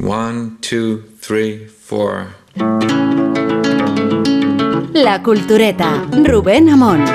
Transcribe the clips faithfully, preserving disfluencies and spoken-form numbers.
One, two, three, four. La Cultureta, Rubén Amón.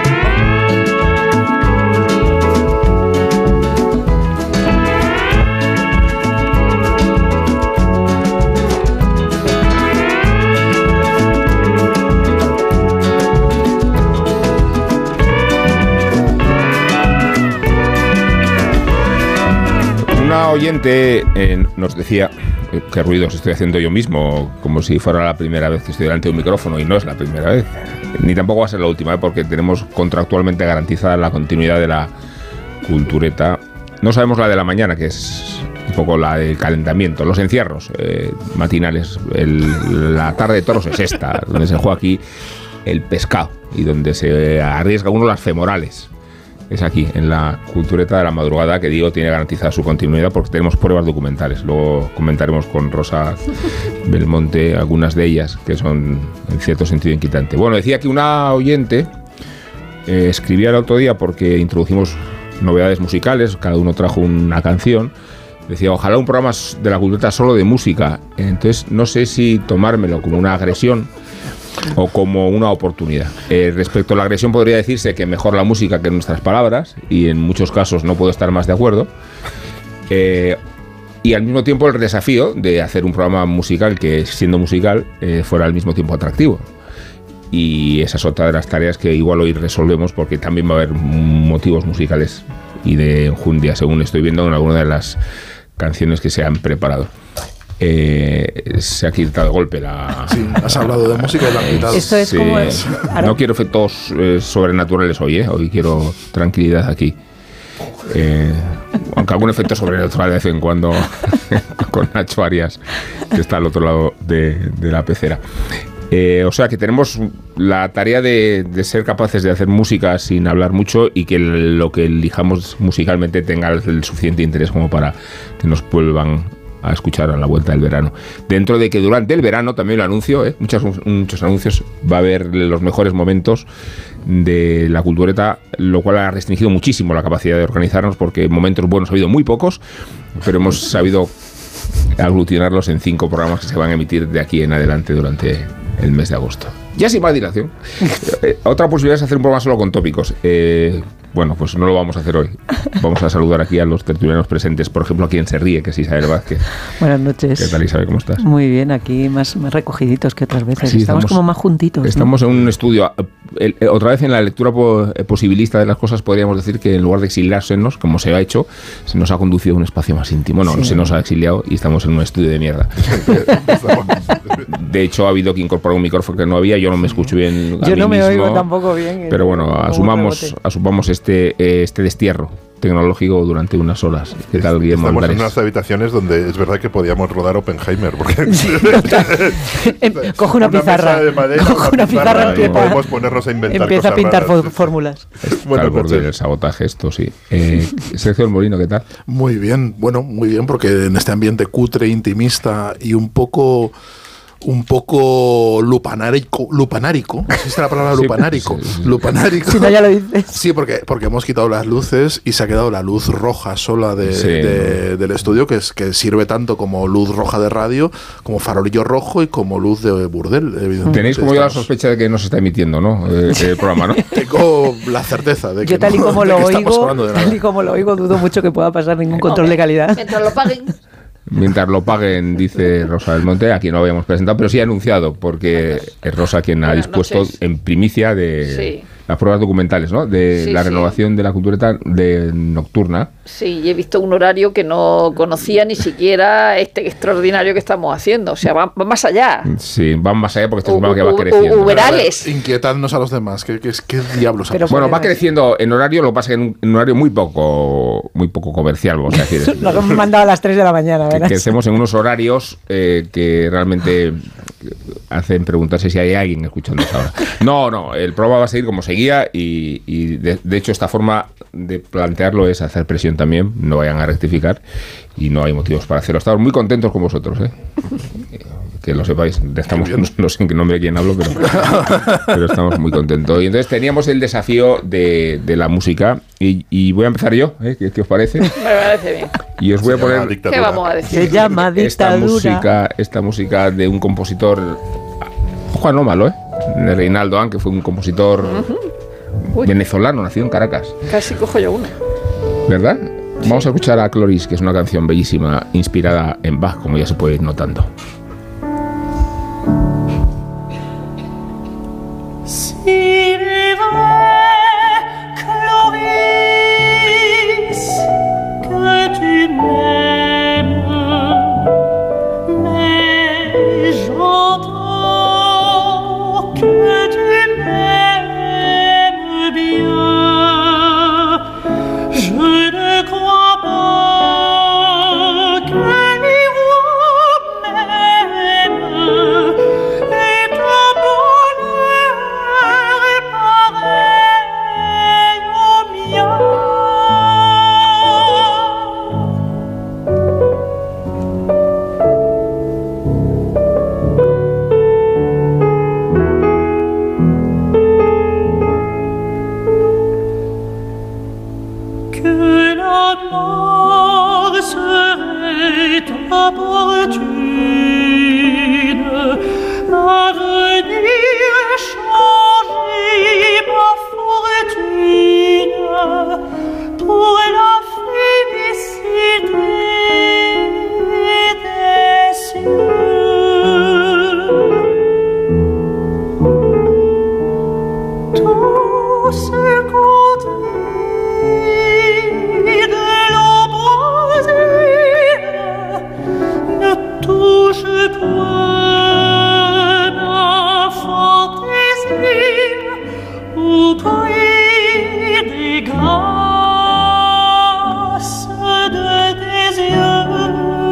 Una oyente eh, nos decía eh, qué ruidos estoy haciendo yo mismo, como si fuera la primera vez que estoy delante de un micrófono, y no es la primera vez, ni tampoco va a ser la última, ¿eh? Porque tenemos contractualmente garantizada la continuidad de la Cultureta. No sabemos la de la mañana, que es un poco la del calentamiento, los encierros eh, matinales. El, la tarde de toros es esta, donde se juega aquí el pescado y donde se arriesga uno las femorales. Es aquí, en la Cultureta de la madrugada, que digo, tiene garantizada su continuidad porque tenemos pruebas documentales. Luego comentaremos con Rosa Belmonte algunas de ellas, que son en cierto sentido inquietantes. Bueno, decía que una oyente eh, escribía el otro día porque introdujimos novedades musicales, cada uno trajo una canción. Decía, ojalá un programa de la Cultureta solo de música. Entonces, no sé si tomármelo como una agresión o como una oportunidad. Eh, respecto a la agresión, podría decirse que mejor la música que nuestras palabras, y en muchos casos no puedo estar más de acuerdo. Eh, y al mismo tiempo el desafío de hacer un programa musical que, siendo musical, eh, fuera al mismo tiempo atractivo. Y esa es otra de las tareas que igual hoy resolvemos, porque también va a haber motivos musicales y de enjundia, según estoy viendo en alguna de las canciones que se han preparado. Eh, se ha quitado de golpe la... Sí, has hablado de música y la han quitado. Esto es sí, como... Es, no quiero efectos eh, sobrenaturales hoy, ¿eh? Hoy quiero tranquilidad aquí. Eh, aunque algún efecto sobrenatural de vez en cuando con Nacho Arias, que está al otro lado de, de la pecera. Eh, o sea que tenemos la tarea de, de ser capaces de hacer música sin hablar mucho y que lo que elijamos musicalmente tenga el suficiente interés como para que nos vuelvan a escuchar a la vuelta del verano. Dentro de que durante el verano, también lo anuncio, ¿eh? muchos, muchos anuncios, va a haber los mejores momentos de la Cultureta, lo cual ha restringido muchísimo la capacidad de organizarnos, porque momentos buenos ha habido muy pocos, pero hemos sabido aglutinarlos en cinco programas que se van a emitir de aquí en adelante durante el mes de agosto. Ya sin más dilación. Eh, otra posibilidad es hacer un programa solo con tópicos. Eh, bueno, pues no lo vamos a hacer hoy. Vamos a saludar aquí a los tertulianos presentes. Por ejemplo, a quien se ríe, que es Isabel Vázquez. Buenas noches. ¿Qué tal, Isabel? ¿Cómo estás? Muy bien, aquí más, más recogiditos que otras veces. Sí, estamos, estamos como más juntitos. Estamos, ¿no?, en un estudio. El, el, otra vez en la lectura po, posibilista de las cosas podríamos decir que en lugar de exiliársenos, como se ha hecho, se nos ha conducido a un espacio más íntimo. No, sí. no se nos ha exiliado y estamos en un estudio de mierda. De hecho, ha habido que incorporar un micrófono que no había. Yo no me escucho bien. Yo no me mismo, oigo tampoco bien. Pero bueno, asumamos, asumamos este, eh, este destierro tecnológico durante unas horas. ¿Qué tal, Guillermo? Estamos Andrés? en unas habitaciones donde es verdad que podíamos rodar Oppenheimer. Porque sí, coge una, una pizarra. De madera, coge una pizarra, pizarra y podemos ponernos a inventar empieza cosas a pintar raras. fórmulas. Está al borde del sabotaje esto, sí. Eh, Sergio del Molino, ¿qué tal? Muy bien, bueno, muy bien, porque en este ambiente cutre, intimista y un poco... un poco lupanárico, lupanárico, ¿existe la palabra lupanárico? Sí, sí, sí. Lupanárico. Si no, ya lo dices. Sí, porque, porque hemos quitado las luces y se ha quedado la luz roja sola de, sí, de, del estudio, que, es, que sirve tanto como luz roja de radio, como farolillo rojo y como luz de burdel, evidentemente. Tenéis como yo la sospecha de que no se está emitiendo, ¿no? Eh, el programa, ¿no? Tengo la certeza de que yo tal y no, como lo oigo, de tal y como lo oigo, dudo mucho que pueda pasar ningún control de calidad. Mientras lo paguen. Mientras lo paguen, dice Rosa del Monte, a quien no habíamos presentado, pero sí ha anunciado, porque es Rosa quien ha dispuesto en primicia de sí. las pruebas documentales, ¿no? De sí, la renovación sí. de la Cultureta de nocturna. Sí, y he visto un horario que no conocía ni siquiera este extraordinario que estamos haciendo. O sea, van va más allá. Sí, van más allá porque este programa que va creciendo. Uberales. Inquietadnos a los demás. ¿Qué, qué, qué diablos? Pero bueno, va creciendo en horario, lo que pasa es que en un, en un horario muy poco muy poco comercial, vamos a decir. Lo hemos mandado a las tres de la mañana, ¿verdad? Que crecemos en unos horarios eh, que realmente hacen preguntarse si hay alguien escuchando esa hora. No, no, el programa va a seguir como seguía y, y de, de hecho esta forma de plantearlo es hacer presión también, no vayan a rectificar y no hay motivos para hacerlo. Estamos muy contentos con vosotros, ¿eh? Que lo sepáis, estamos, no, no sé en qué nombre de quién hablo, pero, pero estamos muy contentos. Y entonces teníamos el desafío de, de la música y, y voy a empezar yo, ¿eh? ¿Qué, qué os parece? Me parece bien. Y os voy a poner ¿Qué vamos a decir? Se llama esta dictadura. música, esta música de un compositor, Juan, no malo, ¿eh? De Reinaldo Han, que fue un compositor Uy. venezolano, nacido en Caracas. Casi cojo yo una. ¿Verdad? Vamos a escuchar a Cloris, que es una canción bellísima, inspirada en Bach, como ya se puede ir notando. S'il est vrai, Cloris, que tu m'aimes, mais j'entends que tu m'aimes bien. Je ne crois pas que les rois m'aiment et ton bonheur est pareil au mien. Que la mort serait opportune à venir changer ma fortune pour la félicité des cieux. Tout ce qu'on dit de l'embrasure ne touche point ma fantaisie au prix des grâces de tes yeux.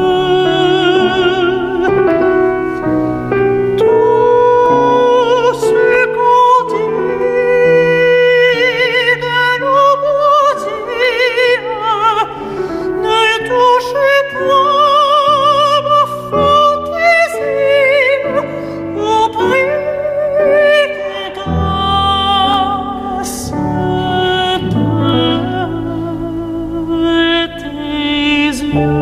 Tout ce qu'on dit de nos beautés ne touche point ma fantaisie au prix des grâces de tes yeux.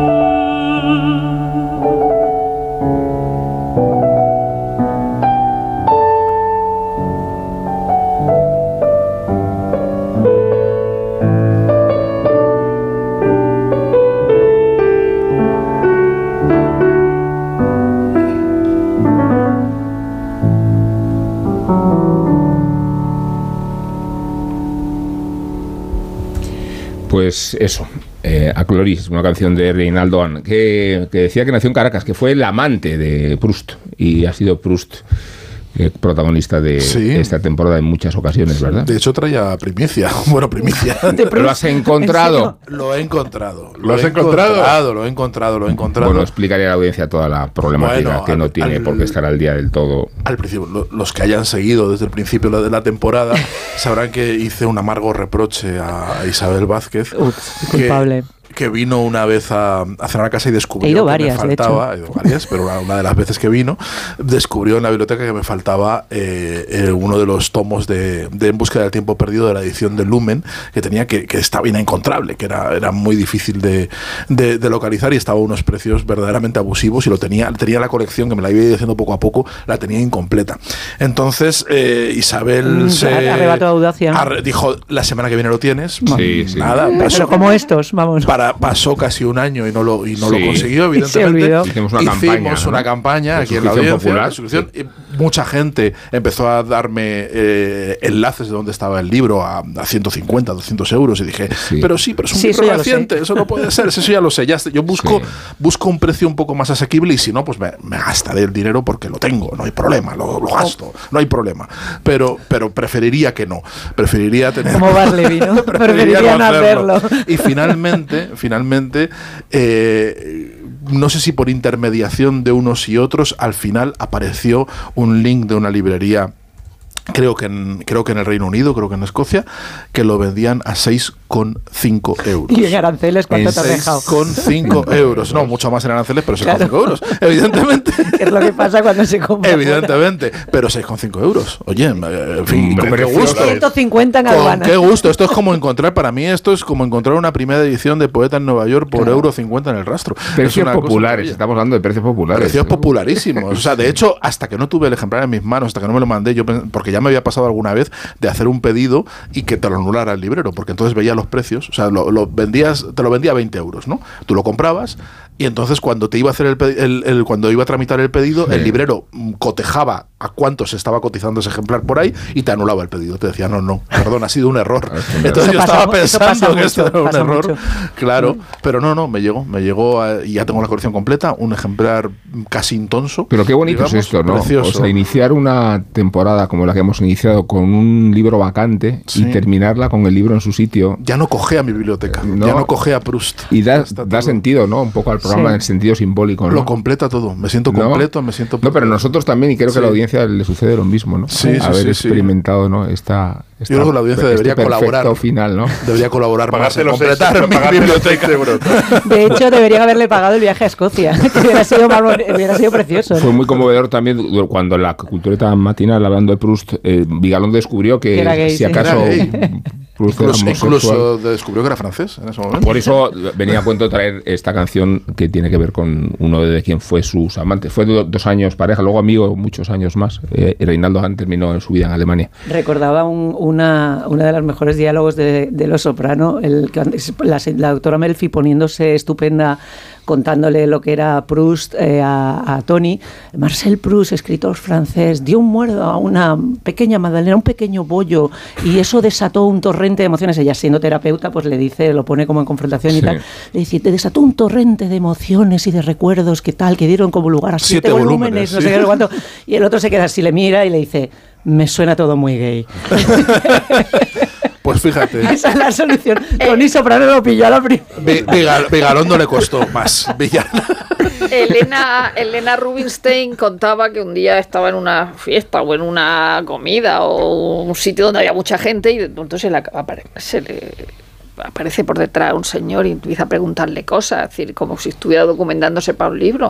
Pues eso, eh, a Cloris, una canción de Reinaldo Han, que, que decía que nació en Caracas, que fue el amante de Proust, y ha sido Proust eh, protagonista de Sí. esta temporada en muchas ocasiones, ¿verdad? De hecho, traía primicia. Bueno, primicia. ¿Lo has encontrado? Lo he encontrado. ¿Lo has encontrado? Lo he encontrado, lo he encontrado. Bueno, explicaría a la audiencia toda la problemática, Bueno, que al- no tiene al- por qué estar al día del todo. Al principio, lo- los que hayan seguido desde el principio de la temporada sabrán que hice un amargo reproche a Isabel Vázquez. Ups, que- culpable. Que vino una vez a, a cenar a casa y descubrió He ido que varias, me de faltaba, he ido varias, pero una, una de las veces que vino, descubrió en la biblioteca que me faltaba eh, eh, uno de los tomos de, de En búsqueda del tiempo perdido, de la edición de Lumen, que tenía que, que estaba inencontrable, que era, era muy difícil de, de, de localizar y estaba a unos precios verdaderamente abusivos, y lo tenía, tenía la colección, que me la iba diciendo poco a poco, la tenía incompleta. Entonces, eh, Isabel Mm, se arrebató audacia. arre- dijo, la semana que viene lo tienes. Sí, sí. Nada, Pero pasó, como estos, vamos. para, pasó casi un año y no lo, y no Sí. lo consiguió, Y se evidentemente. olvidó. Hicimos una Hicimos campaña, ¿no? una campaña De aquí en la suscripción audiencia, popular, de suscripción, sí. y mucha gente empezó a darme eh, enlaces de dónde estaba el libro a, a ciento cincuenta, doscientos euros, y dije, Sí. pero sí, pero es un Sí, eso libro ya lo sé. reciente, eso no puede ser, eso ya lo sé. Ya, yo busco, Sí. busco un precio un poco más asequible, y si no, pues me, me gastaré el dinero porque lo tengo, no hay problema, lo, lo gasto, no hay problema. Pero, pero preferiría que no, preferiría tener... Como Barleby, ¿no? Preferiría no hacerlo. Y finalmente, finalmente, eh, no sé si por intermediación de unos y otros, al final apareció un link de una librería creo que en, creo que en el Reino Unido, creo que en Escocia, que lo vendían a seis coma cinco euros. ¿Y en aranceles cuánto te has dejado? seis coma cinco euros. No, mucho más en aranceles, pero seis coma cinco Claro. euros, evidentemente. Es lo que pasa cuando se compra. Evidentemente, pero seis coma cinco euros. Oye, en fin, Hombre, con qué precioso. gusto. ciento cincuenta en Con aduana. qué gusto. Esto es como encontrar, para mí, esto es como encontrar una primera edición de Poeta en Nueva York por Claro. euro cincuenta en el rastro. Es Precios una cosa populares, maravilla. estamos hablando de precios populares. Precios popularísimos. O sea, de hecho, hasta que no tuve el ejemplar en mis manos, hasta que no me lo mandé, yo pen- porque ya me había pasado alguna vez de hacer un pedido y que te lo anulara el librero, porque entonces veía los precios, o sea, lo, lo vendías, te lo vendía a veinte euros, ¿no? Tú lo comprabas y entonces cuando te iba a hacer el, pe- el- el- cuando iba a tramitar el pedido, Sí. el librero mm, cotejaba a cuánto se estaba cotizando ese ejemplar por ahí y te anulaba el pedido. Te decía, no, no, perdón, ha sido un error. Ah, es un Entonces error. yo Eso estaba pasa mu- eso pensando pasa que esto mucho, era un pasa error. mucho. Claro, pero no, no, me llegó, me llegó a- y ya tengo la colección completa, un ejemplar casi intonso. Pero qué bonito digamos, es esto, ¿no? Precioso. O sea, iniciar una temporada como la que hemos iniciado con un libro vacante Sí. y terminarla con el libro en su sitio. Ya no cogea mi biblioteca, No. ya no cogea Proust. Y da, Está da todo- sentido, ¿no? Un poco al programa Sí. en el sentido simbólico, ¿no? Lo completa todo, me siento ¿No? completo, me siento... No, pero nosotros también, y creo que Sí. a la audiencia le sucede lo mismo, ¿no? Sí, sí, Haber sí, sí. experimentado, ¿no? Esta, esta, Yo creo que la audiencia este debería perfecto colaborar. final, ¿no? Debería colaborar más Pagarte en los completar extras, mi pagarte los biblioteca. euros. De hecho, deberían haberle pagado el viaje a Escocia, que hubiera sido, más boni- hubiera sido precioso. ¿no? Fue muy conmovedor también du- cuando en la cultureta matinal, hablando de Proust, eh, Vigalondo descubrió que, Que era gay, si sí. acaso Era gay. Proust era Incluso, homosexual. incluso descubrió que era francés en ese momento. Por eso venía a cuento traer esta canción que tiene que ver con uno de quien fue sus amantes. Fue do- dos años pareja, luego amigo muchos años más. Eh, y Reinaldo Hahn terminó en su vida en Alemania. Recordaba un- una, una de los mejores diálogos de, de Los Soprano, el, la, la doctora Melfi poniéndose estupenda contándole lo que era Proust eh, a, a Tony. Marcel Proust, escritor francés, dio un muerdo a una pequeña magdalena, un pequeño bollo, y eso desató un torrente de emociones. Ella, siendo terapeuta, pues le dice, lo pone como en confrontación y Sí. tal. Le dice, te desató un torrente de emociones y de recuerdos que tal, que dieron como lugar a siete, Siete volúmenes, volúmenes, no sí. sé qué, no sé cuánto. Y el otro se queda así, le mira y le dice, me suena todo muy gay. Pues fíjate, Esa es la solución. Tony Soprano lo pilló a la primera. Vi- Vigal- Vigalondo le costó más. Vigal- Elena, Elena Rubinstein contaba que un día estaba en una fiesta o en una comida o un sitio donde había mucha gente y entonces la- apare- se le aparece por detrás un señor y empieza a preguntarle cosas, es decir, como si estuviera documentándose para un libro.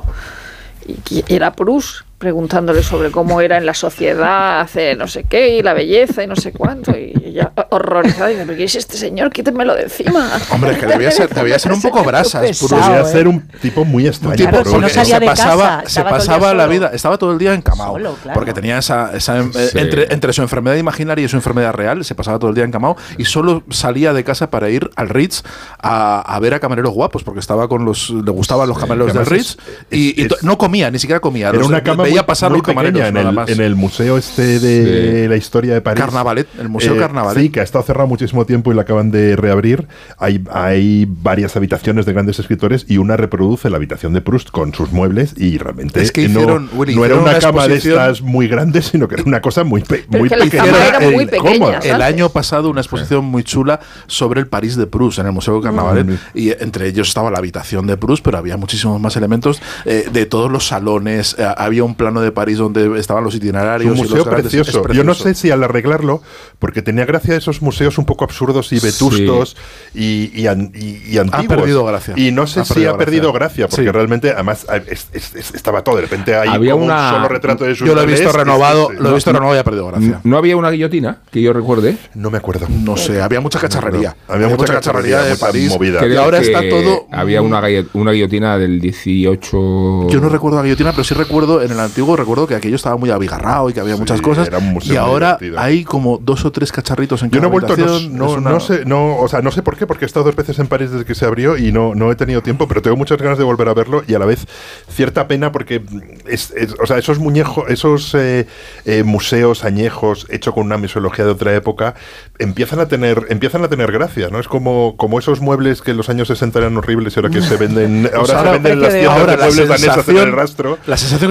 Y que era Proust preguntándole sobre cómo era en la sociedad hace no sé qué y la belleza y no sé cuánto, y ella horrorizada dice, ¿pero qué es este señor? Quítemelo de encima. Hombre, es que debía ser, debía ser un poco brasas. Pesado, Proust. Podría ¿eh? ser un tipo muy extraño. Tipo, Claro, si no porque salía se de pasaba, casa, se estaba todo el día pasaba la solo. vida, estaba todo el día encamado, Solo, claro. porque tenía esa, esa em- eh, Sí. entre, entre su enfermedad imaginaria y su enfermedad real, se pasaba todo el día encamado y solo salía de casa para ir al Ritz a, a ver a camareros guapos, porque estaba con los, le gustaban los camareros del además Ritz es- y, y es- to- no comía, ni siquiera comía, Era los- una cama veía muy, pasar muy los camareros pequeña en nada el, más. en el museo este de Sí. la historia de París. Carnavalet, el Museo Carnavalet. Sí, que ha estado cerrado muchísimo tiempo y lo acaban de reabrir. Hay, hay varias habitaciones de grandes escritores y una reproduce la habitación de Proust con sus muebles y realmente Es que no, hicieron- Willy, no era hicieron una una cama de exposición- estas muy grande, sino que era una cosa muy, pe- Pero muy es que las pequeña. camas eran e muy pequeñas, incómoda. ¿sabes? El año pasado una exposición muy chula sobre el París de Proust en el Museo Carnavalet Mm. y entre ellos estaba la habitación de Proust, pero había muchísimos más elementos eh, de todos los salones, eh, había un plano de París donde estaban los Es itinerarios. un y museo los grandes- precioso. es Yo precioso. no sé si al arreglarlo, porque tenía gracia esos museos un poco absurdos y vetustos y, y, an- y- y antiguos. perdido gracia. Y no sé Ha si perdido ha perdido gracia. gracia, porque Sí. realmente, además, es- es- es- estaba todo. De repente hay Había como una- un solo retrato de sus Yo lo he visto renovado, lo he visto no- renovado y ha perdido gracia. ¿No había una guillotina que yo recuerde? No me acuerdo. No sé, había mucha cacharrería. Había mucha cacharrería, de mucha París. movida. Y Creo ahora que está todo. Había una, gallo- una guillotina del dieciocho. Yo no recuerdo la guillotina, pero sí recuerdo, en el antiguo recuerdo que aquello estaba muy abigarrado y que había Sí, muchas cosas. era un museo Y muy ahora divertido. hay como dos o tres cacharritos en Yo no cada he vuelto, no, habitación. no, Es una- no sé, no, o sea, no sé por qué, porque he estado dos veces en París desde que se abrió y no, no he tenido tiempo, pero tengo muchas ganas de volver a verlo y a la vez cierta pena porque es, es- o sea, esos muñejos, esos eh, eh, museos añejos hechos con una misología de otra época empiezan a tener, empiezan a tener gracia, ¿no? Es como, como esos muebles que en los años sesenta eran horribles y ahora que se venden, ahora Pues se ahora- venden en las precio de- tiendas ahora de la muebles danesas en el sensación, rastro. la sensación que te da para mí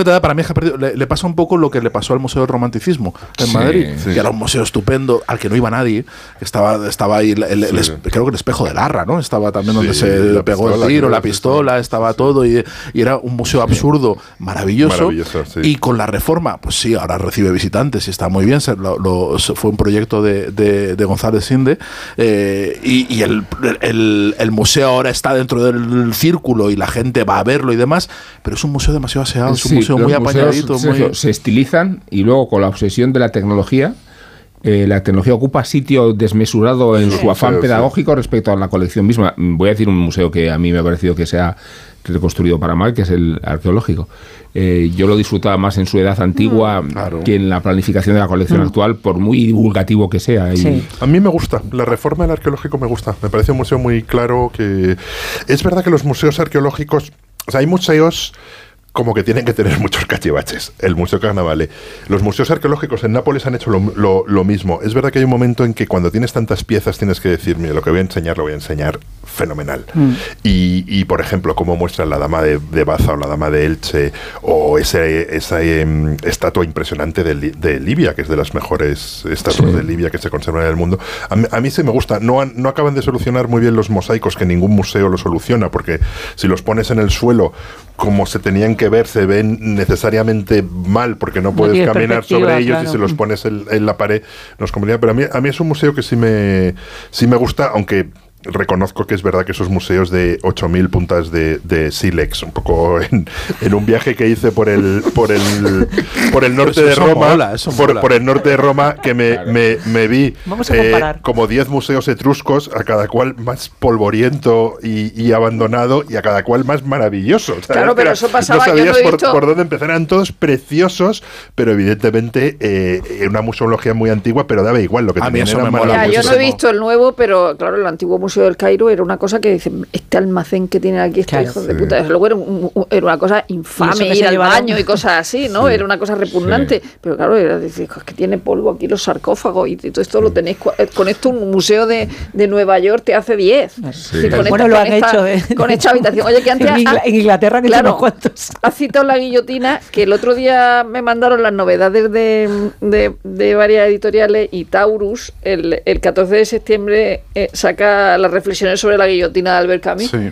Pareja Perdida le, le pasa un poco lo que le pasó al Museo del Romanticismo en Sí, Madrid, sí. que era un museo estupendo al que no iba nadie, que estaba, estaba ahí, el, el, Sí. el es- creo que el espejo de Larra, ¿no? Estaba también donde Sí, se la pegó pistola, el tiro, creo la que pistola, estaba todo, y, y era un museo absurdo, maravilloso. Maravilloso, sí. Y con la reforma, pues sí, ahora recibe visitantes y está muy bien. Se, lo, lo- se- fue un proyecto de, de, de González Sinde, eh, y, y el, el, el museo ahora está dentro del círculo y la gente va a verlo y demás, pero es un museo demasiado aseado, es un Sí, museo los muy museos, apañadito. Sergio, Muy... se estilizan y luego con la obsesión de la tecnología, eh, la tecnología ocupa sitio desmesurado en su afán Sí, sí. pedagógico respecto a la colección misma. Voy a decir un museo que a mí me ha parecido que se ha reconstruido para mal, que es el arqueológico. Eh, yo lo disfrutaba más en su edad antigua claro. que en la planificación de la colección actual, por muy divulgativo que sea. Y- Sí. A mí me gusta, la reforma del arqueológico me gusta, me parece un museo muy claro que... Es verdad que los museos arqueológicos, o sea, hay museos como que tienen que tener muchos cachivaches, el Museo Carnavale. Los museos arqueológicos en Nápoles han hecho lo, lo- lo mismo. Es verdad que hay un momento en que cuando tienes tantas piezas tienes que decir, mira, lo que voy a enseñar lo voy a enseñar fenomenal. Mm. Y, y, por ejemplo, cómo muestran la Dama de, de Baza o la Dama de Elche, o ese, esa em, estatua impresionante de, Li- de Libia, que es de las mejores estatuas Sí. de Libia que se conservan en el mundo. A mí, a mí sí me gusta. No, han- no acaban de solucionar muy bien los mosaicos, que ningún museo lo soluciona, porque si los pones en el suelo como se tenían que ver, se ven necesariamente mal, porque no No puedes tienes caminar perspectiva, sobre ellos, claro. y si los pones en, en la pared nos convenía. Pero a mí, a mí es un museo que sí me, sí me gusta, aunque reconozco que es verdad que esos museos de ocho mil puntas de, de sílex, un poco en, en un viaje que hice por el por el por el norte Eso- de eso Roma, mola, eso por, mola. por el norte de Roma, que me, me, me vi Vamos a comparar. como diez museos etruscos, a cada cual más polvoriento y, y abandonado, y a cada cual más maravilloso. ¿Sabes? Claro, pero Era- eso pasaba, no yo sabías no he por, visto- por dónde empezar, eran todos preciosos, pero evidentemente eh, una museología muy antigua, pero daba igual, lo que A mí tenían eso era me mola Ya, yo maravilloso. no he visto el nuevo, pero claro, el antiguo Museo del Cairo era una cosa que dicen, este almacén que tienen aquí estos Claro. hijos de Sí. puta. Luego era, un- un- era una cosa Y eso infame que ir se al llevaron- baño y cosas así, ¿no? Era una cosa repugnante. Sí. Pero claro, era decir, "Jo, es que tiene polvo aquí los sarcófagos y todo esto lo tenéis. cua- eh, Con esto un museo de, de Nueva York te hace diez. Sí. Sí, con Bueno, esta- lo con han esta- hecho, ¿eh? Con esta habitación. Oye, que antes. En, Ingla- ah, en Inglaterra han hecho claro, unos cuantos. has citado la guillotina, que el otro día me mandaron las novedades de, de, de varias editoriales, y Taurus, el, el catorce de septiembre, eh, saca las reflexiones sobre la guillotina de Albert Camus. Sí.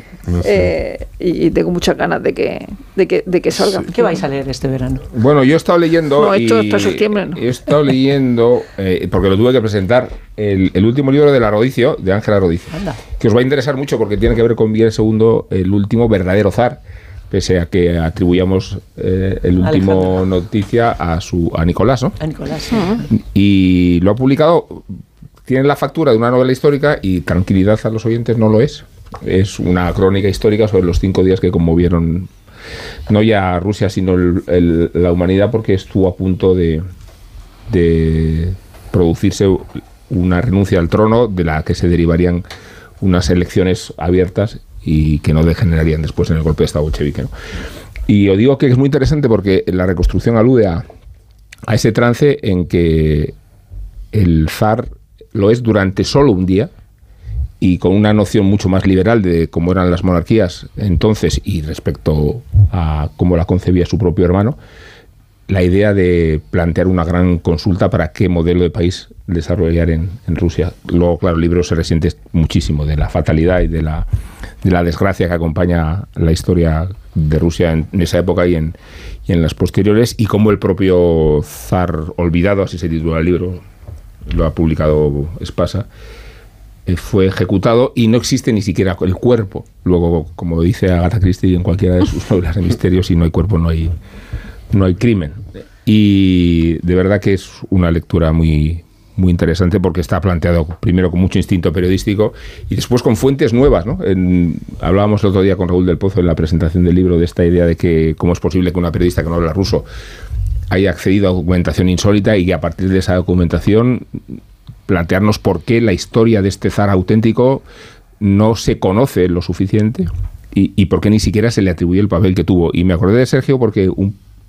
Eh, y, y tengo muchas ganas de que, de que, de que salga. ¿Qué vais a leer este verano? Bueno, yo he estado leyendo. No, esto y hasta septiembre, ¿no? He estado leyendo, eh, porque lo tuve que presentar, el, el último libro de la Rodicio, de Ángela Rodicio, Anda. que os va a interesar mucho porque tiene que ver con Miguel segundo, el último verdadero zar, pese a que atribuyamos eh, el último Alejandro. noticia a su a Nicolás, ¿no? A Nicolás. Y lo ha publicado, tiene la factura de una novela histórica, y tranquilidad a los oyentes, no lo es. Es una crónica histórica sobre los cinco días que conmovieron no ya a Rusia, sino el- el- la humanidad, porque estuvo a punto de, de producirse una renuncia al trono, de la que se derivarían unas elecciones abiertas y que no degenerarían después en el golpe de Estado bolchevique, ¿no? Y os digo que es muy interesante porque la reconstrucción alude a, a ese trance en que el zar lo es durante solo un día, y con una noción mucho más liberal de cómo eran las monarquías entonces y respecto a cómo la concebía su propio hermano, la idea de plantear una gran consulta para qué modelo de país desarrollar en, en Rusia. Luego, claro, el libro se resiente muchísimo de la fatalidad y de la, de la desgracia que acompaña la historia de Rusia en, en esa época y en, y en las posteriores, y cómo el propio zar olvidado, así se titula el libro, lo ha publicado Espasa, eh, fue ejecutado, y no existe ni siquiera el cuerpo. Luego, como dice Agatha Christie en cualquiera de sus novelas de misterio, si no hay cuerpo no hay, no hay crimen. Y de verdad que es una lectura muy, muy interesante, porque está planteado primero con mucho instinto periodístico y después con fuentes nuevas, ¿no? En, hablábamos el otro día con Raúl del Pozo en la presentación del libro de esta idea de que cómo es posible que una periodista que no habla ruso haya accedido a documentación insólita, y que a partir de esa documentación plantearnos por qué la historia de este zar auténtico no se conoce lo suficiente, y, y por qué ni siquiera se le atribuye el papel que tuvo. Y me acordé de Sergio porque un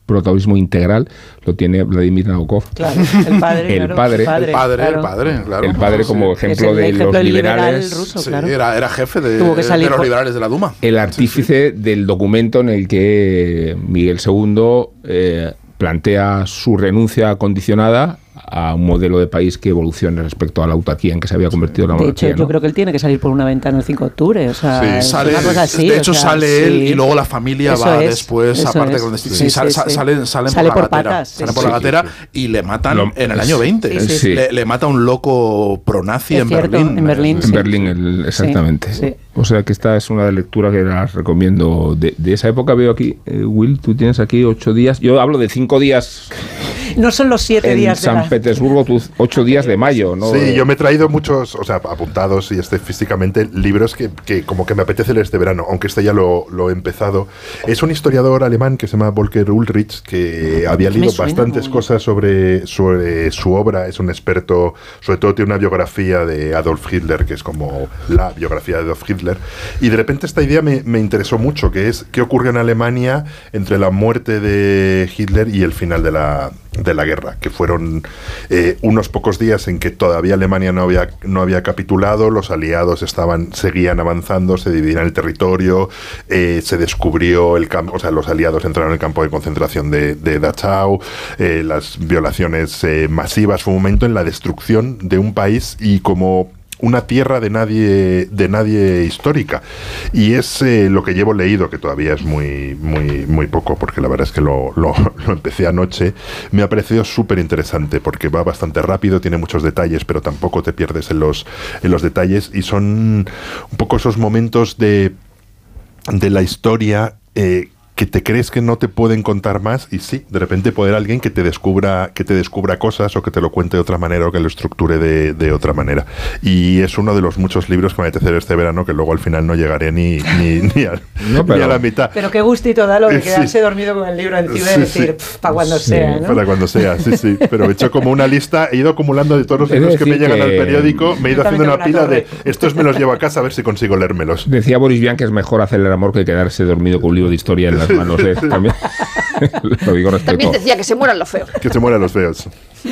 protagonismo integral lo tiene Vladimir Nabokov. Claro, el padre, el claro, padre, El padre, claro. el padre, claro. El padre como Sí. ejemplo Es el de ejemplo los del liberal liberales. ruso, Sí, claro. era, era jefe de, Tuvo que salir de los por- liberales de la Duma. El artífice del documento en el que Miguel segundo eh, plantea su renuncia condicionada a un modelo de país que evolucione respecto a la autarquía en que se había convertido la De monarquía. hecho, yo ¿no? creo que él tiene que salir por una ventana el cinco de octubre. O sea, Sí, es sale, una cosa así. de o hecho sea, sale él sí. y luego la familia Eso va es, después eso aparte es. clandestina. Sí, Sí, sí, sal- sí. sal- salen, salen Sale por la por gatera, patas, salen sí, por sí. la gatera Sí, y le matan Lo- en el año veinte. Sí, sí. Sí. Le, le mata un loco pronazi Es en cierto, Berlín. en Berlín, En sí. Berlín, el- exactamente. Sí, sí. O sea que esta es una lectura que las recomiendo. De, de esa época veo aquí, eh, Will, tú tienes aquí ocho días. Yo hablo de cinco días No son los siete en días de San la- Petersburgo, tú ocho días de mayo, ¿no? Sí, yo me he traído muchos, o sea, apuntados y este físicamente, libros que, que como que me apetece leer este verano, aunque este ya lo, lo he empezado. Es un historiador alemán que se llama Volker Ulrich, que había Me leído suena bastantes muy. cosas sobre, sobre su obra, es un experto, sobre todo tiene una biografía de Adolf Hitler, que es como la biografía de Adolf Hitler, y de repente esta idea me, me interesó mucho, que es qué ocurrió en Alemania entre la muerte de Hitler y el final de la, de la guerra, que fueron eh, unos pocos días en que todavía Alemania no había, no había capitulado, los aliados estaban, seguían avanzando, se dividían el territorio, eh, se descubrió el campo, o sea, los aliados entraron en el campo de concentración de, de Dachau, eh, las violaciones eh, masivas, fue un momento en la destrucción de un país y como una tierra de nadie de nadie histórica, y es eh, lo que llevo leído, que todavía es muy muy muy poco, porque la verdad es que lo, lo, lo empecé anoche. Me ha parecido súper interesante porque va bastante rápido, tiene muchos detalles, pero tampoco te pierdes en los en los detalles, y son un poco esos momentos de de la historia eh, que te crees que no te pueden contar más, y sí, de repente poder alguien que te descubra que te descubra cosas, o que te lo cuente de otra manera, o que lo estructure de, de otra manera. Y es uno de los muchos libros que me apetece leer este verano, que luego al final no llegaré ni, ni, ni, a, No, pero- ni a la mitad. Pero qué gustito da lo de Sí. quedarse dormido con el libro encima Sí, y decir, sí. para cuando Sí, sea, ¿no? Para cuando sea, sí, sí. Pero he hecho como una lista, he ido acumulando de todos los He de libros que me decir llegan al que- periódico, me he ido Yo haciendo también una tengo pila una de torre. estos me los llevo a casa a ver si consigo leérmelos. Decía Boris Vian que es mejor hacer el amor que quedarse dormido con un libro de historia en las manos. ¿eh? También lo digo respecto. También decía que se mueran los feos. Que se mueran los feos.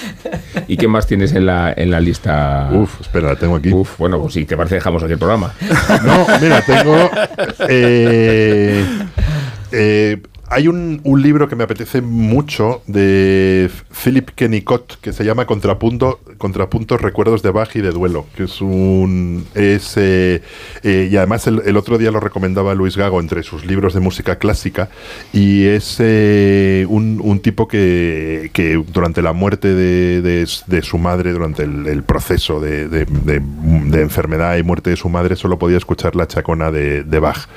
¿Y qué más tienes en la, en la lista? Uf, espera, la tengo aquí. Uf, bueno, pues si te parece dejamos aquí el programa. No, mira, tengo. eh, eh, hay un, un libro que me apetece mucho de Philip Kennicott que se llama Contrapunto, Contrapuntos, Recuerdos de Bach y de Duelo, que es un. Es, eh, eh, y además el, el otro día lo recomendaba Luis Gago entre sus libros de música clásica, y es eh, un, un tipo que, que durante la muerte de, de, de su madre, durante el, el proceso de, de, de, de enfermedad y muerte de su madre, solo podía escuchar la chacona de, de Bach.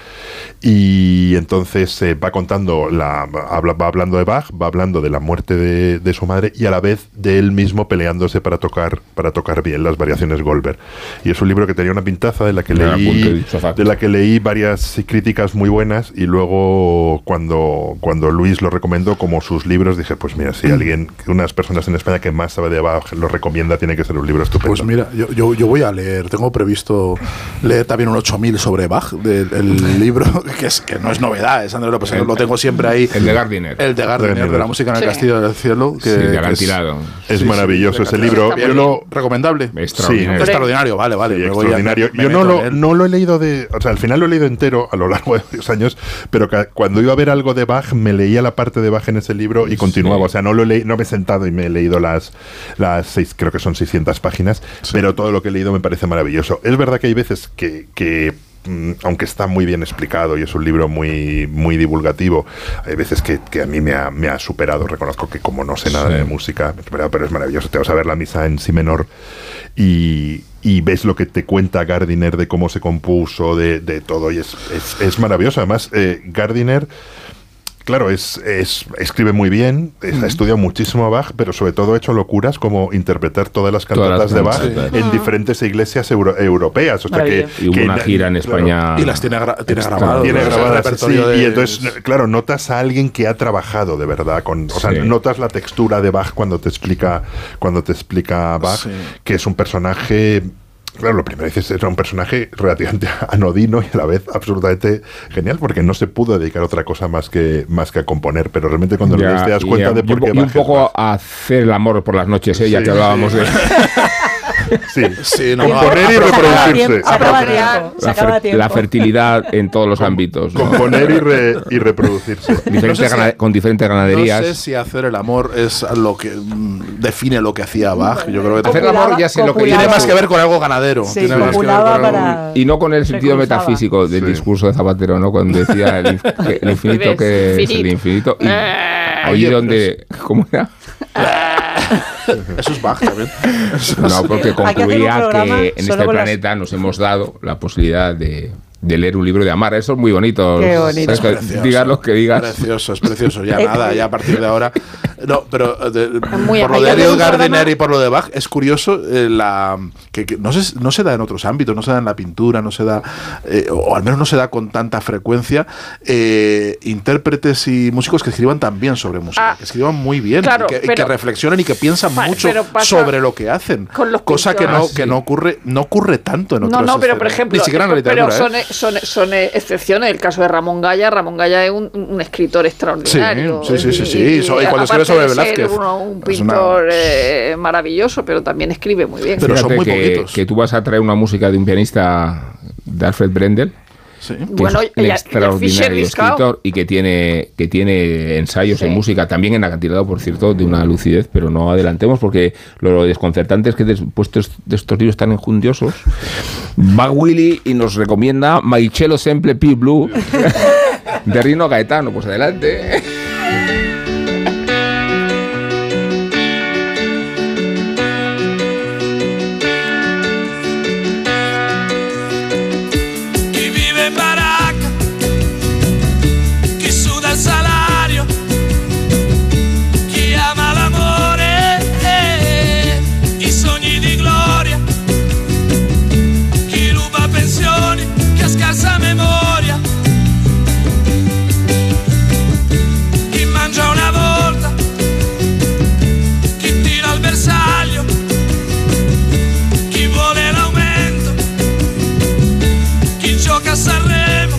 Y entonces eh, va contando, la, habla, va hablando de Bach, va hablando de la muerte de, de su madre, y a la vez de él mismo peleándose para tocar, para tocar bien las variaciones Goldberg. Y es un libro que tenía una pintaza, de la que Me apunto leí, dicho facto. de la que leí varias críticas muy buenas, y luego cuando, cuando Luis lo recomendó como sus libros, dije, pues mira, si alguien, unas personas en España que más sabe de Bach lo recomienda, tiene que ser un libro estupendo. Pues mira, yo, yo, yo voy a leer, tengo previsto leer también un ocho mil sobre Bach, del el libro, que, es, que no es novedad, es Andrés López, El- lo tengo siempre ahí. El de Gardiner. El de Gardiner, Gardiner. de la música en el Sí. Castillo del Cielo. Que, Sí, de que es- acantilado. Es sí, maravilloso sí, ese de libro. acantilado. Yo lo, Recomendable. Extraordinario. Sí. Extraordinario, vale, vale. Sí, me voy a- extraordinario. me Yo no meto lo, en él. no lo he leído de. O sea, al final lo he leído entero a lo largo de varios años, pero ca- cuando iba a ver algo de Bach, me leía la parte de Bach en ese libro y continuaba. Sí. O sea, no lo he leí- no me he sentado y me he leído las, las seis, creo que son seiscientas páginas, pero todo lo que he leído me parece maravilloso. Es verdad que hay veces que. que mm, aunque está muy bien explicado y es un libro muy muy divulgativo, hay veces que, que a mí me ha, me ha superado. Reconozco que como no sé nada Sí. de música, me ha superado, pero es maravilloso. Te vas a ver la misa en si menor y, y ves lo que te cuenta Gardiner de cómo se compuso, de, de todo, y es, es, es maravilloso. Además, eh, Gardiner, claro, es, es, escribe muy bien, es- ha estudiado muchísimo a Bach, pero sobre todo ha hecho locuras como interpretar todas las Todas cantatas las de Bach cantatas. en diferentes iglesias euro- europeas. O sea que, Maravilla. Y hubo que una na- gira en claro, España. Y las tiene, gra- tiene Extra- grabadas. tiene ¿no? O sea, el grabadas, sí, repertorio de- y entonces, claro, notas a alguien que ha trabajado de verdad con, o sea, Sí. notas la textura de Bach cuando te explica, cuando te explica Bach, Sí. que es un personaje Claro, lo primero que dices era un personaje relativamente anodino y a la vez absolutamente genial, porque no se pudo dedicar a otra cosa más que más que a componer, pero realmente cuando Ya, lees te das y, cuenta y, de por qué y un Bach es poco Bach. a hacer el amor por las noches, ¿eh? Ya Sí, que hablábamos sí. de... Sí, Sí, no, componer y Se acaba reproducirse. tiempo, se acaba tiempo, se La, acaba fer- tiempo. la fertilidad en todos los ámbitos, ¿no? Componer y, re- y reproducirse. Diferentes No sé si- gana- con diferentes No ganaderías. sé si hacer el amor es lo que mm, define lo que hacía Bach. Yo creo que Hacer el amor ya sé lo que tiene Copulaba- más que ver con algo ganadero. Sí, tiene más que ver copulaba con algo- para- Y no con el sentido Se cruzaba. metafísico del Sí. discurso de Zapatero, ¿no? Cuando decía el, inf- que el infinito que es el infinito. Y allí Oye, donde... ¿Cómo era? Eso es Bach también. No, porque Hay que hacer un concluía programa que en solo este con las- planeta nos hemos dado la posibilidad de, de leer un libro de amar. Eso es muy bonito. Qué bonito. ¿Sabes? Es precioso. Digas lo que digas. Precioso, es precioso. Ya Eh, nada, ya a partir de ahora. No, pero de- muy por lo hay de que hacer Eliot un Gardiner programa- y por lo de Bach, es curioso eh, la que, que no, se, no se da en otros ámbitos, no se da en la pintura, no se da, eh, o al menos no se da con tanta frecuencia, eh, intérpretes y músicos que escriban tan bien sobre música, Ah, que escriban muy bien, claro, y que, y pero- que reflexionen y que piensan Pa- mucho pero pasa sobre lo que hacen. con los Cosa que no, pintores. que no ocurre, no ocurre tanto en No, otros no, pero por ejemplo, ni siquiera en la pero literatura. son, ¿eh? son, son excepciones. El caso de Ramón Gaya, Ramón Gaya es un, un escritor extraordinario. Sí, sí, sí, sí, Y- sí. So- y cuando aparte escribe sobre de ser Velázquez, uno- un es una- pintor eh, maravilloso, pero también escribe muy bien. Pero son Fíjate muy que, poquitos. que tú vas a traer una música de un pianista, de Alfred Brendel, Sí. que Bueno, es y- un y a- y a extraordinario Fischer-Dieskau. escritor y que tiene, que tiene ensayos Sí. en música, también en acantilado, por cierto, de una lucidez, pero no adelantemos porque lo desconcertante es que después de est- de estos libros tan enjundiosos, va Willy y nos recomienda My Cello Sempre P Blue de Rino Gaetano. Pues adelante. Chi vive in baracca, chi suda il salario, chi ama l'amore, eh, i sogni di gloria, chi ruba pensioni, chi ha scarsa memoria, chi mangia una volta, chi tira al bersaglio, chi vuole l'aumento, chi gioca a Sanremo,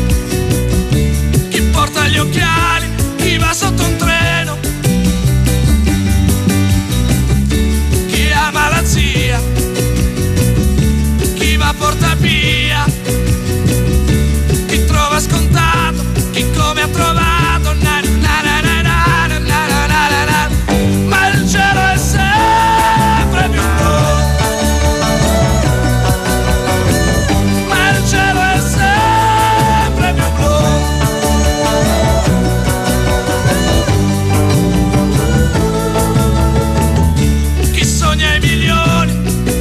chi porta gli occhiali, chi va sotto un treno, chi ama la zia, chi va a Portapia, chi trova scontato, chi come ha trovato, na, na, na, na, na, na, na, na, na, na. Ma il cielo è sempre più blu. Ma il cielo è sempre più blu. Chi sogna i milioni,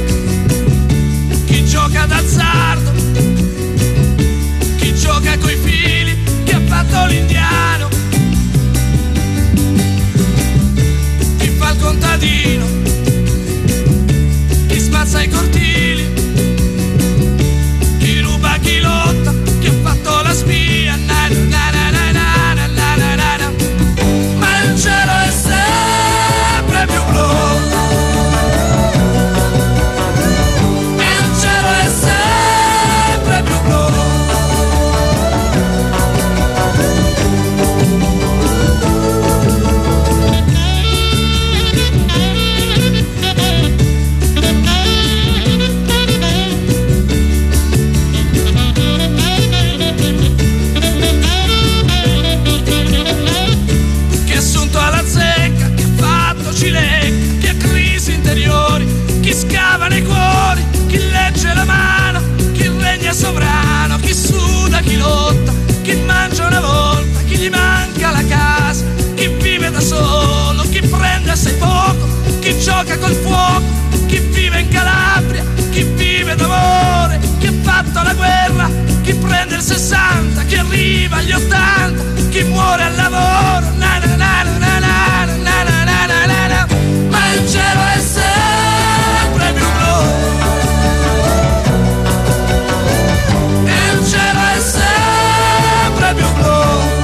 chi gioca d'azzardo, chi gioca coi fili, chi ha fatto l'indiano, chi fa il contadino, chi spazza i cortili, chi ruba, chi lotta, chi ha fatto la spia, na, na, na, na, na, na, na, na, na, na. Ma il cielo è sempre più blu. Il cielo è sempre più blu. Chi è assunto alla zecca, chi ha fatto cilecca, chi ha crisi interiori, chi scava nei cuori, chi legge la mano, chi regna sovrano, chi suda, chi lotta, chi mangia una volta, chi gli manca la casa, chi vive da solo, chi prende assai poco, chi gioca col fuoco, chi vive in Calabria, chi vive d'amore, chi ha fatto la guerra, chi prende il sessanta, chi arriva agli ottanta, chi muore al lavoro, na na na na na na na na na na na na. Ma il cielo è sempre più blu. Il cielo è sempre più blu.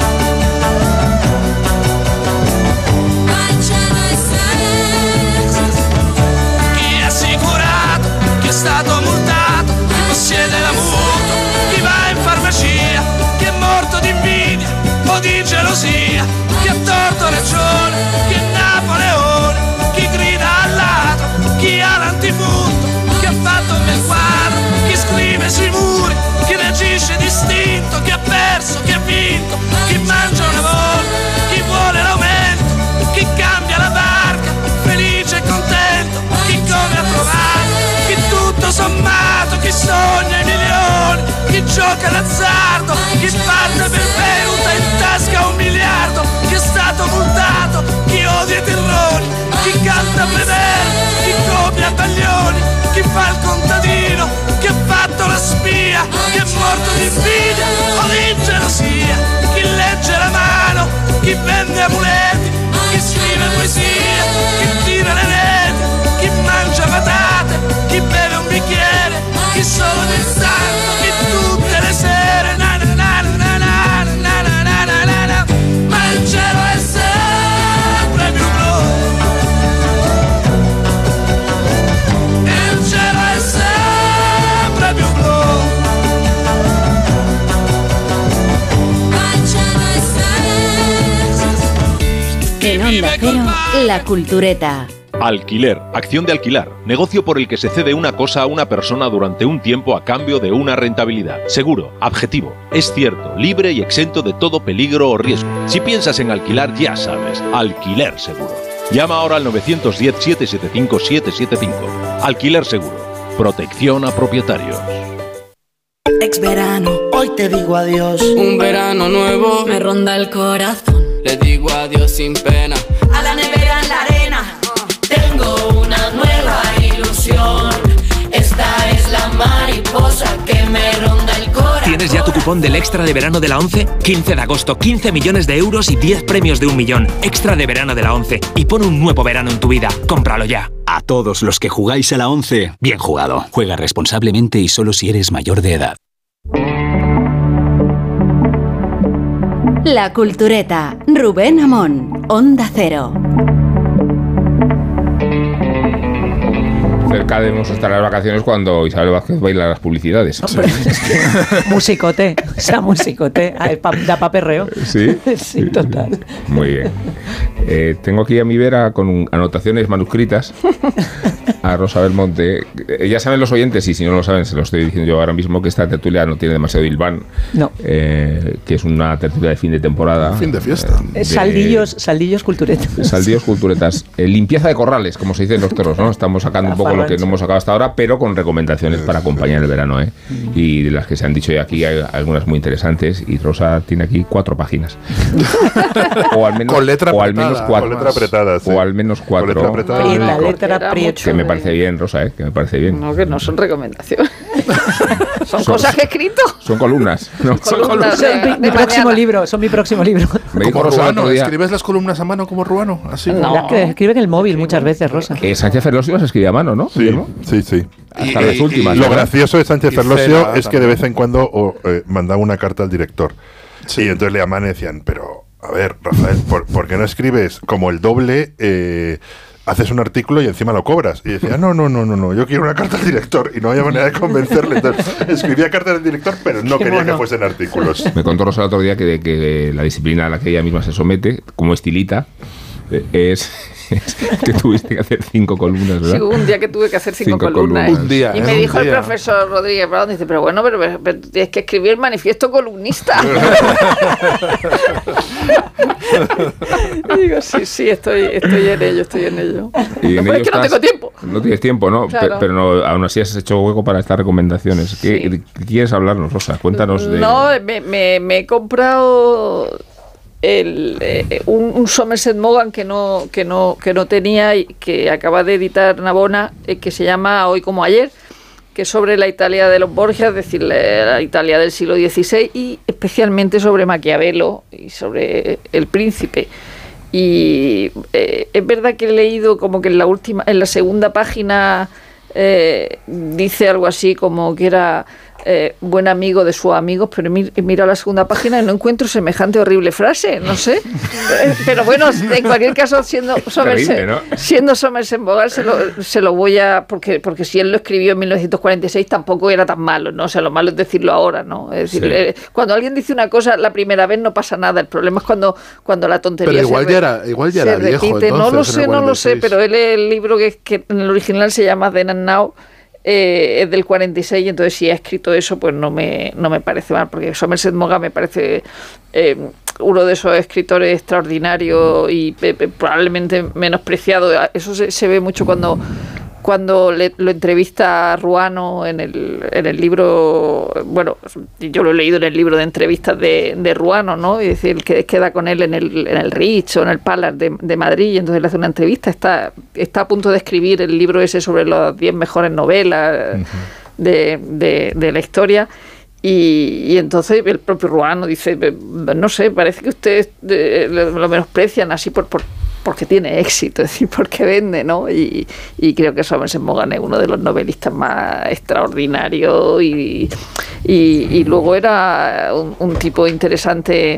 Ma il cielo è sempre. Chi è assicurato, chi è stato multato, l'azzardo, chi parte per bevuta in tasca un miliardo, chi è stato multato, chi odia i terrori, chi canta Prever, chi copia Baglioni, chi fa il contadino, chi ha fatto la spia, chi è morto di invidia o di gelosia, chi legge la mano, chi vende amuleti, chi scrive poesia, chi tira le reti, chi mangia patate, chi beve un bicchiere, chi solo del santo, chi tutte le sere, na na na na na na na na na na na, ma il cielo è sempre più blu, il cielo è sempre più blu, ma il cielo è sempre. En Onda Cero, La Cultureta. Alquiler, acción de alquilar, negocio por el que se cede una cosa a una persona durante un tiempo a cambio de una rentabilidad. Seguro, objetivo, es cierto, libre y exento de todo peligro o riesgo. Si piensas en alquilar, ya sabes, Alquiler Seguro. Llama ahora al nueve uno cero, siete siete cinco, siete siete cinco. Alquiler Seguro, protección a propietarios. Ex verano, hoy te digo adiós. Un verano nuevo me ronda el corazón. Le digo adiós sin pena. A la nevera en la arena. Tengo una nueva ilusión. Esta es la mariposa que me ronda el corazón. ¿Tienes ya tu cupón del Extra de Verano de la ONCE? quince de agosto, quince millones de euros y diez premios de un millón. Extra de Verano de la ONCE. Y pon un nuevo verano en tu vida. Cómpralo ya. A todos los que jugáis a la ONCE, bien jugado. Juega responsablemente y solo si eres mayor de edad. La Cultureta. Rubén Amón. Onda Cero. Cerca debemos estar las vacaciones cuando Isabel Vázquez baila las publicidades. Hombre, musicote, o sea, musicote, da pa' perreo. ¿Sí? Sí, total. Muy bien. Eh, tengo aquí a mi vera con un, anotaciones manuscritas a Rosa Belmonte. Eh, ya saben los oyentes, y si no lo saben, se lo estoy diciendo yo ahora mismo, que esta tertulia no tiene demasiado hilván. No. Eh, que es una tertulia de fin de temporada. Fin de fiesta. Eh, de, saldillos, saldillos culturetas. Saldillos culturetas. Eh, limpieza de corrales, como se dice en los toros, ¿no? Estamos sacando un poco lo que no hemos sacado hasta ahora, pero con recomendaciones para acompañar el verano, ¿eh? Y de las que se han dicho ya aquí hay algunas muy interesantes, y Rosa tiene aquí cuatro páginas. O al menos, con letra o apretada, al menos cuatro. Con letra apretada, sí. O al menos cuatro. Con letra apretada. Y la letra aprieta. Que me parece bien, Rosa, ¿eh? Que me parece bien. No, que no son recomendaciones. son, son cosas que he escrito. Son columnas. ¿no? Son columnas Son mi, mi próximo libro, son mi próximo libro. Me dijo Como Rosa el Ruano, otro día. ¿escribes las columnas a mano como Ruano? Así. No. La que escribe en el móvil muchas veces, Rosa. Que Sánchez Ferlosio las escribía a mano, ¿no? Sí, sí, sí. Hasta Y- las y- últimas. y Lo ¿no? gracioso de Sánchez Y Ferlosio Cela es que de también. vez en cuando o, eh, mandaba una carta al director. Y entonces le llamaban y decían, pero, a ver, Rafael, ¿por, ¿por qué no escribes como el doble? Eh, haces un artículo y encima lo cobras. Y decía, no, no, no, no, no, yo quiero una carta al director. Y no había manera de convencerle. Entonces, escribía cartas al director, pero no Qué quería mono. que fuesen artículos. Me contó Rosa el otro día que, que la disciplina a la que ella misma se somete, como estilita, eh, es, es que tuviste que hacer cinco columnas, ¿verdad? Sí, hubo un día que tuve que hacer cinco, Cinco columnas. columnas. Un día, Y ¿eh? me Un dijo el día. profesor Rodríguez Brown, dice, pero bueno, pero, pero, pero tienes que escribir el manifiesto columnista. Y digo, sí, sí, estoy, estoy en ello, estoy en ello. Y en Pues ello es que no estás- tengo tiempo. No tienes tiempo, ¿no? Claro. Pe- Pero no, aún así has hecho hueco para estas recomendaciones. ¿Qué, Sí. ¿qué quieres hablarnos, Rosa? Cuéntanos de... No, me, me, me he comprado el, eh, un, un Somerset Maugham que no, que, no, que no tenía y que acaba de editar Navona, eh, que se llama Hoy como ayer, que es sobre la Italia de los Borgia, es decir, la, la Italia del siglo dieciséis, y especialmente sobre Maquiavelo y sobre El Príncipe. Y eh, es verdad que he leído como que en la última, en la segunda página eh, dice algo así como que era eh, buen amigo de sus amigos, pero mi- he mirado la segunda página y no encuentro semejante horrible frase, no sé. Eh, Pero bueno, en cualquier caso, siendo Somerset, Terrible, ¿no? siendo Somerset Maugham, se lo, se lo voy a... Porque, porque si él lo escribió en mil novecientos cuarenta y seis tampoco era tan malo, ¿no? O sea, lo malo es decirlo ahora, ¿no? Es decir, Sí. eh, cuando alguien dice una cosa la primera vez no pasa nada, el problema es cuando, cuando la tontería Pero igual se, ya era- igual ya se era viejo, repite. No lo entonces, en sé, el no lo sé, cuarenta y seis. pero él el libro que, que en el original se llama Then and Now, eh, es del cuarenta y seis, y entonces si ha escrito eso, pues no me, no me parece mal, porque Somerset Maugham me parece eh, uno de esos escritores extraordinarios y eh, eh, probablemente menospreciado. Eso se, se ve mucho cuando cuando le, lo entrevista a Ruano en el, en el libro, bueno, yo lo he leído en el libro de entrevistas de, de Ruano, ¿no? Y decir, que queda con él en el, en el Ritz o en el Palace de, de Madrid, y entonces le hace una entrevista, está, está a punto de escribir el libro ese sobre las diez mejores novelas uh-huh. de, de, de la historia. Y, y entonces el propio Ruano dice, no sé, parece que ustedes eh, lo menosprecian así por, por porque tiene éxito, es decir, porque vende, ¿no? Y, y creo que Somerset Maugham es uno de los novelistas más extraordinarios y, y, y luego era un, un tipo interesante,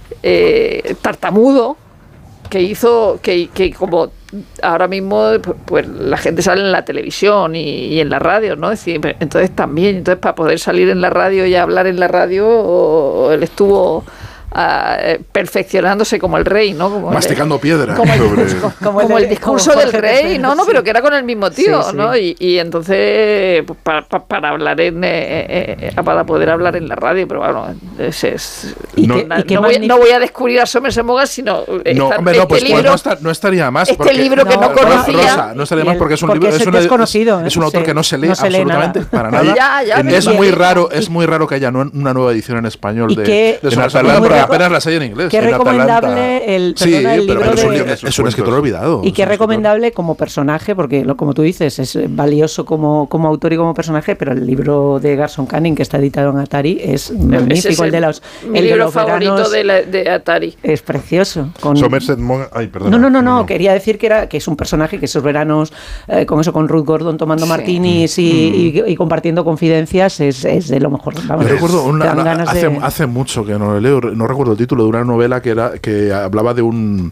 eh, tartamudo, que hizo que, que como ahora mismo pues la gente sale en la televisión y, y en la radio, ¿no? Es decir, entonces también, entonces para poder salir en la radio y hablar en la radio, o, él estuvo Uh, perfeccionándose como el rey, ¿no? Como masticando el, piedra. Como el, sobre... como como el discurso como del rey, ¿no? no Pero que era con el mismo tío, sí, sí. ¿no? Y, y entonces, pues, para, para, para hablar en eh, eh, para poder hablar en la radio, pero bueno, ese es... ¿Y no, qué, na, y qué no, voy, no voy a descubrir a Somerset Maugham, sino... No, esta, hombre, no, este pues, libro, pues no, está, no estaría más. Este porque, libro que no, no conocía... Rosa, no estaría más porque es un libro... Es, una, desconocido, es, es un autor sí, que no se lee no se lee absolutamente nada. para nada. Ya, ya, es bien. muy raro, es muy raro que haya una nueva edición en español de, qué, de Somerset Maugham, porque apenas las hay en inglés. Qué recomendable el, sí, perdona, el libro es un, de... es, es un escritor olvidado. Y qué recomendable como personaje, porque lo, como tú dices, es valioso como, como autor y como personaje, pero el libro de Garson Kanin, que está editado en Atari, es magnífico. Es el, el de los mi el libro de los favorito veranos, de, la, de Atari. Es precioso. Con... Somerset Maugham... Ay, perdón. No, no, no, no, quería decir que era que es un personaje que esos veranos, eh, con eso, con Ruth Gordon tomando sí. martinis y, mm. y, y compartiendo confidencias, es, es de lo mejor. Vamos, Yo recuerdo una, una, hace, de... hace mucho que no lo leo, no recuerdo el título de una novela que era que hablaba de un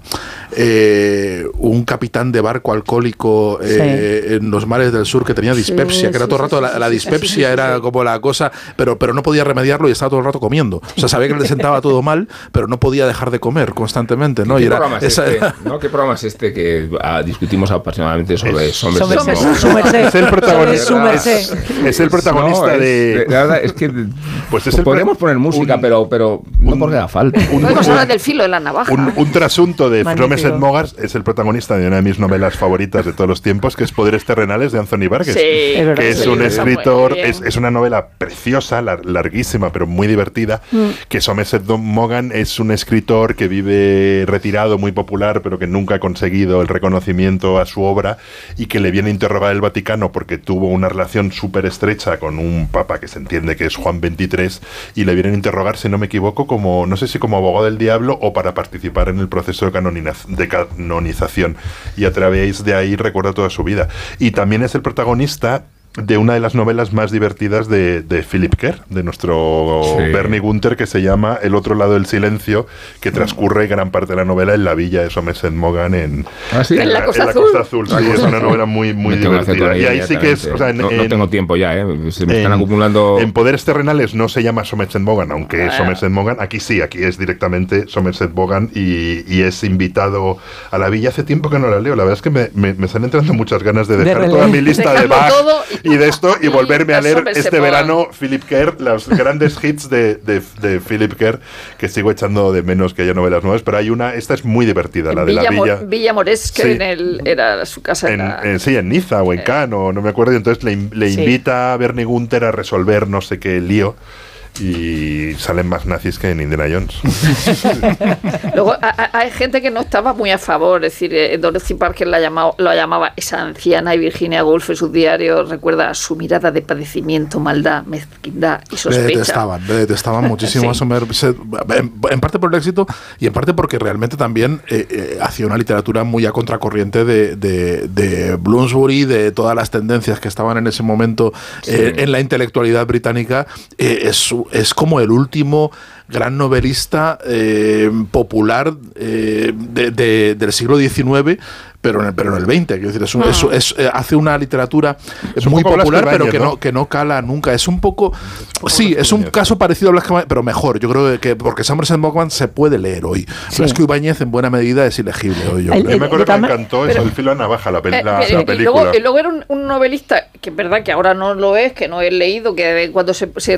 eh, un capitán de barco alcohólico eh, sí. en los mares del sur que tenía dispepsia, sí, que era todo el rato sí, sí, la, la dispepsia sí, sí, era sí. como la cosa, pero pero no podía remediarlo y estaba todo el rato comiendo. O sea, sabía que le sentaba todo mal, pero no podía dejar de comer constantemente, ¿no? ¿Qué, y era, programa, es esa, este, ¿no? ¿Qué programa es este que ah, discutimos apasionadamente sobre Somerset? Es el protagonista. Es, es el protagonista no, de. Es, la verdad es que pues es el podemos poner música, un, pero pero no un, porque haga falta. Un, Podemos hablar del filo de la navaja. Un, un trasunto de Somerset Maugham es el protagonista de una de mis novelas favoritas de todos los tiempos, que es Poderes Terrenales de Anthony Burgess, sí, que es sí, un escritor, es, es una novela preciosa, lar, larguísima, pero muy divertida, mm. que Somerset Maugham es un escritor que vive retirado, muy popular, pero que nunca ha conseguido el reconocimiento a su obra y que le viene a interrogar el Vaticano porque tuvo una relación súper estrecha con un papa que se entiende que es Juan veintitrés y le vienen a interrogar, si no me equivoco, como no sé si como abogado del diablo o para participar en el proceso de, canoniz- de canonización, y a través de ahí recuerda toda su vida. Y también es el protagonista de una de las novelas más divertidas de, de Philip Kerr, de nuestro sí. Bernie Gunther, que se llama El otro lado del silencio, que transcurre gran parte de la novela en la villa de Somerset Maugham en, ¿Ah, sí? en, en la, la Costa en Azul. La Costa Azul, sí, es una novela muy, muy divertida. Y ahí sí que es... O sea, en, no, no en, tengo tiempo ya, ¿eh? Se me en, están acumulando... En Poderes Terrenales no se llama Somerset Maugham, aunque ah. es Somerset Maugham. Aquí sí, aquí es directamente Somerset Maugham y, y es invitado a la villa. Hace tiempo que no la leo. La verdad es que me, me, me están entrando muchas ganas de dejar de toda mi lista de Bach y, y de esto y volver volverme a leer este verano Philip Kerr, los grandes hits de, de, de Philip Kerr, que sigo echando de menos que haya novelas nuevas, pero hay una, esta es muy divertida, la de Villa, la villa. Villa Morés, que sí. en el, era su casa. En, la... en, sí, en Niza o en eh. Cannes, no, no me acuerdo, y entonces le, le sí. invita a Bernie Gunther a resolver no sé qué lío. Y salen más nazis que en Indiana Jones. Luego a, a, hay gente que no estaba muy a favor, es decir, eh, Dorothy Parker la llamaba, lo llamaba esa anciana, y Virginia Woolf en sus diarios recuerda su mirada de padecimiento, maldad, mezquindad y sospecha. Le detestaban, le detestaban muchísimo sí. a Somerset, en, en parte por el éxito y en parte porque realmente también eh, eh, hacía una literatura muy a contracorriente de, de, de Bloomsbury, de todas las tendencias que estaban en ese momento sí. eh, en la intelectualidad británica. eh, es Es como el último gran novelista eh, popular eh, de, de, del siglo diecinueve, pero en el, pero en el veinte. Quiero decir, es un, ah. es, es, eh, hace una literatura es muy popular, pero que ¿no? no que no cala nunca. Es un poco... Sí, es un caso parecido a Blas Ibáñez, pero mejor. Yo creo que porque Somerset Maugham se puede leer hoy. Sí. Blas Ibáñez en buena medida es ilegible hoy. Yo, el, yo me acuerdo que me encantó eso, El filo de navaja, la, peli, eh, la, pero, la película. Y luego, y luego era un, un novelista, que es verdad que ahora no lo es, que no he leído, que de cuando se... se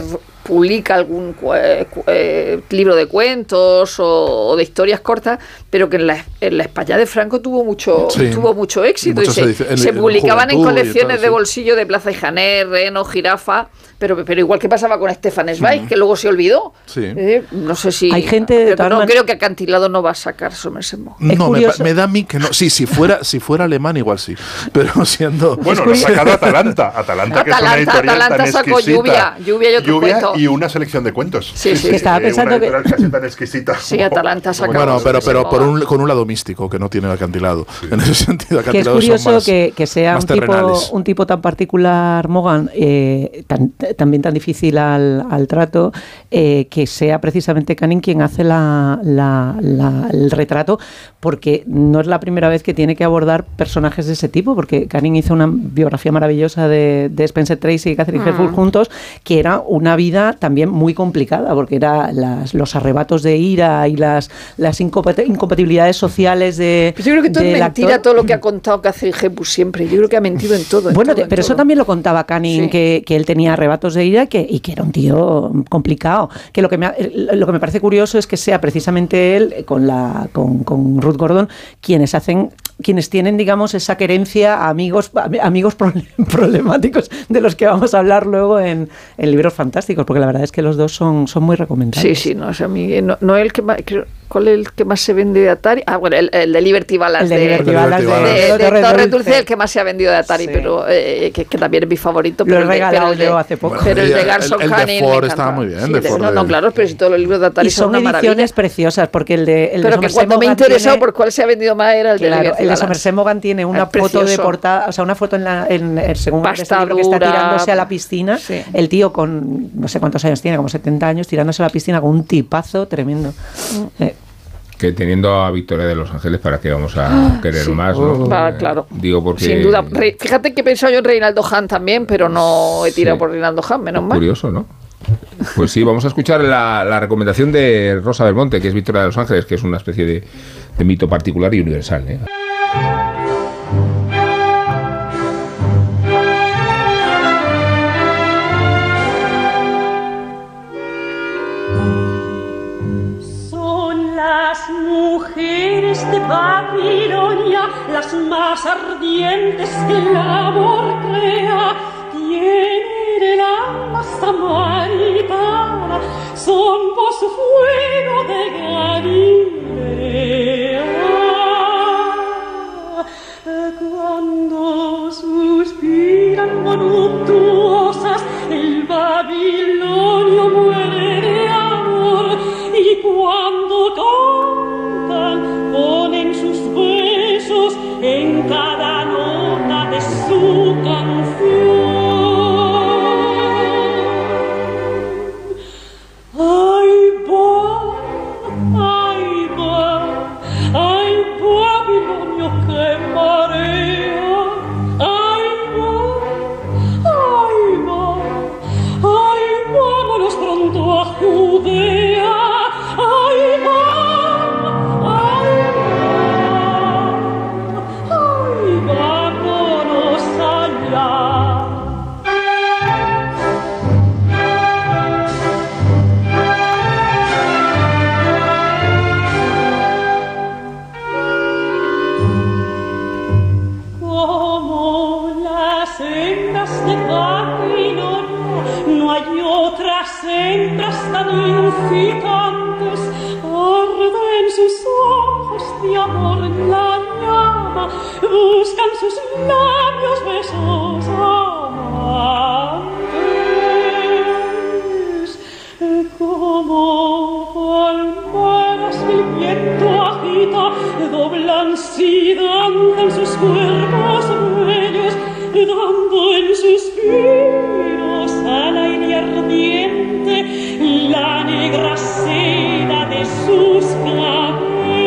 publica algún eh, eh, libro de cuentos o, o de historias cortas, pero que en la, en la España de Franco tuvo mucho Sí. tuvo mucho éxito. Y, Y se, ediciones, se en publicaban en Juventud y colecciones tal, de sí. bolsillo de Plaza y Jané, Reno, Jirafa, pero, pero igual que pasaba con Stefan Zweig, mm. que luego se olvidó. Sí. Eh, no sé si... Hay gente de pero todas no man- creo que Acantilado no va a sacar Somerset Maugham. No, me, me da a mí que no. Sí, si fuera, si fuera alemán igual sí. Pero siendo... Bueno, lo ha sacado Atalanta. Atalanta, que es una Atalanta, editorial Atalanta tan sacó exquisita. Lluvia, Lluvia y otro Lluvia cuento. y una selección de cuentos. Sí, sí, sí. Estaba Eh, pensando una que- editorial casi tan exquisita. Sí, Atalanta sacó. Bueno, pero, pero Somerset por un, Maugham. con un lado místico que no tiene el acantilado. En ese sentido, Que es acantilados son curioso más, que, que sea más un tipo, terrenales. un tipo tan particular, Morgan, eh, tan, también tan difícil al, al trato, eh, que sea precisamente Canning quien hace la, la- la- el retrato, porque no es la primera vez que tiene que abordar personajes de ese tipo, porque Canning hizo una biografía maravillosa de, de Spencer Tracy y Catherine Mm. Hepburn juntos, que era una vida también muy complicada, porque era las, los arrebatos de ira y las, las incompat- incompatibilidades sociales de... Yo creo que todo es del mentira, actor. todo lo que ha contado Catherine Hepburn siempre. Yo creo que ha mentido en todo. en Bueno, todo, te- en pero eso todo. también lo contaba Canning, Sí. que, que él tenía arrebatos de ira que, y que era un tío complicado. Que lo que, me, ha- lo que me parece curioso es que sea precisamente él, con, la, con, con Ruth Gordon, quienes hacen, quienes tienen, digamos, esa querencia a amigos, a amigos prole- problemáticos de los que vamos a hablar luego en, en libros fantásticos, porque la verdad es que los dos son, son muy recomendables. Sí, sí, no, o sea, a mí, no, no el que más, creo- ¿cuál es el que más se vende de Atari? Ah, bueno, el, el de Liberty Balance. El de Liberty Balance de, de- de- de de Torre Torre Dulce. Dulce, el que más se ha vendido de Atari, Sí. pero eh, que, que también es mi favorito. Lo pero he el de- regalado pero el de- yo hace poco. Pero el de El- Garson el de Canning Ford me estaba encanta. muy bien, Sí, de de- Ford no, no, de- claro, pero si todos los libros de Atari Y son una ediciones maravilla. preciosas, porque el de, el de Pero que Somerset cuando me he Maugham interesado tiene- por cuál se ha vendido más era el de Claro, Liberty el de Balance. Somerset Maugham tiene una Es foto de precioso. portada, o sea, una foto en la, en, en- según Pasta este libro que está dura. tirándose a la piscina. Sí. El tío con no sé cuántos años tiene, como setenta años, tirándose a la piscina con un tipazo tremendo. Eh, Que teniendo a Victoria de Los Ángeles, ¿para qué vamos a querer sí. más? ¿no? Va, Eh, claro. Digo porque... Sin duda. Re- Fíjate que he pensado yo en Reinaldo Hahn también, pero no he tirado Sí. por Reinaldo Hahn, menos mal. Curioso, ¿no? Pues sí, vamos a escuchar la, la recomendación de Rosa Belmonte, que es Victoria de Los Ángeles, que es una especie de, de mito particular y universal, ¿eh? Son las mujeres de Babilonia las más ardientes que el amor crea. Tienen el alma samaritana, son voz fuego de Galilea. Cuando suspiran voluptuosas, el babilonio muere de amor. Y cuando cantan, ponen sus besos en cada nota de su canción. Ay, va, ay, va, ay, Babilonio que marea. Ay, va, ay, va, ay, vámonos pronto a Judea. Ay, va, ay, va, ay, vámonos allá. Como las hembras de Babilonia, no hay otras hembras tan incitantes. Arde en sus ojos de amor la llama, buscan sus labios besos amantes. Como palmeras que el viento agita, doblan y danzan sus cuerpos bellos, dando en suspiros al aire ardiente la negra seda de sus cabellos.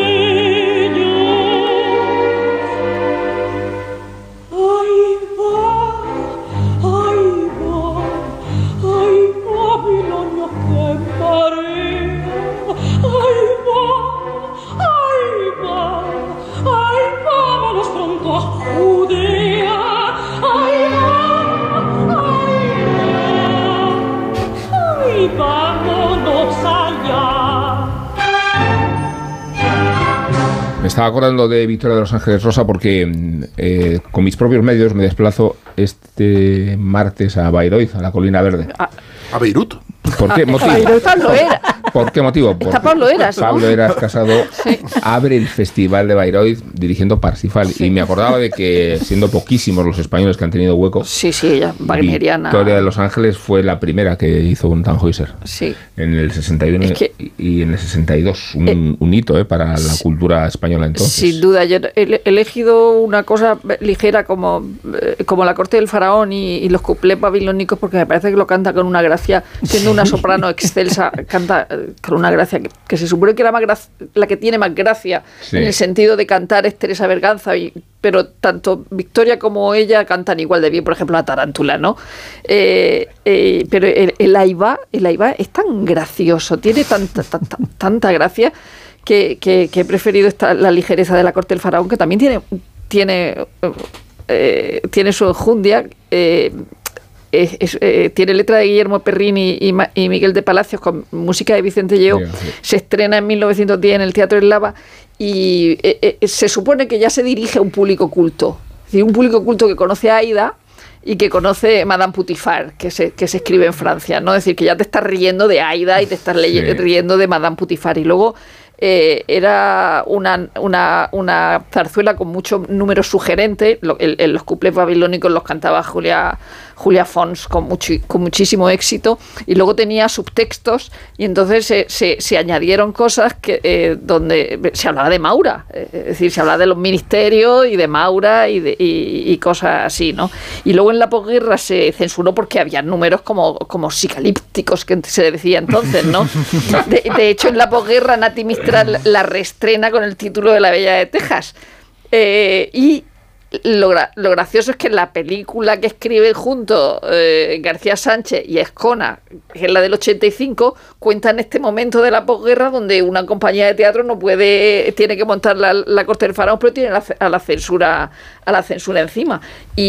Ay, va, ay, va, ay, Babilonio que marea. Ay, va, ay, va, ay, vámonos pronto a Judea. Ay, va, ay, va, ay, estaba acordando de Victoria de los Ángeles Rosa porque eh, con mis propios medios me desplazo este martes a Bayreuth, a la Colina Verde. A, ¿A Beirut? ¿Por qué motivo? Pablo Eras. ¿Por qué motivo? Porque Está Pablo Eras, ¿no? Pablo Eras Casado sí. abre el Festival de Bayreuth dirigiendo Parsifal. Sí. Y me acordaba de que, siendo poquísimos los españoles que han tenido hueco, sí, sí, ella, wagneriana. Victoria de los Ángeles fue la primera que hizo un Tannhäuser. Sí. En el sesenta y uno es que, y en el sesenta y dos. Un, eh, un hito eh, para la cultura española entonces. Sin duda. Yo he elegido una cosa ligera como, como La corte del faraón y, y los cuplés babilónicos porque me parece que lo canta con una gracia, siendo una soprano excelsa, canta con una gracia que, que se supone que era más gracia, la que tiene más gracia, sí. En el sentido de cantar es Teresa Berganza, y, pero tanto Victoria como ella cantan igual de bien, por ejemplo, la tarántula, ¿no? Eh, eh, pero el, el Aibá, el Aibá es tan gracioso, tiene tanta, tanta, tanta gracia que, que, que he preferido esta, la ligereza de La corte del faraón, que también tiene, tiene, eh, tiene su enjundia. Eh, Es, es, eh, tiene letra de Guillermo Perrín y, y, y Miguel de Palacios con música de Vicente Lleó. Sí, sí. Se estrena en mil novecientos diez en el Teatro El Lava y eh, eh, se supone que ya se dirige a un público culto, es decir, un público culto que conoce a Aida y que conoce Madame Putifar, que se, que se escribe en Francia, ¿no? Es decir, que ya te estás riendo de Aida y te estás sí. riendo de Madame Putifar. Y luego eh, era una, una, una zarzuela con muchos números sugerentes. Lo, el, el, los cuplés babilónicos los cantaba Julia... Julia Fons con, mucho, con muchísimo éxito, y luego tenía subtextos y entonces se, se, se añadieron cosas que eh, donde se hablaba de Maura, eh, es decir, se hablaba de los ministerios y de Maura y, de, y, y cosas así, ¿no? Y luego en la posguerra se censuró porque había números como, como psicalípticos, que se decía entonces, ¿no? De, de hecho, en la posguerra Nati Mistral la reestrena con el título de La Bella de Texas. Eh, y Lo, gra lo gracioso es que en la película que escriben juntos eh, García Sánchez y Escona, que es la del ochenta y cinco, cuentan este momento de la posguerra donde una compañía de teatro no puede, tiene que montar la, la corte del faraón, pero tiene la, a la censura a la censura encima.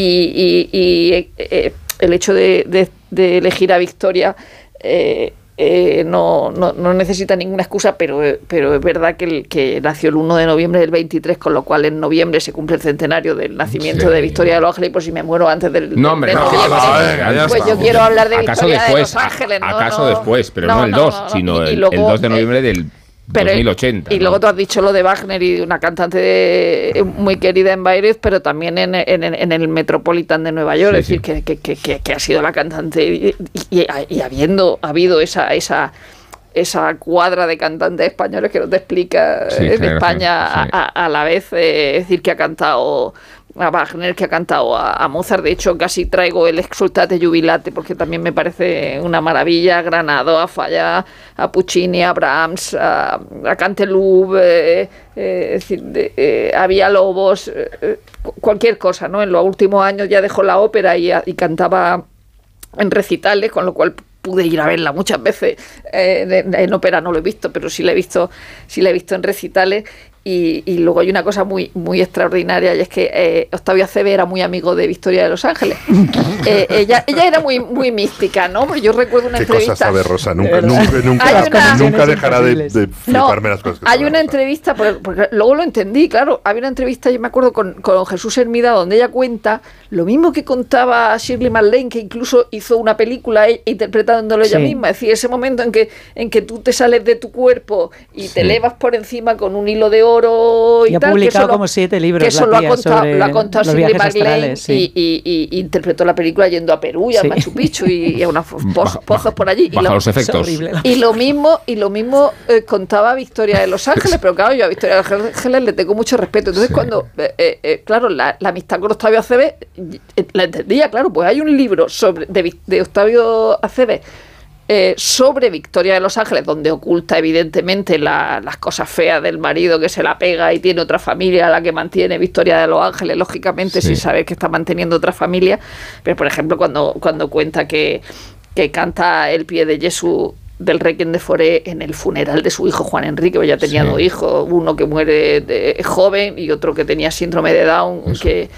Y, y, y eh, el hecho de, de, de elegir a Victoria eh, Eh, no, no, no necesita ninguna excusa, pero, pero es verdad que, el, que nació el uno de noviembre del veintitrés, con lo cual en noviembre se cumple el centenario del nacimiento sí. de Victoria de los Ángeles, y por si me muero antes del, no, hombre, del no, noviembre, no, venga, pues yo quiero hablar de Victoria después, de los Ángeles. A, no, ¿Acaso no, después? Pero no, no el dos, no, no, y, sino y el, luego, el dos de noviembre eh, del pero, dos mil ochenta. Y ¿no? luego tú has dicho lo de Wagner y una cantante de, muy querida en Bayreuth, pero también en, en, en el Metropolitan de Nueva York, sí, es decir, sí. que, que, que, que ha sido la cantante y, y, y habiendo habido esa... esa esa cuadra de cantantes españoles que no te explica sí, en España sí. a, a, a la vez, eh, es decir, que ha cantado a Wagner, que ha cantado a, a Mozart. De hecho, casi traigo el Exsultate Jubilate porque también me parece una maravilla. Granado, a Falla, a Puccini, a Brahms, a, a Canteloup, eh, eh, es decir, de, eh, a Villalobos, eh, cualquier cosa, ¿no? En los últimos años ya dejó la ópera y, y cantaba en recitales, con lo cual pude ir a verla muchas veces. Eh, en ópera no lo he visto, pero sí la he visto, sí la he visto en recitales. Y, y luego hay una cosa muy muy extraordinaria, y es que eh, Octavio Acebe era muy amigo de Victoria de los Ángeles. Eh, ella, ella era muy muy mística, ¿no? Pero yo recuerdo una ¿Qué entrevista. ¿Qué cosa sabe Rosa? Nunca, nunca, nunca, una, nunca dejará de, de fliparme no, las cosas que hay una Rosa. entrevista, porque, porque luego lo entendí, claro. Había una entrevista, yo me acuerdo, con, con Jesús Hermida, donde ella cuenta lo mismo que contaba Shirley MacLaine, que incluso hizo una película e, interpretándolo ella sí. misma. Es decir, ese momento en que, en que tú te sales de tu cuerpo y te sí. elevas por encima con un hilo de oro y, y ha tal, publicado que como siete libros. Que eso lo ha contado, lo ha contado Shirley MacLaine sí. y, y, y interpretó la película yendo a Perú y a sí. Machu Picchu y, y a unos pozos, pozos por allí. Bajo y lo, los efectos. Y lo mismo, y lo mismo eh, contaba Victoria de los Ángeles, pero claro, yo a Victoria de los Ángeles le tengo mucho respeto. Entonces sí. cuando, eh, eh, claro, la, la amistad con Octavio Acebe, eh, la entendía, claro, pues hay un libro sobre de, de Octavio Acebe Eh, sobre Victoria de los Ángeles, donde oculta evidentemente la, las cosas feas del marido que se la pega y tiene otra familia a la que mantiene Victoria de los Ángeles, lógicamente sí. sin saber que está manteniendo otra familia. Pero por ejemplo cuando, cuando cuenta que, que canta El pie de Jesús del Requiem de Foré en el funeral de su hijo Juan Enrique, que ya tenía sí. dos hijos, uno que muere de joven y otro que tenía síndrome de Down, Eso. que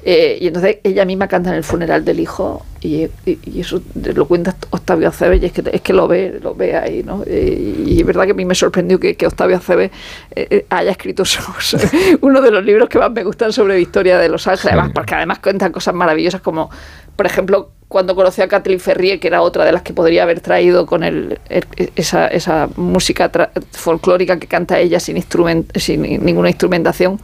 Eh, y entonces ella misma canta en el funeral del hijo, y, y, y eso lo cuenta Octavio Acebes, y es que, es que lo ve, lo ve ahí, ¿no? Eh, y es verdad que a mí me sorprendió que, que Octavio Acebes eh, haya escrito sobre, uno de los libros que más me gustan sobre Victoria de Los Ángeles, sí. además, porque además cuentan cosas maravillosas como, por ejemplo, cuando conoció a Kathleen Ferrier, que era otra de las que podría haber traído con el, el, esa, esa música tra- folclórica que canta ella sin, instrument, sin ninguna instrumentación,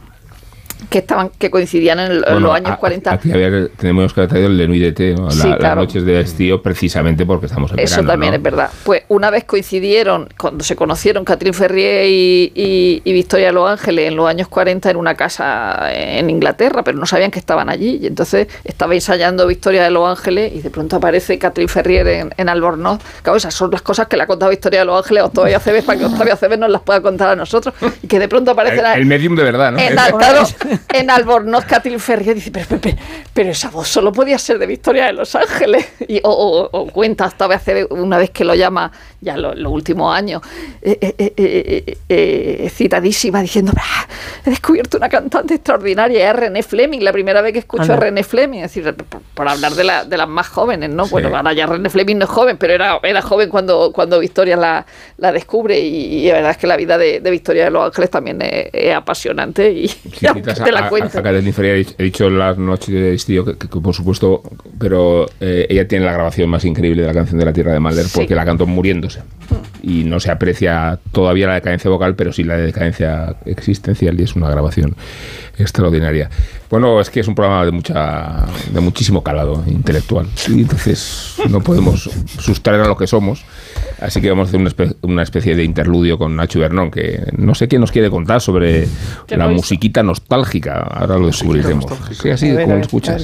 que estaban que coincidían en, bueno, en los años a, cuarenta. Aquí había, tenemos que haber traído el de Nuit d'été, ¿no? La, sí, claro. Las noches de estío, precisamente porque estamos en Eso verano, también ¿no? es verdad. Pues una vez coincidieron, cuando se conocieron Kathleen Ferrier y, y, y Victoria de Los Ángeles en los años cuarenta en una casa en Inglaterra, pero no sabían que estaban allí. Y entonces estaba ensayando Victoria de Los Ángeles y de pronto aparece Kathleen Ferrier en, en Albornoz. Claro, esas son las cosas que le ha contado Victoria de Los Ángeles a Octavio Acebes para que Octavio Acebes nos las pueda contar a nosotros. Y que de pronto aparece... El, la, el medium de verdad, ¿no? En, claro, en Albornoz Kathleen Ferrier dice, pero, pero, pero, pero esa voz solo podía ser de Victoria de Los Ángeles. Y, o, o, o cuenta hasta hace una vez que lo llama, ya en lo, los últimos años, eh, eh, eh, eh, eh, citadísima, diciendo, ah, he descubierto una cantante extraordinaria, es René Fleming, la primera vez que escucho Anda. a René Fleming, es decir, por, por hablar de, la, de las más jóvenes, ¿no? Sí. Bueno, ahora ya René Fleming no es joven, pero era, era joven cuando, cuando Victoria la, la descubre, y, y la verdad es que la vida de, de Victoria de Los Ángeles también es, es apasionante, y si ya, te la cuento. A, a, a he dicho Las noches de estío, que, que, que por supuesto, pero eh, ella tiene la grabación más increíble de la canción de La Tierra de Mahler, sí. porque la cantó muriéndose. Y no se aprecia todavía la decadencia vocal, pero sí la decadencia existencial, y es una grabación extraordinaria. Bueno, es que es un programa de mucha de muchísimo calado intelectual, y entonces no podemos sustraer a lo que somos. Así que vamos a hacer una, espe- una especie de interludio con Nacho Bernón, que no sé qué nos quiere contar sobre la no musiquita nostálgica. Ahora lo descubriremos. Sí, así ver, como lo escuchas.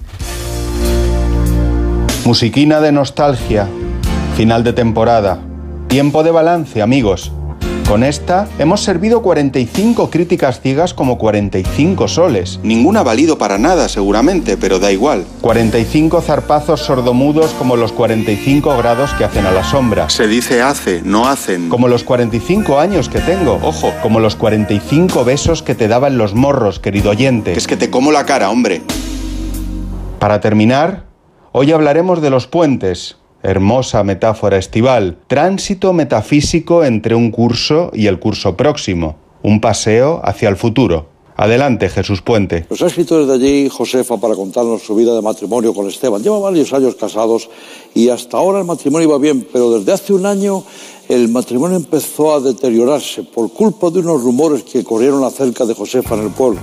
Musiquina de nostalgia, final de temporada, tiempo de balance, amigos. Con esta hemos servido cuarenta y cinco críticas ciegas como cuarenta y cinco soles. Ninguna ha valido para nada, seguramente, pero da igual. cuarenta y cinco zarpazos sordomudos como los cuarenta y cinco grados que hacen a la sombra. Se dice hace, no hacen. Como los cuarenta y cinco años que tengo. Ojo, como los cuarenta y cinco besos que te daban los morros, querido oyente. Que es que te como la cara, hombre. Para terminar, hoy hablaremos de los puentes. Hermosa metáfora estival, tránsito metafísico entre un curso y el curso próximo, un paseo hacia el futuro. Adelante, Jesús Puente. Los escritores de allí, Josefa, para contarnos su vida de matrimonio con Esteban, llevan varios años casados y hasta ahora el matrimonio iba bien, pero desde hace un año el matrimonio empezó a deteriorarse por culpa de unos rumores que corrieron acerca de Josefa en el pueblo.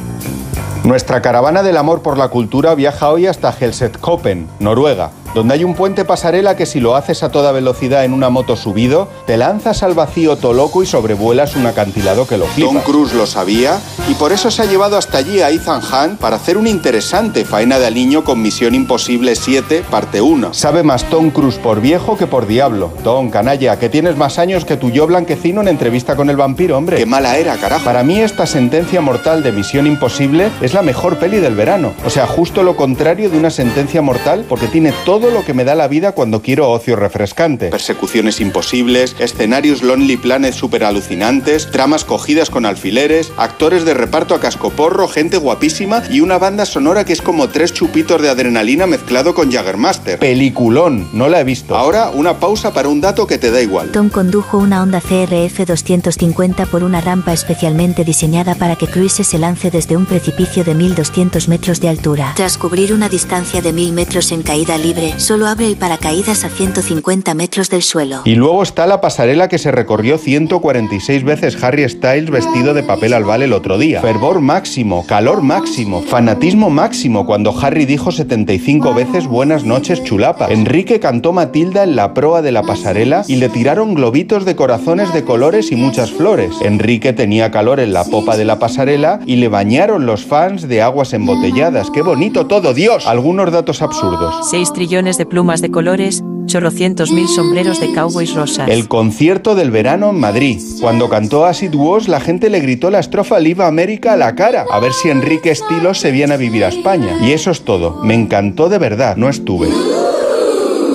Nuestra caravana del amor por la cultura viaja hoy hasta Helsetkoppen, Noruega, donde hay un puente pasarela que si lo haces a toda velocidad en una moto subido, te lanzas al vacío to loco y sobrevuelas un acantilado que lo flipas. Tom Cruise lo sabía y por eso se ha llevado hasta allí a Ethan Hunt para hacer una interesante faena de aliño con Misión Imposible siete, parte uno. Sabe más Tom Cruise por viejo que por diablo. Tom, canalla, que tienes más años que tu yo blanquecino en Entrevista con el vampiro, hombre. Qué mala era, carajo. Para mí esta sentencia mortal de Misión Imposible es la mejor peli del verano. O sea, justo lo contrario de una sentencia mortal, porque tiene todo lo que me da la vida cuando quiero ocio refrescante. Persecuciones imposibles, escenarios Lonely Planet super alucinantes, tramas cogidas con alfileres, actores de reparto a cascoporro, gente guapísima y una banda sonora que es como tres chupitos de adrenalina mezclado con Jaggermaster. Peliculón, no la he visto. Ahora una pausa para un dato que te da igual. Tom condujo una Honda C R F doscientos cincuenta por una rampa especialmente diseñada para que Cruise se lance desde un precipicio de mil doscientos metros de altura. Tras cubrir una distancia de mil metros en caída libre, solo abre el paracaídas a ciento cincuenta metros del suelo. Y luego está la pasarela que se recorrió ciento cuarenta y seis veces Harry Styles vestido de papel albal el otro día. Fervor máximo, calor máximo, fanatismo máximo cuando Harry dijo setenta y cinco veces buenas noches chulapa. Enrique cantó Matilda en la proa de la pasarela y le tiraron globitos de corazones de colores y muchas flores. Enrique tenía calor en la popa de la pasarela y le bañaron los fans de aguas embotelladas. ¡Qué bonito todo, Dios! Algunos datos absurdos. seis trillones de plumas de colores, chorrocientos mil sombreros de cowboys rosas. El concierto del verano en Madrid. Cuando cantó Acid Wash, la gente le gritó la estrofa Live America a la cara. A ver si Enrique Estilos se viene a vivir a España. Y eso es todo. Me encantó de verdad, no estuve.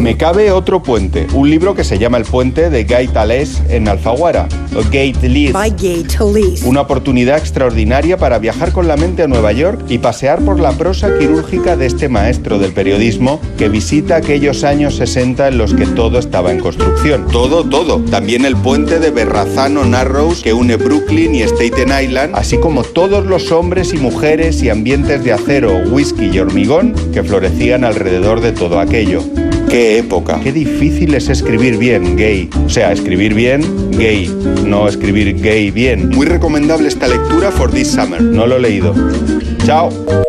Me cabe otro puente, un libro que se llama El puente de Gay Talés en Alfaguara, o Gay Talés. Una oportunidad extraordinaria para viajar con la mente a Nueva York y pasear por la prosa quirúrgica de este maestro del periodismo que visita aquellos años sesenta en los que todo estaba en construcción. Todo, todo. También el puente de Verrazano Narrows que une Brooklyn y Staten Island, así como todos los hombres y mujeres y ambientes de acero, whisky y hormigón que florecían alrededor de todo aquello. ¡Qué época! Qué difícil es escribir bien, gay. O sea, escribir bien, gay. No escribir gay bien. Muy recomendable esta lectura for this summer. No lo he leído. Chao.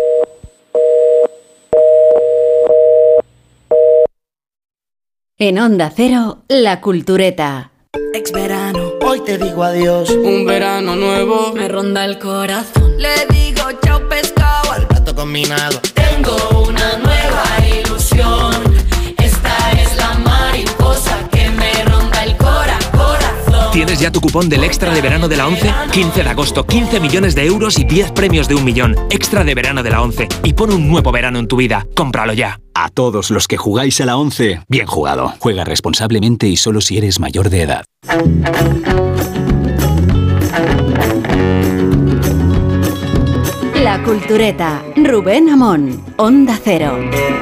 En Onda Cero, La Cultureta. Ex verano, hoy te digo adiós. Un verano nuevo me ronda el corazón. Le digo chao pescado al plato combinado. Tengo una nueva ilusión. Esta es la mariposa que me ronda el cora, corazón. ¿Tienes ya tu cupón del Extra de Verano de la ONCE? quince de agosto, quince millones de euros y diez premios de un millón. Extra de Verano de la ONCE. Y pon un nuevo verano en tu vida. Cómpralo ya. A todos los que jugáis a la ONCE, bien jugado. Juega responsablemente y solo si eres mayor de edad. La Cultureta. Rubén Amón. Onda Cero.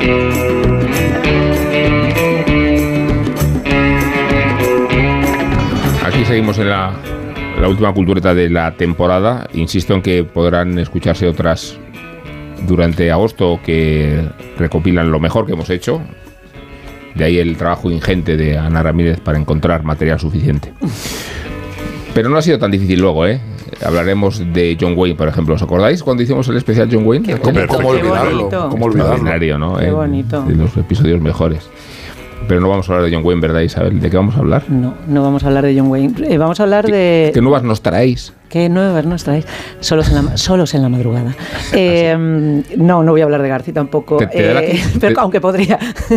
Aquí seguimos en la, la última cultureta de la temporada. Insisto en que podrán escucharse otras durante agosto que recopilan lo mejor que hemos hecho. De ahí el trabajo ingente de Ana Ramírez para encontrar material suficiente. Pero no ha sido tan difícil luego, ¿eh? Hablaremos de John Wayne, por ejemplo. ¿Os acordáis cuando hicimos el especial John Wayne? Qué ¿Cómo, bonito, ¿Cómo qué olvidarlo? bonito. ¿Cómo olvidarlo? ¿No? Qué Eh, bonito. de los episodios mejores. Pero no vamos a hablar de John Wayne, ¿verdad, Isabel? ¿De qué vamos a hablar? No, no vamos a hablar de John Wayne. Eh, vamos a hablar de... ¿Qué nuevas nos traéis? ¿Qué nuevas nos traéis? Solos en la, solos en la madrugada. Eh, no, no voy a hablar de García tampoco. ¿Te, te da la- Eh, pero, te- aunque podría.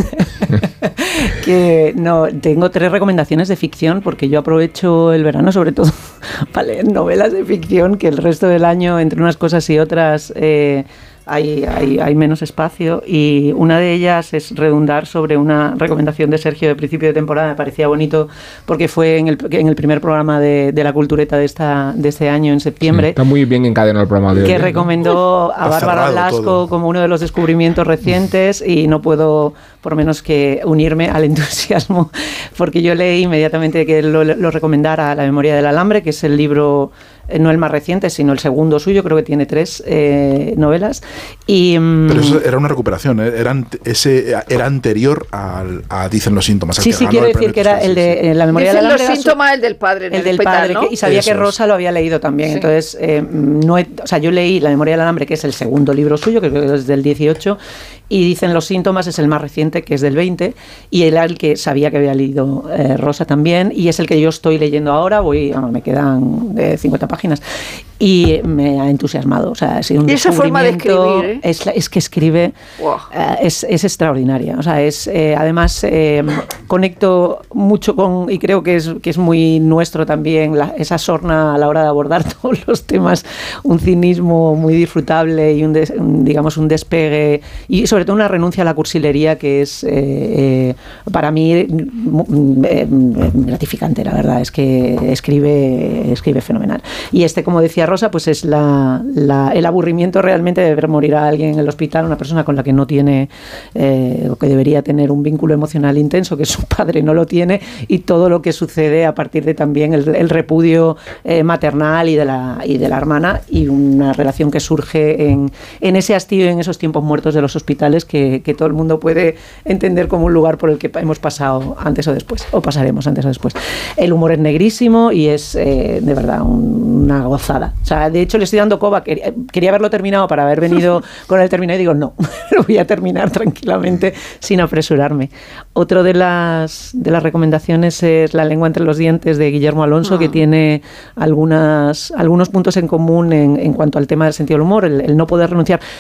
que no, tengo tres recomendaciones de ficción porque yo aprovecho el verano sobre todo para leer novelas de ficción que el resto del año entre unas cosas y otras eh, hay, hay, hay menos espacio, y una de ellas es redundar sobre una recomendación de Sergio de principio de temporada. Me parecía bonito porque fue en el, en el primer programa de, de la Cultureta de, esta, de este año en septiembre. Está muy bien encadenado el programa de hoy. Que ¿eh? recomendó a Está Bárbara cerrado Blasco todo. como uno de los descubrimientos recientes, y no puedo por menos que unirme al entusiasmo, porque yo leí inmediatamente que lo, lo recomendara La memoria del alambre, que es el libro, eh, no el más reciente, sino el segundo suyo, creo que tiene tres eh, novelas. Y, mm, Pero eso era una recuperación, ¿eh? era, ante- ese, era anterior al, a Dicen los síntomas. al sí, que sí, ganó quiero el decir premio que era Tusquets, el de eh, La memoria Dicen del los alambre. era su- síntomas, el del padre. en el del hospital, padre, ¿no? que- y sabía Eso que es. Rosa lo había leído también. Sí. Entonces, eh, no he- o sea, yo leí La memoria del alambre, que es el segundo libro suyo, que creo que es del dieciocho, y Dicen los síntomas es el más reciente, que es del veinte, y era el que sabía que había leído eh, Rosa también, y es el que yo estoy leyendo ahora. Voy, bueno, me quedan eh, cincuenta páginas, y me ha entusiasmado. O sea, ha sido un Y esa forma de descubrimiento. escribir, ¿eh? es, la- es que escribe, Wow. eh, es, es extraordinaria. O sea, es eh, además eh, conecto mucho con, y creo que es, que es muy nuestro también, la- esa sorna a la hora de abordar todos los temas, un cinismo muy disfrutable y un, des- un, digamos, un despegue, y sobre todo una renuncia a la cursilería que es eh, eh, para mí mm, eh, gratificante, la verdad. Es que escribe, escribe fenomenal. Y este, como decía Rosa, pues es la, la- el aburrimiento realmente de ver morir a alguien en el hospital, una persona con la que no tiene eh, o que debería tener un vínculo emocional intenso, que su padre no lo tiene, y todo lo que sucede a partir de también el, el repudio eh, maternal y de, la, y de la hermana, y una relación que surge en, en ese hastío y en esos tiempos muertos de los hospitales que, que todo el mundo puede entender como un lugar por el que hemos pasado antes o después, o pasaremos antes o después. El humor es negrísimo y es eh, de verdad un- una gozada. O sea, de hecho le estoy dando coba. Quería, quería haberlo terminado para haber venido con el terminado, y digo, no, lo voy a terminar tranquilamente sin apresurarme. Otro de las, de las recomendaciones es La lengua entre los dientes, de Guillermo Alonso, Ah. que tiene algunas, algunos puntos en común en, en cuanto al tema del sentido del humor, el, el no poder renunciar.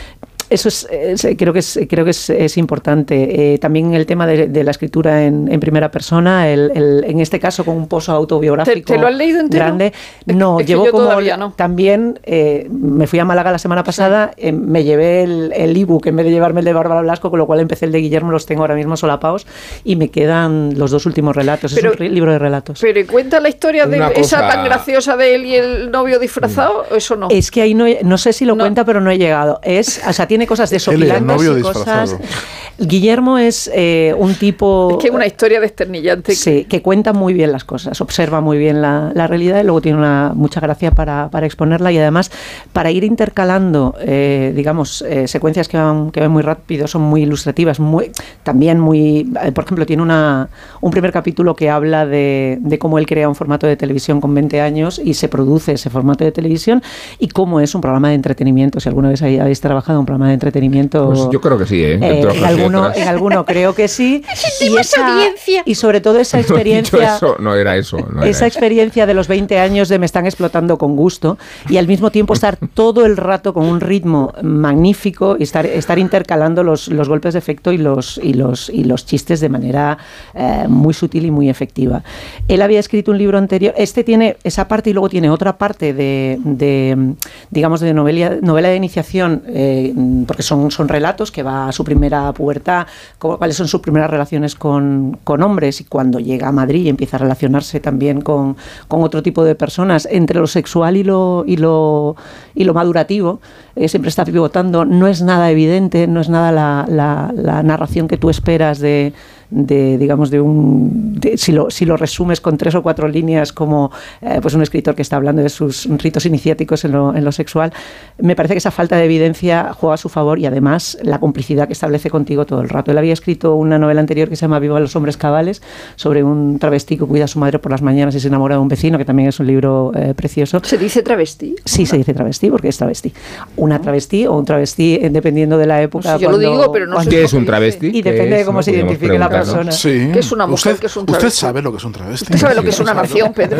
eso es, es, creo que es, creo que es, es importante. Eh, también el tema de, de la escritura en, en primera persona, el, el, en este caso con un pozo autobiográfico. ¿Te, te lo has leído entero? Grande. No, es que llevo yo como todavía no. también eh, me fui a Málaga la semana pasada, sí. eh, me llevé el, el ebook en vez de llevarme el de Bárbara Blasco, con lo cual empecé el de Guillermo, los tengo ahora mismo solapados y me quedan los dos últimos relatos. Pero, es un libro de relatos. Pero ¿y cuenta la historia de Una esa cosa... tan graciosa de él y el novio disfrazado? ¿O eso no? Es que ahí no, no sé si lo no. cuenta, pero no he llegado. Es, o sea, tiene cosas de sopilantes y cosas. Guillermo es eh, un tipo... Es que una historia desternillante. Sí, que... que cuenta muy bien las cosas, observa muy bien la, la realidad y luego tiene una mucha gracia para, para exponerla y además para ir intercalando, eh, digamos, eh, secuencias que van, que van muy rápido, son muy ilustrativas, muy, también muy... Eh, por ejemplo, tiene una, un primer capítulo que habla de, de cómo él crea un formato de televisión con veinte años y se produce ese formato de televisión y cómo es un programa de entretenimiento. Si alguna vez habéis trabajado en un programa de entretenimiento... Pues yo creo que sí, ¿eh? eh en, alguno, en alguno creo que sí. y, esa, y sobre todo esa experiencia... No, eso, no era eso. No era esa experiencia eso. de los veinte años de me están explotando con gusto y al mismo tiempo estar todo el rato con un ritmo magnífico y estar, estar intercalando los, los golpes de efecto y los, y los, y los chistes de manera eh, muy sutil y muy efectiva. Él había escrito un libro anterior, este tiene esa parte y luego tiene otra parte de, de digamos, de novela, novela de iniciación, eh, porque son, son relatos que va a su primera pubertad, cuáles son sus primeras relaciones con, con hombres y cuando llega a Madrid y empieza a relacionarse también con, con otro tipo de personas, entre lo sexual y lo, y lo, y lo madurativo, eh, siempre está pivotando, no es nada evidente, no es nada la, la, la narración que tú esperas de... de digamos de un de, si lo si lo resumes con tres o cuatro líneas como eh, pues un escritor que está hablando de sus ritos iniciáticos en lo, en lo sexual, me parece que esa falta de evidencia juega a su favor y además la complicidad que establece contigo todo el rato. Él había escrito una novela anterior que se llama Viva los hombres cabales, sobre un travesti que cuida a su madre por las mañanas y se enamora de un vecino, que también es un libro eh, precioso. ¿Se dice travesti? Sí, no. Se dice travesti porque es travesti. Una travesti o un travesti eh, dependiendo de la época. Pues yo cuando, lo digo, pero no sé ¿qué es un travesti? Y depende de cómo no se identifique la persona. Sí. ¿Qué es una mujer? Usted, ¿Qué es un travesti? usted sabe lo que es un travesti. Usted sabe lo que es una nación, Pedro.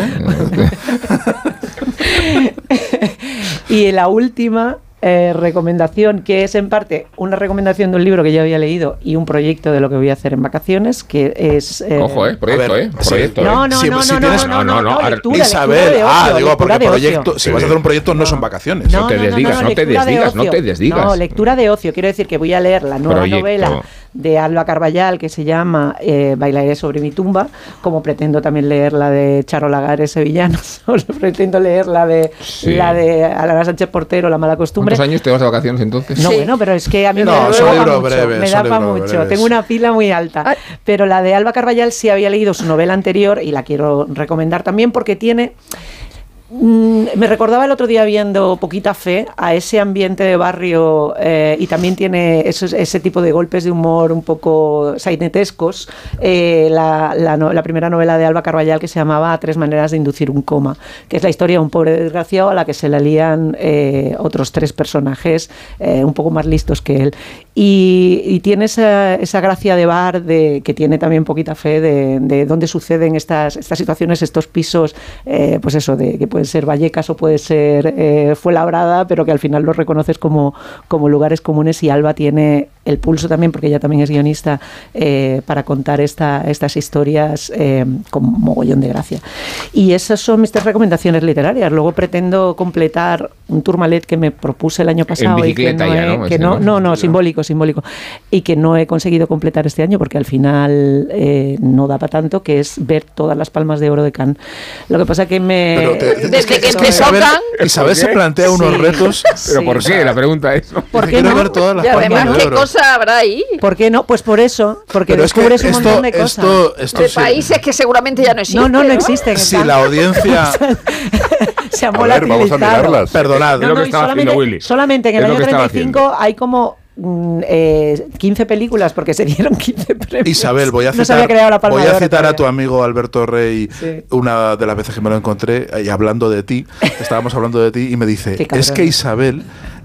Y la última eh, recomendación, que es en parte una recomendación de un libro que ya había leído y un proyecto de lo que voy a hacer en vacaciones, que es... Eh, Ojo, eh, proyecto, ver, eh, proyecto. Sí. No, no, si, no, si no, tienes, no, no, no, no, no, lectura, Isabel, lectura de ocio, ah, digo, porque de proyecto, ocio. si vas a hacer un proyecto no son vacaciones. No, no te desdigas, no, no, no te desdigas, no te desdigas. No, lectura de ocio, quiero decir que voy a leer la nueva proyecto. novela de Alba Carballal que se llama eh, Bailaré sobre mi tumba, como pretendo también leer la de Charo Lagares Sevillanos, o pretendo leer la de sí. la de Alana Sánchez Portero, La mala costumbre. ¿Cuántos años te vas de vacaciones entonces? No, sí. bueno, pero es que a mí no, me da para mucho, breve, me da para mucho. Breves. Tengo una pila muy alta. Ay. Pero la de Alba Carballal sí había leído su novela anterior y la quiero recomendar también porque tiene... Me recordaba el otro día viendo Poquita Fe a ese ambiente de barrio eh, y también tiene esos, ese tipo de golpes de humor un poco sainetescos, eh, la, la, no, la primera novela de Alba Carballal que se llamaba Tres maneras de inducir un coma, que es la historia de un pobre desgraciado a la que se le lían eh, otros tres personajes eh, un poco más listos que él. Y, y tiene esa, esa gracia de bar de, que tiene también Poquita Fe de, de dónde suceden estas, estas situaciones, estos pisos, eh, pues eso, de que pueden ser Vallecas o puede ser eh, Fuenlabrada, pero que al final los reconoces como, como lugares comunes y Alba tiene el pulso también, porque ella también es guionista, eh, para contar esta, estas historias eh, con mogollón de gracia. Y esas son mis tres recomendaciones literarias. Luego pretendo completar un Tourmalet que me propuse el año pasado. En bicicleta y que no ya, he, ¿no? Que no, no, no, simbólico, simbólico. Y que no he conseguido completar este año porque al final eh, no da para tanto, que es ver todas las palmas de oro de Cannes. Lo que pasa que me... Pero te, Desde que, que Isabel, Isabel, Isabel se plantea unos sí. retos. ¿Pero sí, por qué? La pregunta es... ¿Por qué no? Ver todas las y además, palmas de ¿qué oro. cosa habrá ahí? ¿Por qué no? Pues por eso, porque Pero descubres es que un esto, montón de cosas. Esto, esto De sí. países que seguramente ya no existen. No, no, no ¿no? existen. Si la audiencia... Se ha A ver, vamos a volatilizado. mirarlas. Perdonad. Es lo que y estaba solamente, haciendo Willy. solamente en el Es lo año que estaba treinta y cinco hay como mm, eh, quince películas porque se dieron quince premios. Isabel, voy a No se citar, había creado la Palma voy de a, Oro citar a todavía. tu amigo Alberto Rey, Sí. una de las veces que me lo encontré, y hablando de ti, estábamos hablando de ti, y me dice, Qué cabrón. es que Isabel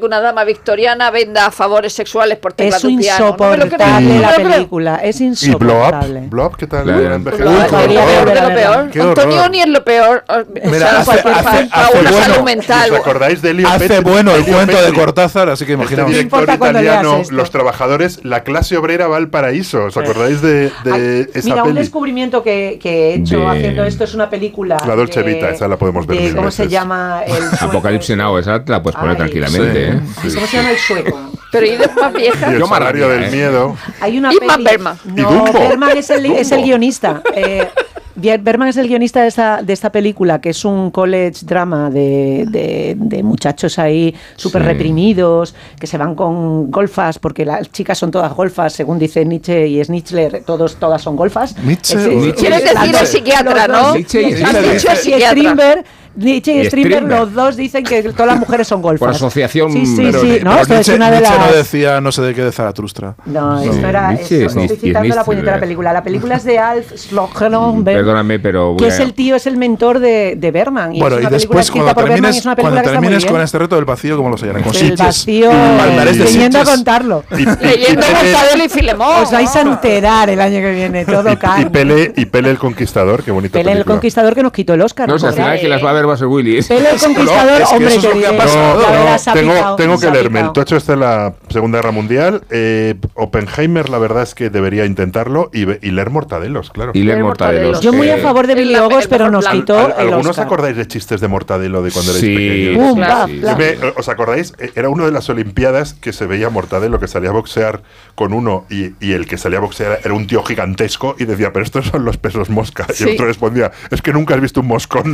que una dama victoriana venda favores sexuales por tecla Es de un piano. insoportable No me lo creo, no la me lo creo. película, es ¿Y Blow insoportable. Up? ¿Blow Up qué tal? Claro. ¿Era envejecido? Blow Up, Podría es verla, lo verla. peor. Qué horror. Antonioni es lo peor. Mira, O sea, hace- cualquier hace- fan, hace una bueno. salud mental. ¿Os acordáis de Elio Hace Petri? bueno el Elio cuento de Petri. Cortázar, así que Este imaginaos. director importa cuando leas italiano, esto. Los Trabajadores, la clase obrera va al paraíso. ¿Os acordáis de, de esa Mira, un peli? descubrimiento que, que he hecho De- haciendo esto es una película. La Dolce de- Vita, esa la podemos ver de- mil ¿Cómo se veces. llama el sueco? Apocalipsis Now, esa te la puedes poner Ay, tranquilamente, sí. ¿eh? Ay, ¿Cómo se llama el sueco? Pero ¿y de más vieja? Y el salario del miedo. Hay una Ingmar peli- Bergman. No, Dumbo. Bergman es el, es el Dumbo. guionista. Eh, Bergman es el guionista de esta, de esta película, que es un college drama de, de, de muchachos ahí súper Sí. reprimidos, que se van con golfas, porque las chicas son todas golfas, según dice Nietzsche y Schnitzler, todos, todas son golfas. Nietzsche, Es- o- es- Quieres es- decir el psiquiatra, los dos- ¿no? Nietzsche y Has Nietzsche. dicho el y psiquiatra. Strindberg, Nietzsche y Y Strindberg, Strindberg. los dos dicen que todas las mujeres son golfas. Por asociación. Sí, sí, pero- sí. Pero No, esto Nietzsche, es una de Nietzsche las... no decía no sé de qué de Zaratustra. No, esto era. Nietzsche Esto, es estoy Nietzsche, citando la Nietzsche, puñetera ¿verdad? película. La película es de Alf Schlogenberg, Perdóname, pero voy que a- es el tío, es el mentor de, de Bergman. Y Bueno, es y una película después escrita cuando por Bergman, y termines, es una cuando película que está muy termines bien. con este reto del vacío, ¿cómo lo sellarán? Con El sitges. vacío, Palmares de leyendo a sitges. contarlo. Y, y- Leyendo y Pele- Mortadelo y Filemón. Os vais a enterar el año que viene, todo y carne. Pele, y Pele el Conquistador, qué bonita Pele el película. Conquistador, que nos quitó el Oscar. No sé, al ¿verdad? final que las va a ver va a ser Willis. Pele el Conquistador, es que hombre, eso es te lo que ha diré. pasado. Ya No, verás, se ha tengo, picado, tengo se que ha leerme. El picado. tocho está en la Segunda Guerra Mundial. Eh, Oppenheimer, la verdad es que debería intentarlo. Y, ve- y leer Mortadelos, claro. Y leer Leer Mortadelos. Mortadelos. Yo muy Eh, a favor de el Billy la- Ogos, el pero mejor nos plan. quitó Al- el ¿Algunos Oscar. acordáis de chistes de Mortadelo de cuando erais Sí, pequeños? Pum, Claro. baf, sí, bla. Yo me- ¿Os acordáis? Era uno de las Olimpiadas que se veía Mortadelo, que salía a boxear con uno y, y el que salía a boxear era un tío gigantesco y decía, pero estos son los pesos mosca. Y Sí. el otro respondía, es que nunca has visto un moscón.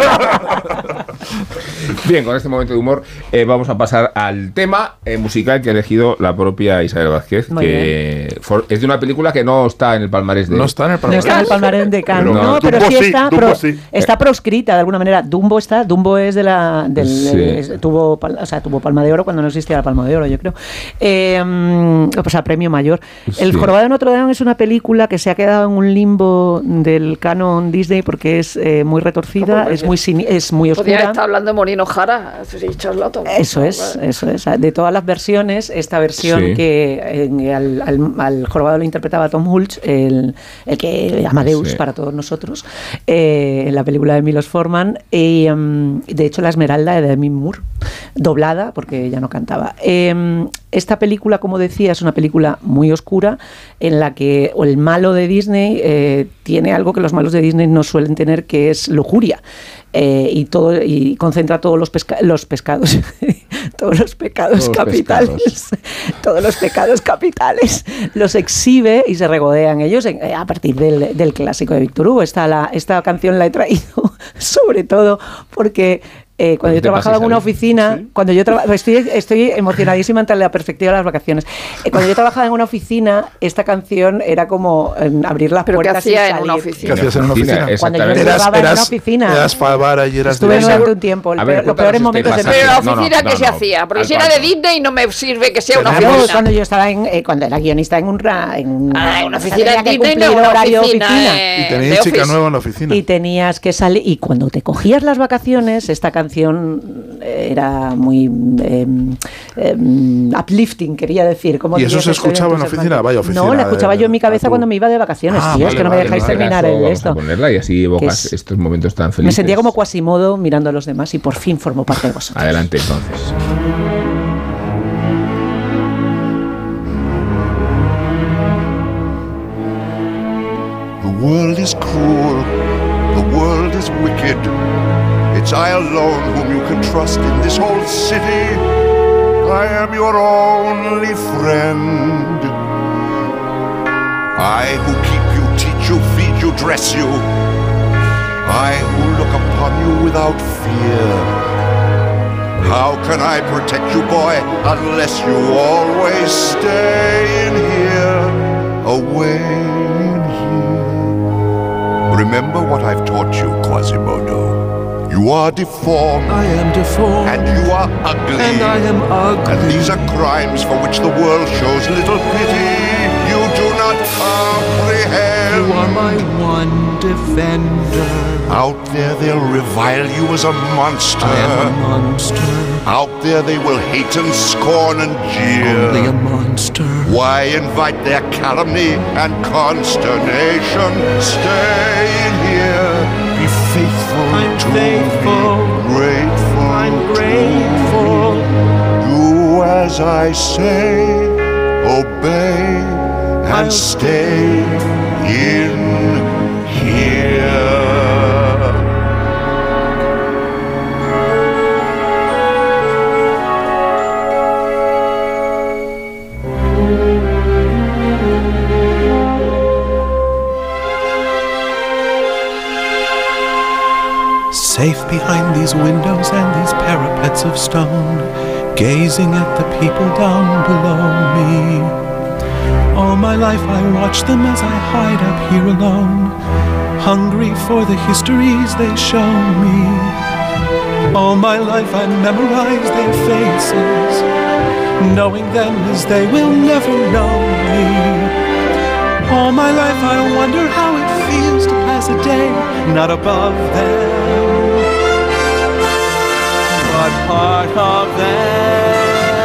Bien, con este momento de humor eh, vamos a pasar al tema eh, musical que ha elegido la propia Isabel Vázquez, Muy que for- es de una película que no está en el palmarés de... No está en el No palmarés. está en el palmarés de Cannes. Pero- No, pero Dumbo sí sí, está, Dumbo pro- sí. está proscrita de alguna manera. Dumbo está, Dumbo es de la, del, Sí. es- tuvo, pal- o sea, tuvo Palma de Oro cuando no existía la Palma de Oro, yo creo. Eh, mm, o sea, premio mayor. El Sí. Jorobado de Notre Dame es una película que se ha quedado en un limbo del canon Disney porque es eh, muy retorcida, ¿Cómo? es muy cini- es muy Podría oscura. estar hablando de Moreno Jara. Sí, Charlotte. Eso es, eso es. De todas las versiones, esta versión Sí. que eh, al, al, al jorobado lo interpretaba Tom Hulce, el, el que Amadeus Sí. para todos nosotros, eh, en la película de Milos Forman, y um, de hecho La Esmeralda de Demi Moore, doblada, porque ya no cantaba. Eh, esta película, como decía, es una película muy oscura, en la que el malo de Disney eh, tiene algo que los malos de Disney no suelen tener, que es lujuria. Eh, y todo y concentra todos los, pesca los pescados todos los pecados Todos los capitales todos los pecados capitales los exhibe y se regodean ellos en, eh, a partir del, del clásico de Víctor Hugo. Esta, la, esta canción la he traído sobre todo porque eh, cuando yo ¿Te trabajaba pasa, en una Isabel? oficina, ¿Sí? cuando yo traba- estoy, estoy emocionadísima ante la perspectiva de las vacaciones. Eh, cuando yo trabajaba en una oficina, esta canción era como eh, abrir las ¿Pero qué puertas y hacía en salir. una ¿Qué oficina? hacías en una oficina? Cuando yo Exactamente. trabajaba en una oficina. Eras favara y eras Estuve de durante un tiempo, el A ver, peor- los cuéntanos peores este momentos de mi pasaje. Pero la No, no, oficina, no, ¿qué se no. hacía? Porque Al si era de cuarto. Disney no me sirve que sea una Claro, oficina. cuando yo estaba en, eh, cuando era guionista en un ra- en una, Ah, una oficina tenía en que Disney, no cumplir una horario oficina, oficina. eh, Y tenéis de chica office. nueva en la oficina. Y tenías que salir, y cuando te cogías las vacaciones, esta canción era muy eh, eh, uplifting, quería decir. Como ¿Y eso dirías, se estoy escuchaba en la entusiasmante. oficina? Vaya oficina No, la escuchaba de- yo en mi cabeza a tu- cuando me iba de vacaciones, Ah, tío, es vale, que no me vale, dejáis vale. terminar Caso, el vamos esto. a ponerla y así evocas es- estos momentos tan Me felices. sentía como Quasimodo mirando a los demás y por fin formo parte de vosotros. Adelante, entonces. The world is cruel, the world is wicked. It's I alone whom you can trust in this whole city. I am your only friend. I who keep you, teach you, feed you, dress you. I who look upon you without fear. How can I protect you, boy, unless you always stay in here, away in here? Remember what I've taught you, Quasimodo. You are deformed. I am deformed. And you are ugly. And I am ugly. And these are crimes for which the world shows little pity. You do not comprehend. You are my one defender. Out there they'll revile you as a monster. I am a monster. Out there they will hate and scorn and jeer. Only a monster. Why invite their calumny and consternation? Stay in here. Be faithful I'm to faithful. me. Grateful. I'm grateful. Do as I say. Obey and I'll stay in here. safe behind these windows and these parapets of stone, gazing at the people down below me. All my life I watch them as I hide up here alone, hungry for the histories they show me. All my life I memorize their faces, knowing them as they will never know me. All my life I wonder how it feels to pass a day not above them, but part of them.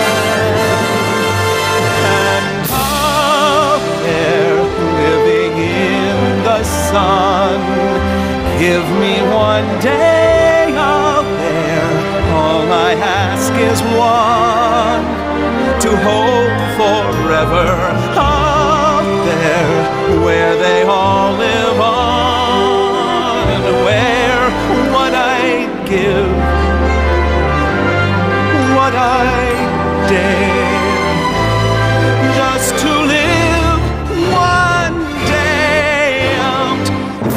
And out there, living in the sun, give me one day out there. All I ask is one, to hold forever. Out there, where they all live on, and where what I give, what I dare, just to live one day out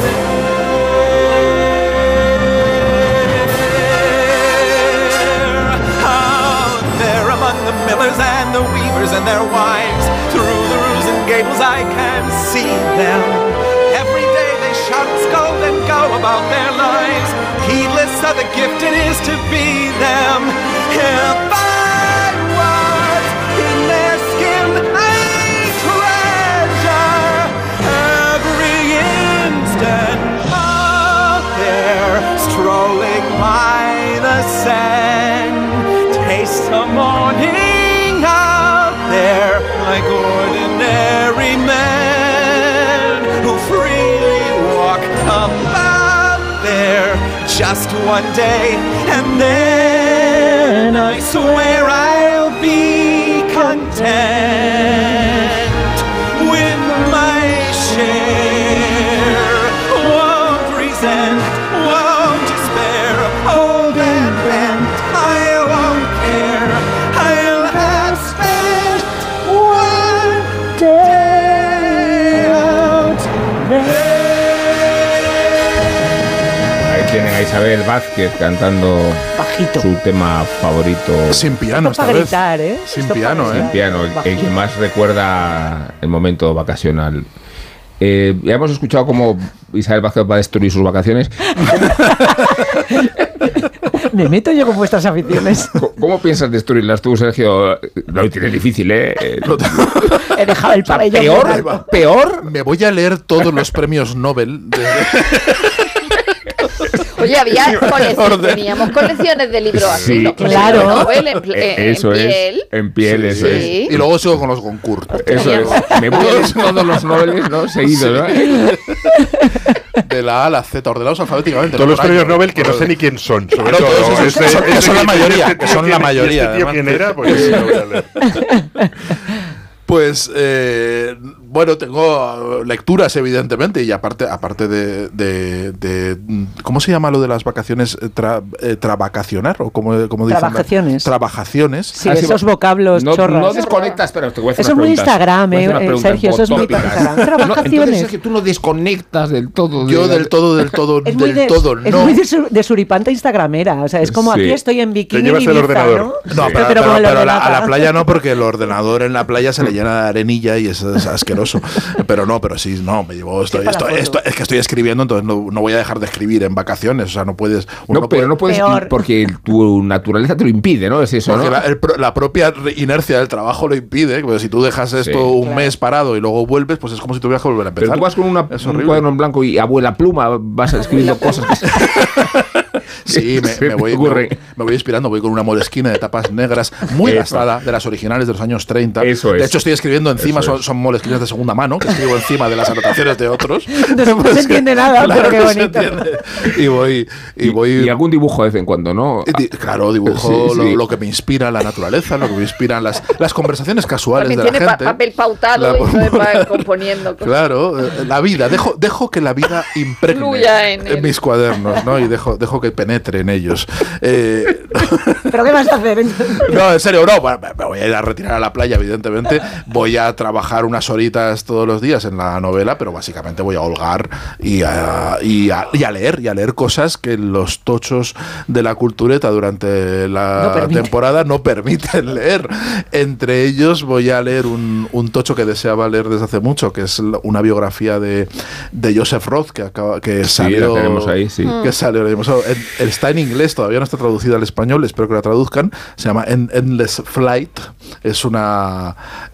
there. Out there among the millers and the weavers and their wives, through the roofs and gables I can see them. Every day they shout and scold and go about their lives, heedless of the gift it is to be them. If I was in their skin, I'd treasure every instant out there, strolling by the sand, taste the morning out there, like ordinary men who freely walk about there. Just one day, and then I swear I'll be content with my share. Won't resent, won't despair, old and bent, I won't care. I'll have spent one day out there. Tienen a Isabel Vázquez cantando bajito su tema favorito. Sin piano esta para vez. gritar, ¿eh? Sin Esto piano, para ¿eh? Sin piano, el, el que más recuerda el momento vacacional. Eh, ya hemos escuchado cómo Isabel Vázquez va a destruir sus vacaciones. Me meto yo con vuestras aficiones. ¿Cómo, cómo piensas destruirlas tú, Sergio? Lo tienes difícil, ¿eh? He dejado el pabellón. Peor, peor. Me voy a leer todos los premios Nobel. De... Oye, había colecciones, teníamos colecciones de libros así, Sí, los claro. Nobel en, en, Eso en es, piel. en piel, eso Sí. es. Y luego sigo con los Goncourt. Eso es. Me voy a leer todos los Nobel, ¿no? Seguidos, ¿no? De la A a la Z, ordenados alfabéticamente. Todos no los por premios año. Nobel que no sé ni quién son, sobre Claro, todo. todos esos- Ese- son- ese que son la que- mayoría, este que tío son la quién- mayoría, este tío además. quién era, pues sí, lo voy a leer. Pues eh, bueno, tengo lecturas evidentemente y aparte aparte de, de, de ¿cómo se llama lo de las vacaciones? Tra, eh, ¿Travacacionar? ¿O cómo, cómo dicen? Trabajaciones. Trabajaciones. Sí, esos vocablos no, chorras. No desconectas, pero te voy a hacer Eso es unas muy preguntas. Instagram, Voy a hacer eh, unas preguntas Sergio, eso es muy tópicas. Instagram. No, Trabajaciones. entonces es que tú no desconectas del todo. de Yo la- del todo, del todo, Es muy del de, todo, es no. muy de, sur- de suripanta instagramera. O sea, es como Sí. aquí estoy en bikini llevas en el Ibiza, ordenador. ¿no? No, Sí. pero, Pero pero- con el pero la- a ordenador. la playa no, porque el ordenador en la playa se le llena de arenilla y es, es asqueroso. Pero no, pero sí, no, me llevo esto, para esto, foto. esto- es que estoy escribiendo, entonces no, no voy a dejar de escribir en vacaciones, o sea, no puedes. uno No, pero no puedes, Peor. porque tu naturaleza te lo impide, ¿no? Es eso, Porque ¿no? la, el pro- la propia re- inercia del trabajo lo impide, porque si tú dejas esto Sí. un Claro. mes parado y luego vuelves, pues es como si tuvieras que volver a Pero empezar. tú vas con una, Es un horrible. cuaderno en blanco y abuela pluma vas escribiendo cosas que... Sí, me, Se me me voy, me, ocurre. voy, me voy inspirando, voy con una molesquina de tapas negras muy Eso. gastada, de las originales de los años treinta. Eso es. De hecho, estoy escribiendo encima, Eso son, es. son molesquinas de segunda mano, que escribo encima de las anotaciones de otros. No, se- no se entiende nada, Claro, pero qué no se bonito. entiende. Y voy... Y voy Y algún dibujo de vez en cuando, ¿no? y di- claro, dibujo Sí, sí. Lo, lo que me inspira la naturaleza, lo que me inspiran las, las conversaciones casuales También de la tiene pa- gente. papel pautado La- y entonces va componiendo cosas. Claro, eh, la vida, dejo, dejo que la vida impregne Fluya en en él. mis cuadernos, ¿no? Y dejo, dejo que penetre penetre en ellos. Eh, ¿Pero qué vas a hacer? no, en serio, no, me voy a ir a retirar a la playa, evidentemente. Voy a trabajar unas horitas todos los días en la novela, pero básicamente voy a holgar y a, y a, y a leer, y a leer cosas que los tochos de la cultureta durante la No temporada no permiten leer. Entre ellos voy a leer un, un tocho que deseaba leer desde hace mucho, que es una biografía de, de Joseph Roth, que, acaba, que Sí, salió... la tenemos ahí, sí. Que salió, está en inglés, todavía no está traducida al español, espero que la traduzcan. Se llama Endless Flight. Es una...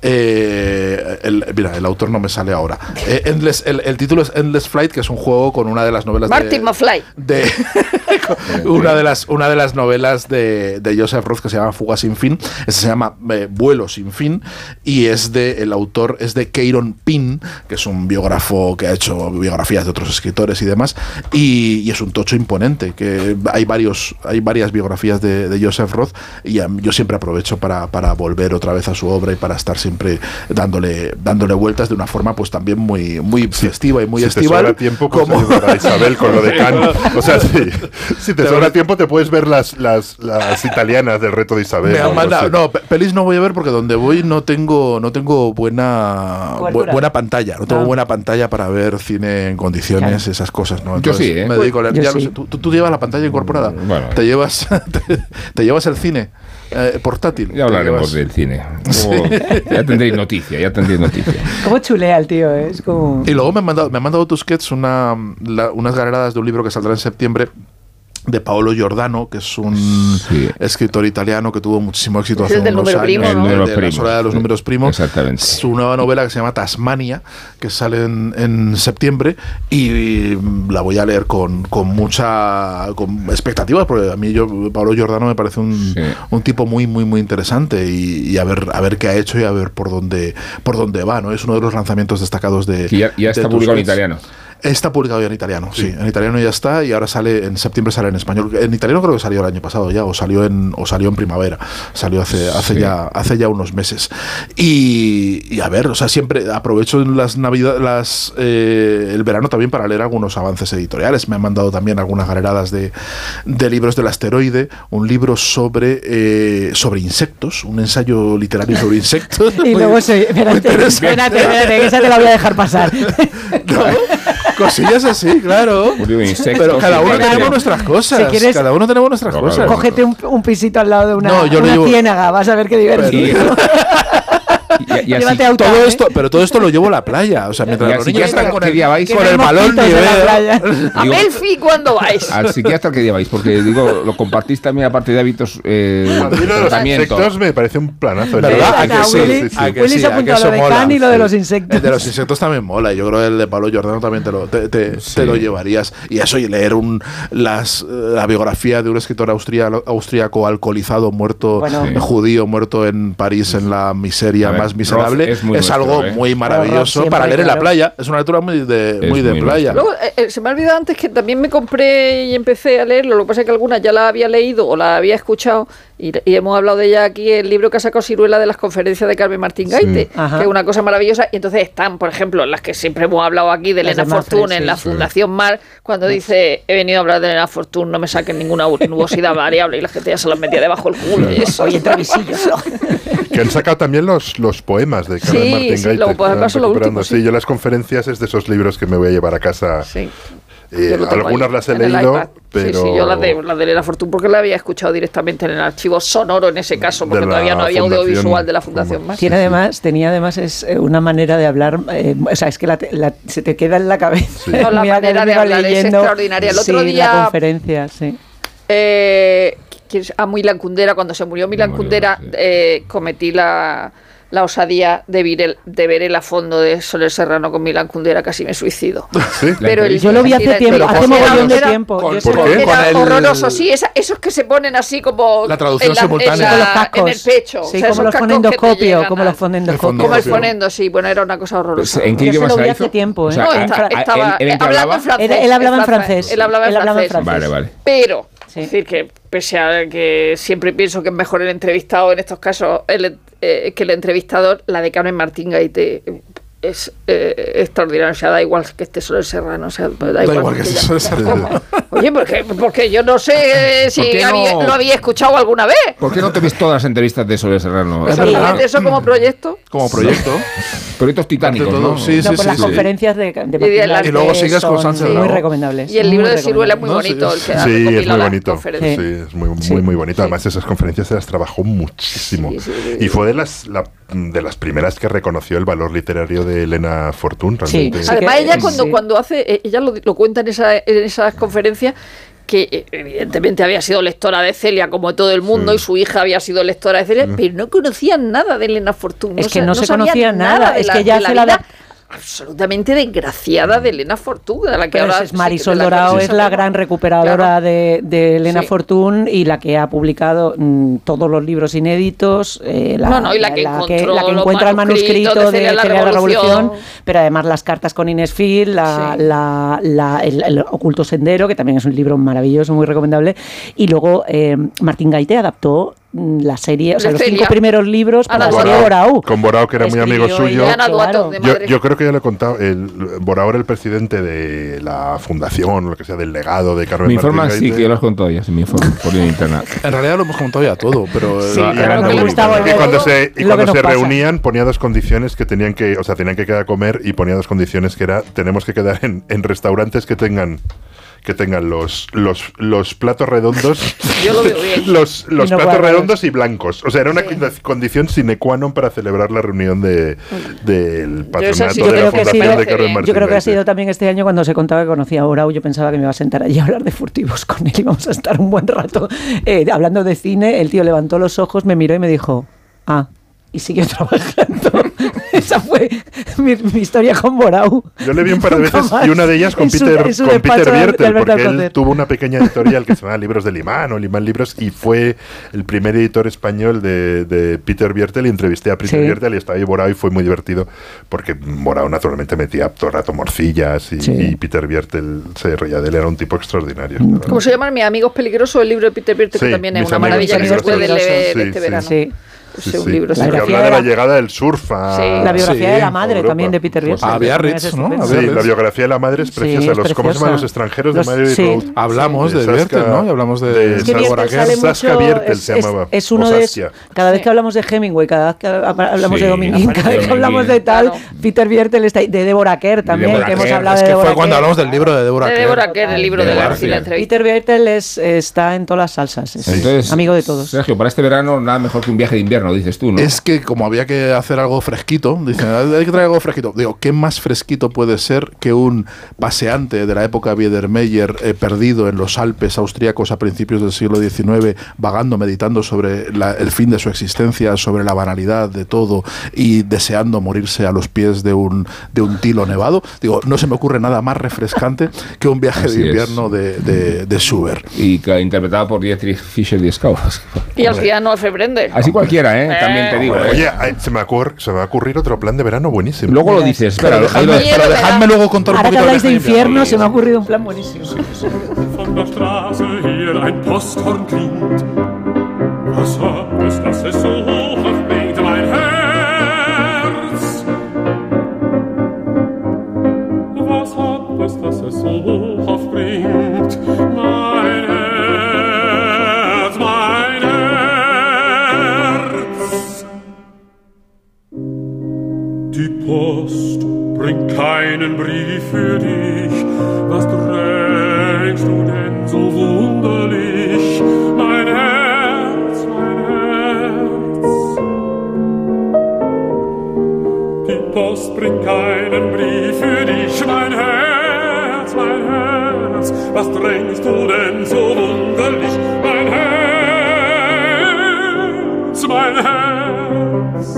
Eh, el, mira, el autor no me sale ahora. Eh, Endless, el, el título es Endless Flight, que es un juego con una de las novelas Martin de... McFly. de una de las una de las novelas de, de Joseph Roth, que se llama Fuga sin fin. Ese se llama eh, Vuelo sin fin, y es de el autor es de Kieron Pin, que es un biógrafo que ha hecho biografías de otros escritores y demás, y, y es un tocho imponente, que hay varios hay varias biografías de, de Joseph Roth, y um, yo siempre aprovecho para, para volver otra vez a su obra y para estar siempre dándole dándole vueltas de una forma pues también muy muy festiva y muy si estival. te sobra tiempo, pues como ayudar a Isabel con lo de Cannes. O sea, sí, si te sobra tiempo te puedes ver las, las, las italianas del reto de Isabel. Me han o mandado, algo así. no, pe- pelis no voy a ver porque donde voy no tengo no tengo buena Cobertura. bu- buena pantalla, no tengo Ah. buena pantalla para ver cine en condiciones, Claro. esas cosas, ¿no? Yo sí, ¿eh? me dedico a leer- Yo ya lo sí. sé, ¿tú, tú- tú llevas la pantalla incorporada, Bueno. te llevas te, te llevas el cine eh, portátil. Ya hablaremos Te del cine. Luego, ya tendréis noticia, ya tendréis noticia. ¿Cómo chulea el tío? eh? Es como... Y luego me han mandado, me han mandado Tusquets una, la- unas galeradas de un libro que saldrá en septiembre de Paolo Giordano, que es un Sí. escritor italiano que tuvo muchísimo éxito Es hace el del unos número años. primo, El ¿no? número de la primo, soledad de los sí. números primos. Exactamente. Su nueva novela que se llama Tasmania, que sale en, en septiembre, y la voy a leer con, con mucha con expectativas, porque a mí yo Paolo Giordano me parece un, Sí. un tipo muy muy muy interesante, y, y a ver a ver qué ha hecho y a ver por dónde por dónde va, ¿no? Es uno de los lanzamientos destacados de Que ya, ya de está publicado en Tusquets. italiano. Está publicado ya en italiano, sí. En italiano ya está, y ahora sale, en septiembre sale en español. En italiano creo que salió el año pasado ya, o salió en, o salió en primavera. Salió hace, hace Sí. ya, hace ya unos meses. Y, y a ver, o sea, siempre aprovecho en las navidades, las, eh, el verano también para leer algunos avances editoriales. Me han mandado también algunas galeradas de, de libros del asteroide, un libro sobre, eh, sobre insectos, un ensayo literario sobre insectos. Y luego se... Espérate, espérate, espérate, que esa te la voy a dejar pasar. Cosillas así, claro. Un libro de insectos, Pero cada uno claro. tenemos nuestras cosas. Si quieres- cada uno tenemos nuestras No, cosas. claro. Cógete un, un pisito al lado de una, No, yo lo una llevo- ciénaga, vas a ver qué divertido. Y, y así, Llévate auto, Todo ¿eh? esto, pero todo esto lo llevo a la playa. O sea, mientras ¿Y al los niños psiquiatra están con qué el, día vais? con Que el no hay balón mosquitos en la nivel. playa. A Digo- Melfi, ¿cuándo vais? al psiquiatra que lleváis, porque digo, lo compartís también aparte de hábitos eh, A mí lo de los tratamiento. insectos me parece un planazo. ¿Verdad? ¿A que Anda, sí? Willy, Sí, sí. ¿A que Willy sí? se ¿A que apunta a eso lo de mola? Can y lo de Sí. los insectos. El de los insectos también mola. y Yo creo que el de Pablo Giordano también te lo, te, te- Sí. te lo llevarías. Y eso, y leer un, las, eh, la biografía de un escritor austria- austríaco alcoholizado, muerto, Bueno. eh, judío, muerto en París en la miseria A ver, más miserable. Roth es muy es nuestro, algo ¿eh? muy maravilloso Roth para siempre, leer en la claro. playa. Es una lectura muy de, Es muy de muy playa. nuestro. Luego, eh, eh, se me ha olvidado antes que también me compré y empecé a leerlo. Lo que pasa es que algunas ya la había leído o la había escuchado, y, y hemos hablado de ella aquí, el libro que ha sacado Ciruela de las conferencias de Carmen Martín Gaite, Ajá. que es una cosa maravillosa. Y entonces están, por ejemplo, las que siempre hemos hablado aquí de Las Elena de Manfred, Fortune en sí. la Sí. Fundación Mar, cuando dice, he venido a hablar de Elena Fortune, no me saquen ninguna nubosidad variable, y la gente ya se las metía debajo del culo. Y eso. Oye, entre visillos, ¿no? Que han sacado también los, los poemas de Carmen Sí, Martín sí, Gaite. los poemas Están son lo recuperando. último, sí. Sí, yo las conferencias es de esos libros que me voy a llevar a casa. Sí. Eh, Yo lo tengo algunas ahí, las he en el leído, iPad. pero... Sí, sí, yo las de, las de Elena Fortune porque la había escuchado directamente en el archivo sonoro en ese caso, porque De la todavía no había Fundación- audiovisual de la Fundación Mar. Tiene además, tenía además es eh, una manera de hablar, eh, o sea, es que la te- la- se te queda en la cabeza. No, la Muy manera de académica hablar es leyendo, extraordinaria. El otro sí, día- la conferencia, sí. Eh, ¿quién es? A Milan Kundera, cuando se murió Milan Muy Kundera, bien, sí. eh, cometí la, la osadía de ver, el, de ver el a fondo de Soler Serrano con Milan Kundera, casi me suicido. ¿Sí? Pero el- Yo lo vi hace era- tiempo, pero hace con- mogollón de era- tiempo. con- Yo se ¿por lo- qué? Era Con el- horroroso, sí, esa- esos que se ponen así como La traducción en la- simultánea. en Sí, con los la- cascos. en el pecho. Sí, o sea, como esos los cascos que te fonendoscopio, llegan como a- los fonendoscopios. Como el Fonendoscopio. fonendo, sí, bueno, era una cosa horrorosa. ¿En qué Yo se idioma lo se vi la hace hizo? tiempo, ¿eh? O sea, No, a- esta- a- estaba él- él en qué hablando hablaba? en francés. Él- él hablaba en Él francés. Él hablaba en Él hablaba en francés. Vale, vale. Pero, Sí. es decir, que pese a que siempre pienso que es mejor el entrevistado en estos casos el, eh, que el entrevistador, la de Carmen Martín Gaite eh, es eh, extraordinaria. O sea, da igual que esté solo el Serrano. O sea, da igual, igual que porque esté ya- Soler Serrano. como- Oye, porque, porque yo no sé si qué no? había- lo había escuchado alguna vez. ¿Por qué no te ves todas las entrevistas de Soler Serrano? ¿Y eso como proyecto? Como proyecto. Proyectos titánicos, ¿no? Sí, No, sí, por sí. las sí. conferencias de, de Y de la- Martín Y luego Garcés sigues con son Sánchez muy Dragó. recomendables. Y el libro muy de Ciruela es muy No, sí, bonito, el que Sí, ha es recopilado muy las bonito. conferencias. Sí, es muy, muy, muy bonito. Además, esas conferencias se las trabajó muchísimo. Sí, sí, sí. Y fue de las, la- de las primeras que reconoció el valor literario de Elena Fortún. Realmente. Además, ella cuando, sí. cuando hace, eh, ella lo, lo cuenta en, esa, en esas conferencias, que eh, evidentemente había sido lectora de Celia como todo el mundo Sí. y su hija había sido lectora de Celia, pero no conocían nada de Elena Fortún. Es que no se sabían conocía nada, de es la- que ya de la se la vida da- absolutamente desgraciada de Elena Fortún, de la que Pero ahora es Marisol sí, de la que Dorado sí es la sabemos. gran recuperadora Claro. de, de Elena Sí. Fortún y la que ha publicado mm, todos los libros inéditos, eh, la, No, no, y la que encontró la que los encuentra el manuscritos manuscrito de de Celia la Celia la Revolución. Revolución, pero además las cartas con Inés Phil, la, Sí. la- la- el, el Oculto Sendero, que también es un libro maravilloso, muy recomendable, y luego eh, Martín Gaite adaptó mm, la serie, o sea, De los Celia. cinco primeros libros para Ana la serie Duato. Borau. Con Borao, que era muy amigo Escribió suyo. ella, Ana Duato, de Yo, Madrid. yo creo que ya le he contado, el, Borao era el presidente de la fundación, o lo que sea, del legado de Carmen Me Martín informan, sí, Gaite. que ya lo has contado ya, sí, me informan por línea interna. En realidad lo hemos contado ya todo, pero... Sí, eh, pero Era me muy gusta bonito. volver- Y cuando se, y lo que cuando nos se pasa. reunían ponía dos condiciones que tenían que, o sea, tenían que quedar a comer y ponía dos condiciones que era, tenemos que quedar en, en restaurantes que tengan que tengan los, los, los platos redondos, Yo lo veo bien. los, los Y no platos cuadrados. redondos y blancos. O sea, era una condición sine qua non para celebrar la reunión de, del esa sí, patronato yo de creo la que ha Fundación sido- de Carmen Martín Yo creo que ha Gaite. sido también este año cuando se contaba que conocía a Borau. Yo pensaba que me iba a sentar allí a hablar de furtivos con él y vamos a estar un buen rato eh, hablando de cine. El tío levantó los ojos, me miró y me dijo, ah, y siguió trabajando. Esa fue mi, mi historia con Borau. Yo le vi un par de Nunca veces más. y una de ellas con En su- Peter, en su con despacho Peter de Biertel, Alberto porque él Alcocer. tuvo una pequeña editorial que se llama Libros del Imán o Limán Libros y fue el primer editor español de, de Peter Biertel y entrevisté a Peter Sí. Biertel y estaba ahí Borao y fue muy divertido porque Borao naturalmente metía todo el rato morcillas y, Sí. y Peter Biertel se reía de él, era un tipo extraordinario. ¿Cómo se llaman? Mis amigos peligrosos, el libro de Peter Biertel, que Sí, también es Mis una amigos maravilla que se peligrosos. puede leer Sí, este sí. verano. Sí. Sí, Ese sí. libro Sí, es que biografía habla de de la la- llegada del surf a... Sí. La biografía Sí, de la madre Europa. también de Peter Biertel. Ah, que también Biarritz, es ¿no? estupenda. Sí, Biarritz. la biografía de la madre es Sí, preciosa. es Los, ¿Cómo se llaman preciosa. los extranjeros Los- de Mary sí. Road? Hablamos Sí, de Saskia- Biertel, ¿no? Y hablamos de... de Es que Saskia- Biertel sale Saskia mucho, Biertel es, se es- llamaba, es o uno de Saskia. cada vez Sí. que hablamos de Hemingway, cada vez que hablamos Sí, de Dominguín, aparece cada vez que hablamos de Dominguín. tal, Claro. Peter Biertel está ahí, de Deborah Kerr también, Deborah que hemos Kerr, hablado Es de que Deborah fue cuando Kerr. hablamos del libro de Deborah De Kerr. Deborah Kerr, el libro de De García, la García. entrevista. Peter Biertel es, está en todas las salsas, es Entonces, amigo de todos. Sergio, para este verano nada mejor que un viaje de invierno, dices tú, ¿no? Es que como había que hacer algo fresquito, dicen, hay que traer algo fresquito. Digo, ¿qué más fresquito puede ser que un paseante de la época Biedermeier eh, perdido en los Alpes austríacos a principios del siglo diecinueve, vagando, meditando sobre la- el fin de su existencia, sobre la banalidad de todo y deseando morirse a los pies de un, de un tilo nevado? Digo, no se me ocurre nada más refrescante que un viaje Así de es. invierno de, de, de Schubert. Y que, interpretado por Dietrich Fischer-Dieskau. Y al gitano Alfred Brendel. Así cualquiera, ¿eh? Eh. También te digo, ¿eh? Oye, ay, se me, ocurre- se me va a ocurrir otro plan de verano buenísimo. Luego lo dices, espera, Pero ahí lo- dejadme, pero dejadme luego contar un Ahora que poquito habláis de del viaje infierno, se me ha ocurrido un plan buenísimo. Von der Straße her ein Posthorn klingt. Was hat es, dass es so hoch aufbringt, mein Herz? Was hat es, dass es so hoch aufbringt, mein Herz, mein Herz? Die Post bringt keinen Brief für dich. Was drängst du denn so wunderlich, mein Herz, mein Herz? Die Post bringt keinen Brief für dich, mein Herz, mein Herz. Was drängst du denn so wunderlich, mein Herz, mein Herz?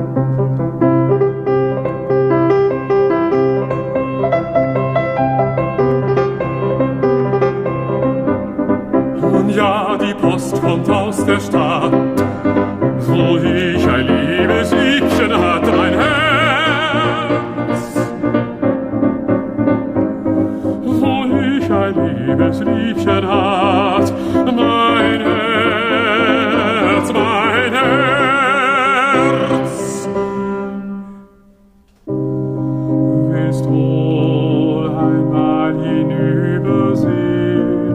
Nun ja, die Post kommt aus der Stadt, wo ich ein liebes Liebchen hatte, mein Herz. Wo ich ein liebes Liebchen hat, mein Herz, mein Herz. Willst wohl einmal hinübersehen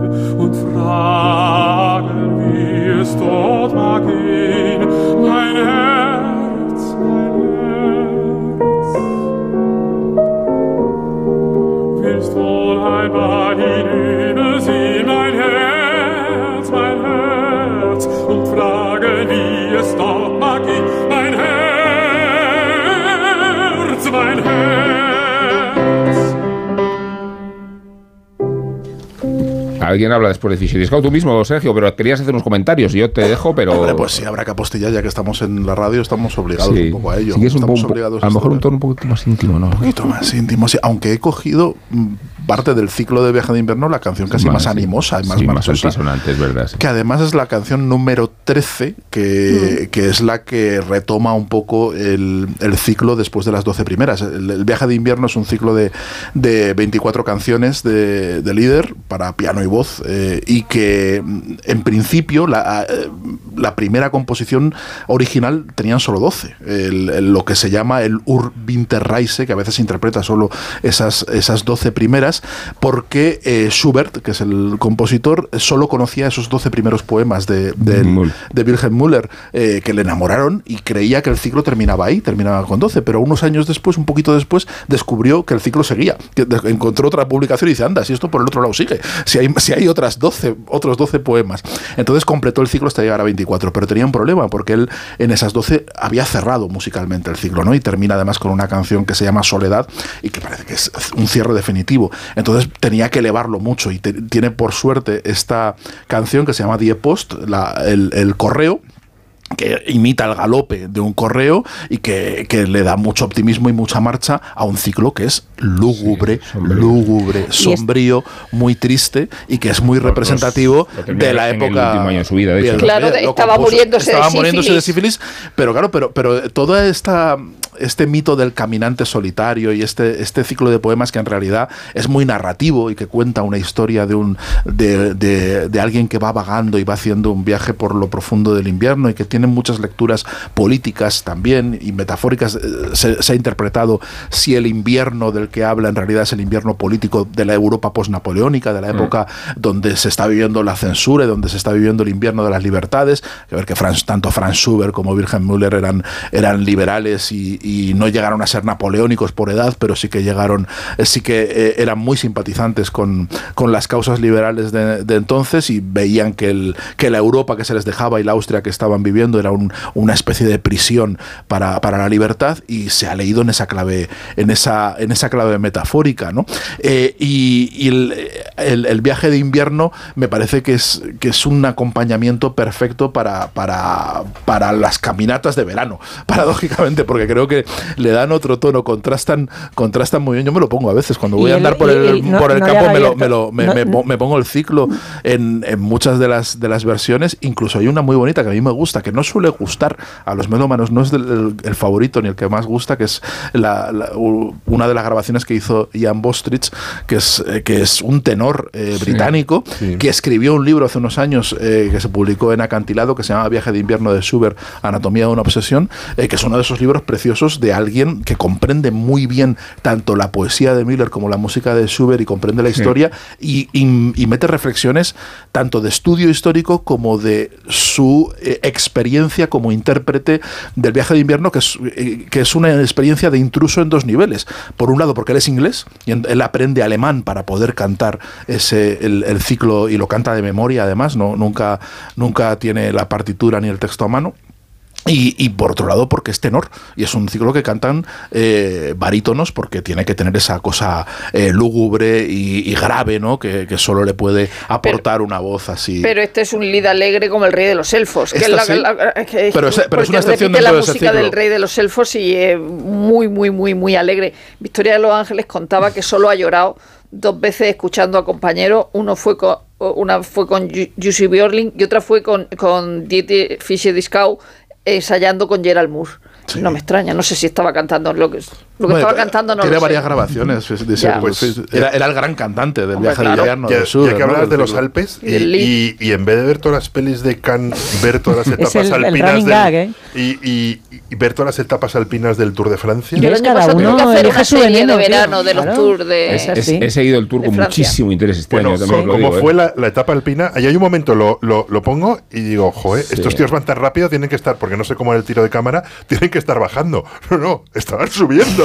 Alguien habla después de Fisher Discount. Tú mismo, Sergio, pero querías hacer unos comentarios. Yo te dejo, pero... Hombre, pues sí, habrá que apostillar, ya que estamos en la radio, estamos obligados sí. un poco a ello. Sí, es un estamos poco, obligados a lo mejor a un tono un poquito más íntimo, ¿no? Un poquito más íntimo, sí. Aunque he cogido mm, parte del ciclo de Viaje de Invierno, la canción casi más, más animosa, y más sí, marchosa, más altisonante, es verdad. Sí. Que además es la canción número trece, que, mm. que es la que retoma un poco el, el ciclo después de las doce primeras. El, el Viaje de Invierno es un ciclo de, de veinticuatro canciones de, de líder para piano y voz, eh, y que en principio la, la primera composición original tenían solo doce. El, el, lo que se llama el Ur Winterreise, que a veces interpreta solo esas, esas doce primeras, porque eh, Schubert, que es el compositor, solo conocía esos doce primeros poemas de, de, el, de Wilhelm Müller, eh, que le enamoraron, y creía que el ciclo terminaba ahí, terminaba con doce, pero unos años después, un poquito después, descubrió que el ciclo seguía, que encontró otra publicación y dice, anda, si esto por el otro lado sigue, si hay, si hay otras doce, otros doce poemas. Entonces completó el ciclo hasta llegar a veinticuatro, pero tenía un problema, porque él en esas doce había cerrado musicalmente el ciclo, ¿no? Y termina además con una canción que se llama Soledad, y que parece que es un cierre definitivo. Entonces tenía que elevarlo mucho, y te, tiene por suerte esta canción que se llama Die Post, la, el, el correo, que imita el galope de un correo y que, que le da mucho optimismo y mucha marcha a un ciclo que es lúgubre, sí, sombrío. lúgubre, sombrío, muy triste, y que es muy Por representativo de la época. En el último año de su vida, de hecho. Claro, de, estaba compuso, muriéndose estaba de muriéndose sífilis. de sífilis, pero claro, pero, pero toda esta este mito del caminante solitario y este, este ciclo de poemas que en realidad es muy narrativo y que cuenta una historia de un de, de, de alguien que va vagando y va haciendo un viaje por lo profundo del invierno, y que tiene muchas lecturas políticas también y metafóricas. Se, se ha interpretado si el invierno del que habla en realidad es el invierno político de la Europa posnapoleónica, de la época mm. donde se está viviendo la censura y donde se está viviendo el invierno de las libertades. Que ver que Franz, tanto Franz Schubert como Wilhelm Müller eran, eran liberales y, y no llegaron a ser napoleónicos por edad, pero sí que llegaron, sí que eh, eran muy simpatizantes con, con las causas liberales de, de entonces, y veían que, el, que la Europa que se les dejaba y la Austria que estaban viviendo era un, una especie de prisión para, para la libertad, y se ha leído en esa clave, en esa, en esa clave metafórica, ¿no? Eh, y y el, el, el Viaje de Invierno me parece que es, que es un acompañamiento perfecto para, para, para las caminatas de verano, paradójicamente, porque creo que le dan otro tono, contrastan, contrastan muy bien. Yo me lo pongo a veces cuando voy a andar por el, el, no, por el no campo, me, lo, me, lo, me, no, me, me pongo el ciclo en, en muchas de las, de las versiones. Incluso hay una muy bonita que a mí me gusta, que no suele gustar a los melómanos, no es del, el, el favorito ni el que más gusta, que es la, la, una de las grabaciones que hizo Ian Bostridge, que es, eh, que es un tenor eh, británico, sí, sí. que escribió un libro hace unos años eh, que se publicó en Acantilado, que se llama Viaje de Invierno de Schubert, Anatomía de una obsesión, eh, que es uno de esos libros preciosos de alguien que comprende muy bien tanto la poesía de Müller como la música de Schubert, y comprende la historia, sí. y, y, y mete reflexiones tanto de estudio histórico como de su eh, experiencia como intérprete del Viaje de Invierno, que es, eh, que es una experiencia de intruso en dos niveles. Por un lado, porque él es inglés y él aprende alemán para poder cantar ese el, el ciclo, y lo canta de memoria además, no nunca nunca tiene la partitura ni el texto a mano. Y, y por otro lado, porque es tenor, y es un ciclo que cantan eh, barítonos, porque tiene que tener esa cosa eh, lúgubre y, y grave, ¿no? Que, que solo le puede aportar pero, una voz así. Pero este es un lied alegre como el Rey de los Elfos. Que es la, sí. la, que, pero, es, pero es una excepción repite dentro la de ese música ciclo del Rey de los Elfos, y es muy, muy, muy, muy alegre. Victoria de los Ángeles contaba que solo ha llorado dos veces escuchando a compañeros. Uno fue con una fue con Jussi Björling y otra fue con, con Dieter Fischer-Dieskau, ensayando con Gerald Moore. Sí. No me extraña, no sé si estaba cantando lo que, lo que bueno, estaba cantando, no tiene lo varias sé. grabaciones de ese, pues, era, era el gran cantante del Hombre, Viaje claro. de Invierno ya, de Schubert, ya que hablas ¿no? de los Alpes, y, y, y en vez de ver todas las pelis de Cannes, ver todas las etapas es el, alpinas el del, gag, ¿eh? y, y, y ver todas las etapas alpinas del Tour de Francia. Yo el año pasado tuve que hacer una serie de verano de los claro. tours de es, es, He seguido el tour con muchísimo interés este bueno, año. También como lo digo, fue ¿eh? la, la etapa alpina, ahí hay un momento, lo, lo, lo pongo y digo, joder, sí. estos tíos van tan rápido, tienen que estar, porque no sé cómo era el tiro de cámara, tienen que estar bajando. No, no, estaban subiendo.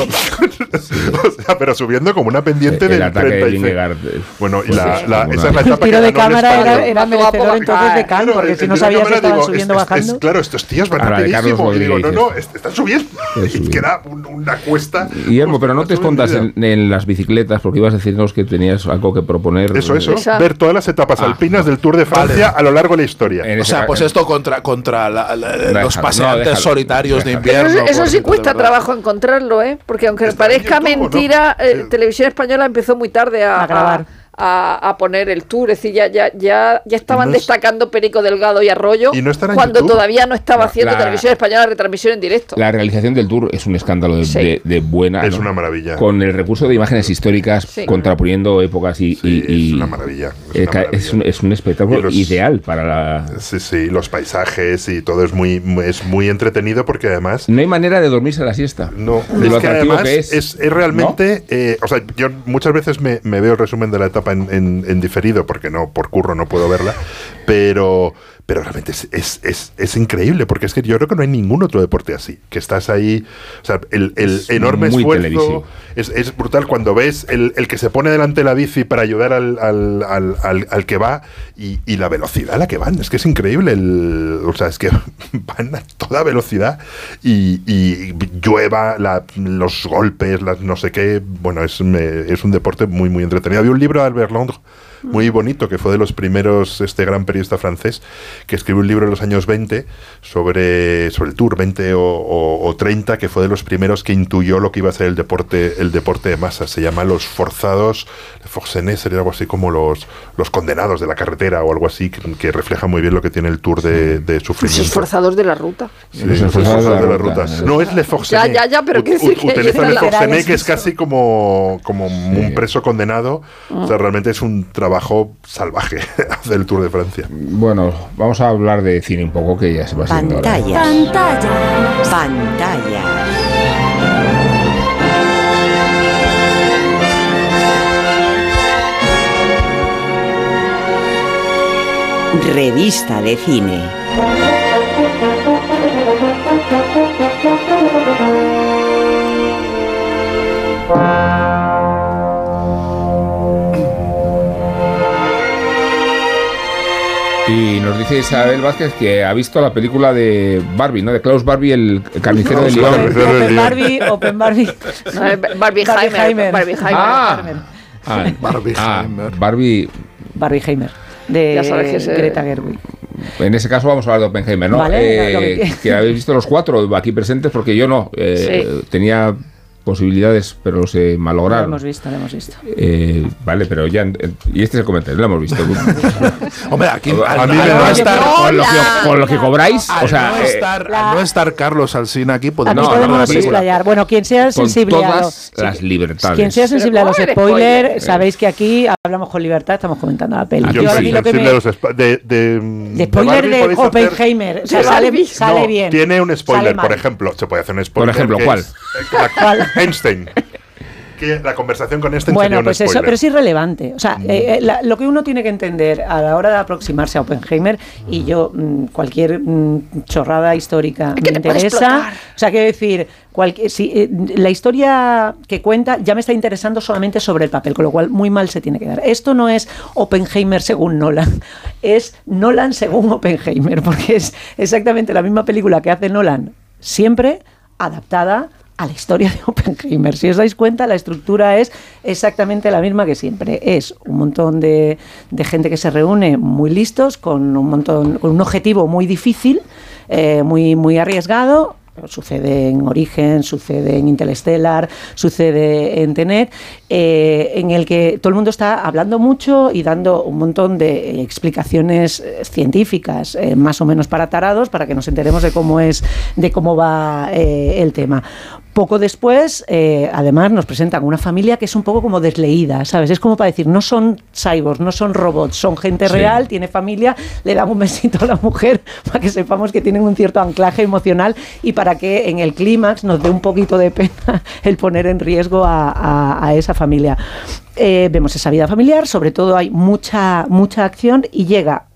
subiendo. O sea, pero subiendo como una pendiente el del ataque treinta y seis. de Vingegaard. Bueno, y Pues la, sí, la, bueno, esa es la El etapa tiro que de ganó el cámara era, Español. era merecedor entonces de Cannes, Claro, porque el si no tiro de sabías si cámara, estaban digo, subiendo o es- es- bajando. es- claro, estos tíos van A la de Carlos rapidísimo. Y digo, no, Rodríguez, no, est- están subiendo. Y queda un- una cuesta. Guillermo, pero no te escondas subida. en, en las bicicletas, porque ibas a decirnos que tenías algo que proponer. Eso, eso. Esa- Ver todas las etapas Ah, alpinas del Tour de Francia a lo largo de la historia. En O ese sea, ca- pues esto contra, contra la- la- Déjalo, los no, paseantes déjalo, solitarios de déjalo. Pero invierno. eso, eso sí pobrecito, cuesta de verdad. trabajo encontrarlo, ¿eh? Porque aunque Está en parezca YouTube, ¿no? mentira, eh, Sí. Televisión Española empezó muy tarde a, A grabar. a, a poner el tour. Es decir, ya, ya, ya, ya estaban Y no es- destacando Perico Delgado y Arroyo Y no estará en cuando YouTube. todavía no estaba La- haciendo la- Televisión Española retransmisión en directo. La realización del tour es un escándalo de, Sí. de- de buena. Es ¿no? una maravilla. Con el recurso de imágenes históricas, Sí. contraponiendo épocas y. Sí, y- y- es una maravilla. Es, eh, una ca- maravilla. es un, es un espectáculo Y los- ideal para la. Sí, sí, los paisajes y todo es muy, muy- es muy entretenido porque además. No hay manera de dormirse a la siesta. No, De lo es que atractivo además que es, es. es realmente, eh, o sea, yo muchas veces me, me veo el resumen de la etapa en, en- en diferido, porque no, por curro no puedo verla, pero, pero realmente es, es, es, es increíble, porque es que yo creo que no hay ningún otro deporte así, que estás ahí, o sea, el, el Es enorme muy esfuerzo, televisivo. es, es brutal cuando ves el, el que se pone delante de la bici para ayudar al, al, al, al- al que va y, y la velocidad a la que van, es que es increíble, el, o sea, es que van a toda velocidad y, y llueva, la- los golpes, las no sé qué, bueno, es, me- es un deporte muy, muy entretenido. Había un libro de Albert Londres muy bonito, que fue de los primeros, este gran periodista francés, que escribió un libro en los años veinte sobre, sobre el Tour, veinte o, o, o treinta, que fue de los primeros que intuyó lo que iba a ser el deporte, el deporte de masas. Se llama Los Forzados, Forcenés, sería algo así como los, los condenados de la carretera o algo así, que, que refleja muy bien lo que tiene el Tour de, de Los sufrimiento. esforzados de la ruta. Sí, los esforzados de la ruta. No es Le Forcené. Ya, ya, ya, pero quiero decir que Utilizan es Le la- Forcené, que es casi como, como un preso condenado. O sea, realmente es un trabajo salvaje hacer el Tour de Francia. Bueno, vamos a hablar de cine un poco, que ya se va siendo hora. Pantallas. Pantallas. Pantallas. Revista de cine. Y nos dice Isabel Vázquez que ha visto la película de Barbie, ¿no? De Klaus Barbie, el carnicero de León. Open Barbie, Open Barbie. No, es Barbie Heimer. Barbie Heimer. Ah, ah, Barbie ah, Heimer. Barbie. Barbie Heimer. De Ya sabes que se- Greta Gerwig. En ese caso vamos a hablar de Oppenheimer, ¿no? Vale, Eh, lo que quieras. que habéis visto los cuatro aquí presentes, porque yo no. Eh, Sí. Tenía posibilidades, pero se Lo malograron. hemos visto, lo hemos visto. Eh, vale, pero ya. Y este es el comentario, lo hemos visto. Hombre, aquí A al, mí al me no da- estar, con lo que- con lo que cobráis, al o sea, no eh, estar, al no estar Carlos Alsina aquí, Aquí podemos No, hablar de la podemos película. explayar. Bueno, quien sea con sensible a todas los, las libertades. quien sea sensible a los Pero spoilers, spoiler. sabéis que aquí hablamos con libertad, estamos comentando la peli. Aquí Yo Yo sí. soy aquí lo que sensible me, a los spa- de, de, de spoiler Barbie de podéis hacer- Oppenheimer, o sea, De sale, Barbie. sale No, bien. tiene un spoiler, Sale mal. por ejemplo. Se puede hacer un spoiler. ejemplo, que ¿cuál? es- la- ¿Cuál? Einstein. Que la conversación con Einstein Bueno, sería un pues eso, spoiler. pero es irrelevante. O sea, eh, eh, la- lo que uno tiene que entender a la hora de aproximarse a Oppenheimer, y yo, mm, cualquier mm, chorrada histórica que me te puede interesa. explotar. O sea, quiero decir, cualquier, si, eh, la historia que cuenta ya me está interesando solamente sobre el papel, con lo cual muy mal se tiene que dar. Esto no es Oppenheimer según Nolan, es Nolan según Oppenheimer, porque es exactamente la misma película que hace Nolan, siempre adaptada a la historia de Oppenheimer. Si os dais cuenta, la estructura es exactamente la misma que siempre. Es un montón de, de gente que se reúne muy listos, con un montón, con un objetivo muy difícil, eh, muy, muy arriesgado. Sucede en Origen, sucede en Interstellar, sucede en Tenet, eh, en el que todo el mundo está hablando mucho y dando un montón de explicaciones eh, científicas, eh, más o menos para tarados, para que nos enteremos de cómo es, de cómo va eh, el tema. Poco después, eh, además, nos presentan una familia que es un poco como desleída, ¿sabes? Es como para decir, no son cyborgs, no son robots, son gente Sí. real, tiene familia, le dan un besito a la mujer para que sepamos que tienen un cierto anclaje emocional y para que en el clímax nos dé un poquito de pena el poner en riesgo a, a- a esa familia. Eh, vemos esa vida familiar, sobre todo hay mucha, mucha acción y llega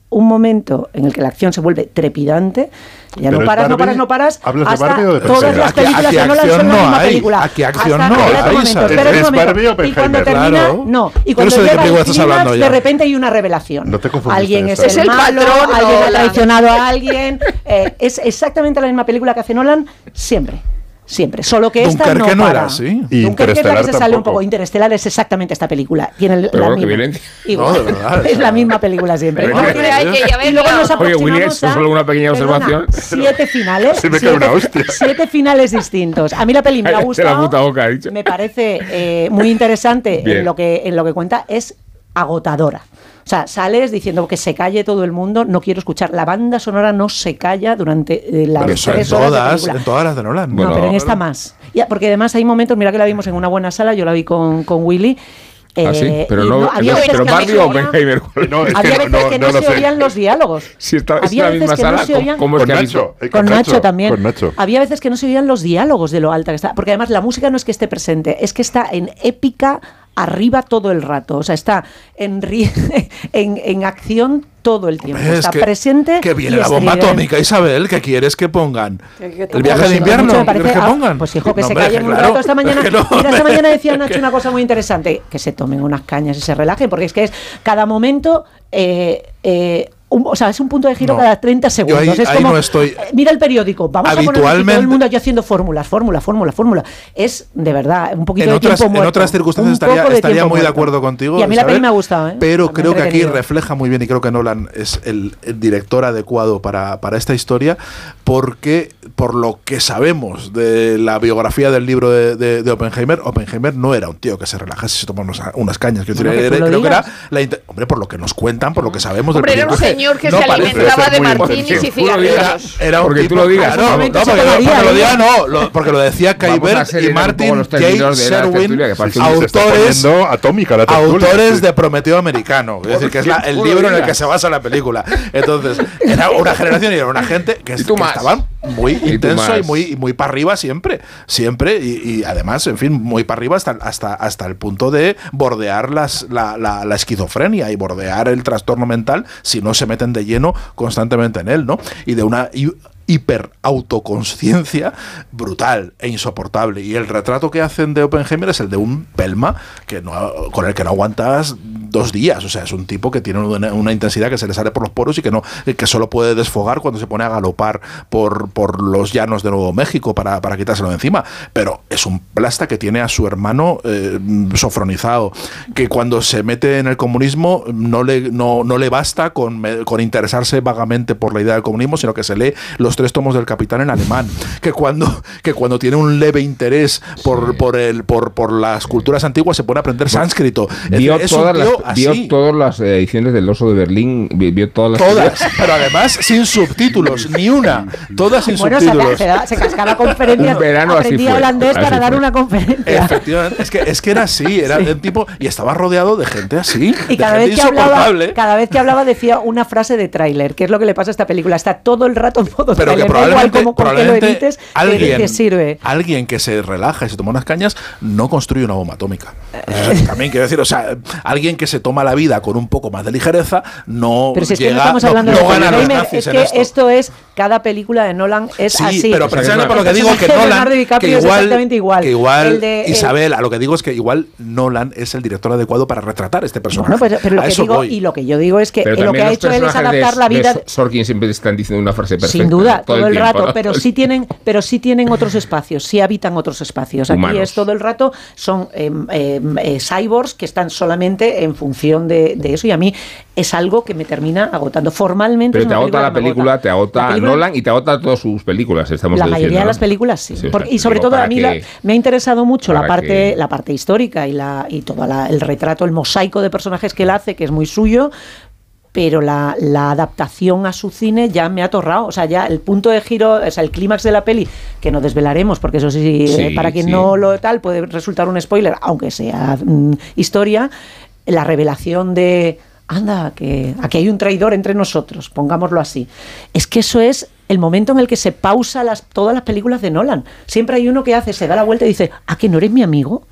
un momento en el que la acción se vuelve trepidante. Ya no paras, Barbie, no paras, no paras. ¿Hablas hasta de Barbie o de todas las películas de Nolan son la misma película. Aquí acción hasta no hay. Espera un momento, espera un momento. Barbie o Y cuando Oppenheimer. termina, Claro. no. Y Yo cuando no sé de qué llega película el estás hablando clímax, ya. de repente hay una revelación. No te confundas, Alguien es, Esther. Es el el malo, patrón, alguien ha Nolan. traicionado a alguien. Eh, es exactamente la misma película que hace Nolan siempre. Siempre, solo que esta Dunkerque no no era para. así. Y Dunkerque es la que se Interestelar sale un tampoco. poco. Interestelar es exactamente esta película. Tiene el- Pero la bueno, qué misma. violencia. Igual. No, de verdad, o es sea. la misma película siempre. Pero Hombre, hay que ya Y luego nos verlo. Oye, Willy, aproximamos esto es a- solo una pequeña perdona, observación. Siete finales. Se me cae siete, una hostia. siete finales distintos. A mí la peli me ha Cállate la gustado. puta boca, ha dicho. Me parece eh, muy interesante Bien. en lo que en lo que cuenta. Es agotadora. O sea, sales diciendo que se calle todo el mundo, no quiero escuchar. La banda sonora no se calla durante eh, las Pero eso en tres horas de todas, película. en todas las de Nolan. Bueno, No, pero en esta más. Ya, porque además hay momentos, mira que la vimos en una buena sala, yo la vi con, con Willy. Ah, sí, eh, pero y no, había no- veces pero que no Barbie se o oían- Oppenheimer. No, es había que veces no, que no no, lo se sé. oían los diálogos. Si está, es Había la veces misma que no sala, se ¿cómo- oían- ¿cómo es Con que ha Nacho. visto? eh, Con Nacho también. Con Nacho. Había veces que no se oían los diálogos de lo alta que está. Porque además la música no es que esté presente, es que está en épica arriba todo el rato. O sea, está en, ri- en, en acción todo el tiempo. Es Está que- presente. Que viene y la bomba estridente. atómica, Isabel. ¿Qué quieres que pongan? Que- que El viaje Pues de sí, invierno. mucho me ¿Quieres parece- que ah, pongan? Pues hijo, que No, se hombre, callen un claro. rato. Esta mañana, Es que no, mira, esta hombre. mañana decía Nacho una cosa muy interesante, que se tomen unas cañas y se relajen, porque es que es cada momento, eh, eh, un- o sea, es un punto de giro No. cada treinta segundos. Yo ahí- es ahí como, no estoy- eh, mira el periódico, vamos a poner aquí Habitualmente- todo el mundo aquí haciendo fórmulas, fórmula, fórmula, fórmula. Es, de verdad, un poquito En de otras, tiempo muerto. en otras circunstancias Un estaría, poco de estaría tiempo muy de muerto. acuerdo contigo. Y a mí la Isabel, peli me ha gustado, ¿eh? Pero Me ha creo que aquí entretenido. refleja muy bien, y creo que Nolan es el, el director adecuado para, para esta historia, porque por lo que sabemos de la biografía del libro de, de- de Oppenheimer, Oppenheimer no era un tío que se relajase y se tomara unas, unas cañas. Quiero Bueno, decir, que tú era- lo creo que era digas. la inte- hombre, por lo que nos cuentan, por lo que sabemos Hombre, del era un personaje, señor que no se parece alimentaba ser de muy martinis y inteligente. Tú lo digas, cigarrillos. Era un Porque tú tipo- lo digas. Claro, Vamos, no, se porque, tomaría, porque lo ¿eh? diga, no, lo- porque lo decía Kai Vamos a Berg y acelerar un Martin poco los J. términos de la Sherwin, tertulia, que parece un- Se está autores, poniendo atómica la tertulia. autores de Prometeo Americano, es decir, que es la- el Tú lo libro en el digas. que se basa la película. Entonces, era una generación y era una gente que, Y tú que más. estaban muy Y tú intenso y más. muy, y muy para arriba siempre, siempre, y, y además, en fin, muy para arriba hasta, hasta, hasta el punto de bordear las, la, la, la esquizofrenia y bordear el trastorno mental si no se meten de lleno constantemente en él, ¿no? Y de una hi- hiper autoconsciencia brutal e insoportable. Y el retrato que hacen de Oppenheimer es el de un pelma que no, con el que no aguantas dos días. O sea, es un tipo que tiene una, una intensidad que se le sale por los poros y que no que solo puede desfogar cuando se pone a galopar por, por los llanos de Nuevo México para, para quitárselo de encima. Pero es un plasta que tiene a su hermano eh, sofronizado, que cuando se mete en el comunismo no le, no, no le basta con, me- con interesarse vagamente por la idea del comunismo, sino que se lee los tres tomos del Capitán en alemán, que cuando, que cuando tiene un leve interés por, por, el, por, por las culturas antiguas se pone a aprender sánscrito. Es Vio, decir, es un todas las, tío vio así. todas las ediciones del Oso de Berlín, vi- vio todas las Todas, pero además sin subtítulos, ni una. Todas sin Bueno, se, subtítulos. se, da- se cascaba conferencias. Un verano así Aprendía fue, holandés así para dar fue. una conferencia. Efectivamente, es que, es que era así, era el tipo, y estaba rodeado de gente así, Y de cada gente vez, que hablaba, insoportable. cada vez que hablaba decía una frase de tráiler, que es lo que le pasa a esta película. Está todo el rato en modo Pero que tráiler. Da igual probablemente, cómo, con qué lo probablemente edites, que- alguien, que sirve. alguien que se relaja y se toma unas cañas no construye una bomba atómica. Eh, también quiero decir, o sea, alguien que se toma la vida con un poco más de ligereza no Pero si es que llega, no estamos no- hablando no de gana los Oppenheimer, nazis es en que esto. esto es cada película de Nolan es Sí, así. pero precisamente por lo que El digo que personaje de Nolan, Leonardo que DiCaprio es igual, exactamente igual. que igual El de- el- Isabel, a lo que digo es que igual Nolan es el director adecuado para retratar este personaje. Bueno, pues, pero lo A que eso digo voy. y lo que yo digo es que Pero eh, lo que también ha los hecho él es personajes adaptar de- la de vida. Sor- Sorkin siempre están diciendo una frase perfecta. Sin duda, todo, el, tiempo, rato, ¿no? pero sí tienen, pero sí tienen otros espacios, sí habitan otros espacios. Aquí Humanos. es todo el rato, son eh, eh, eh, cyborgs que están solamente en función de, de eso, y a mí es algo que me termina agotando. Formalmente Pero es te una agota la que me película, agota. te agota La película- Nolan y te agota todas sus películas, estamos la diciendo, mayoría de ¿no? las películas sí. Sí, o Porque- sea, y sobre digo, todo a para mí que- la- me ha interesado mucho la para parte, que- la parte histórica y la y todo la- el retrato, el mosaico de personajes que él hace, que es muy suyo. Pero la, la adaptación a su cine ya me ha atorrado. O sea, ya el punto de giro, o sea, el clímax de la peli, que no desvelaremos, porque eso sí, Sí, eh, para quien sí. no lo tal, puede resultar un spoiler, aunque sea mm, historia, la revelación de, anda, que aquí hay un traidor entre nosotros, pongámoslo así. Es que eso es el momento en el que se pausa las, todas las películas de Nolan. Siempre hay uno que hace, se da la vuelta y dice, ¿a que no eres mi amigo?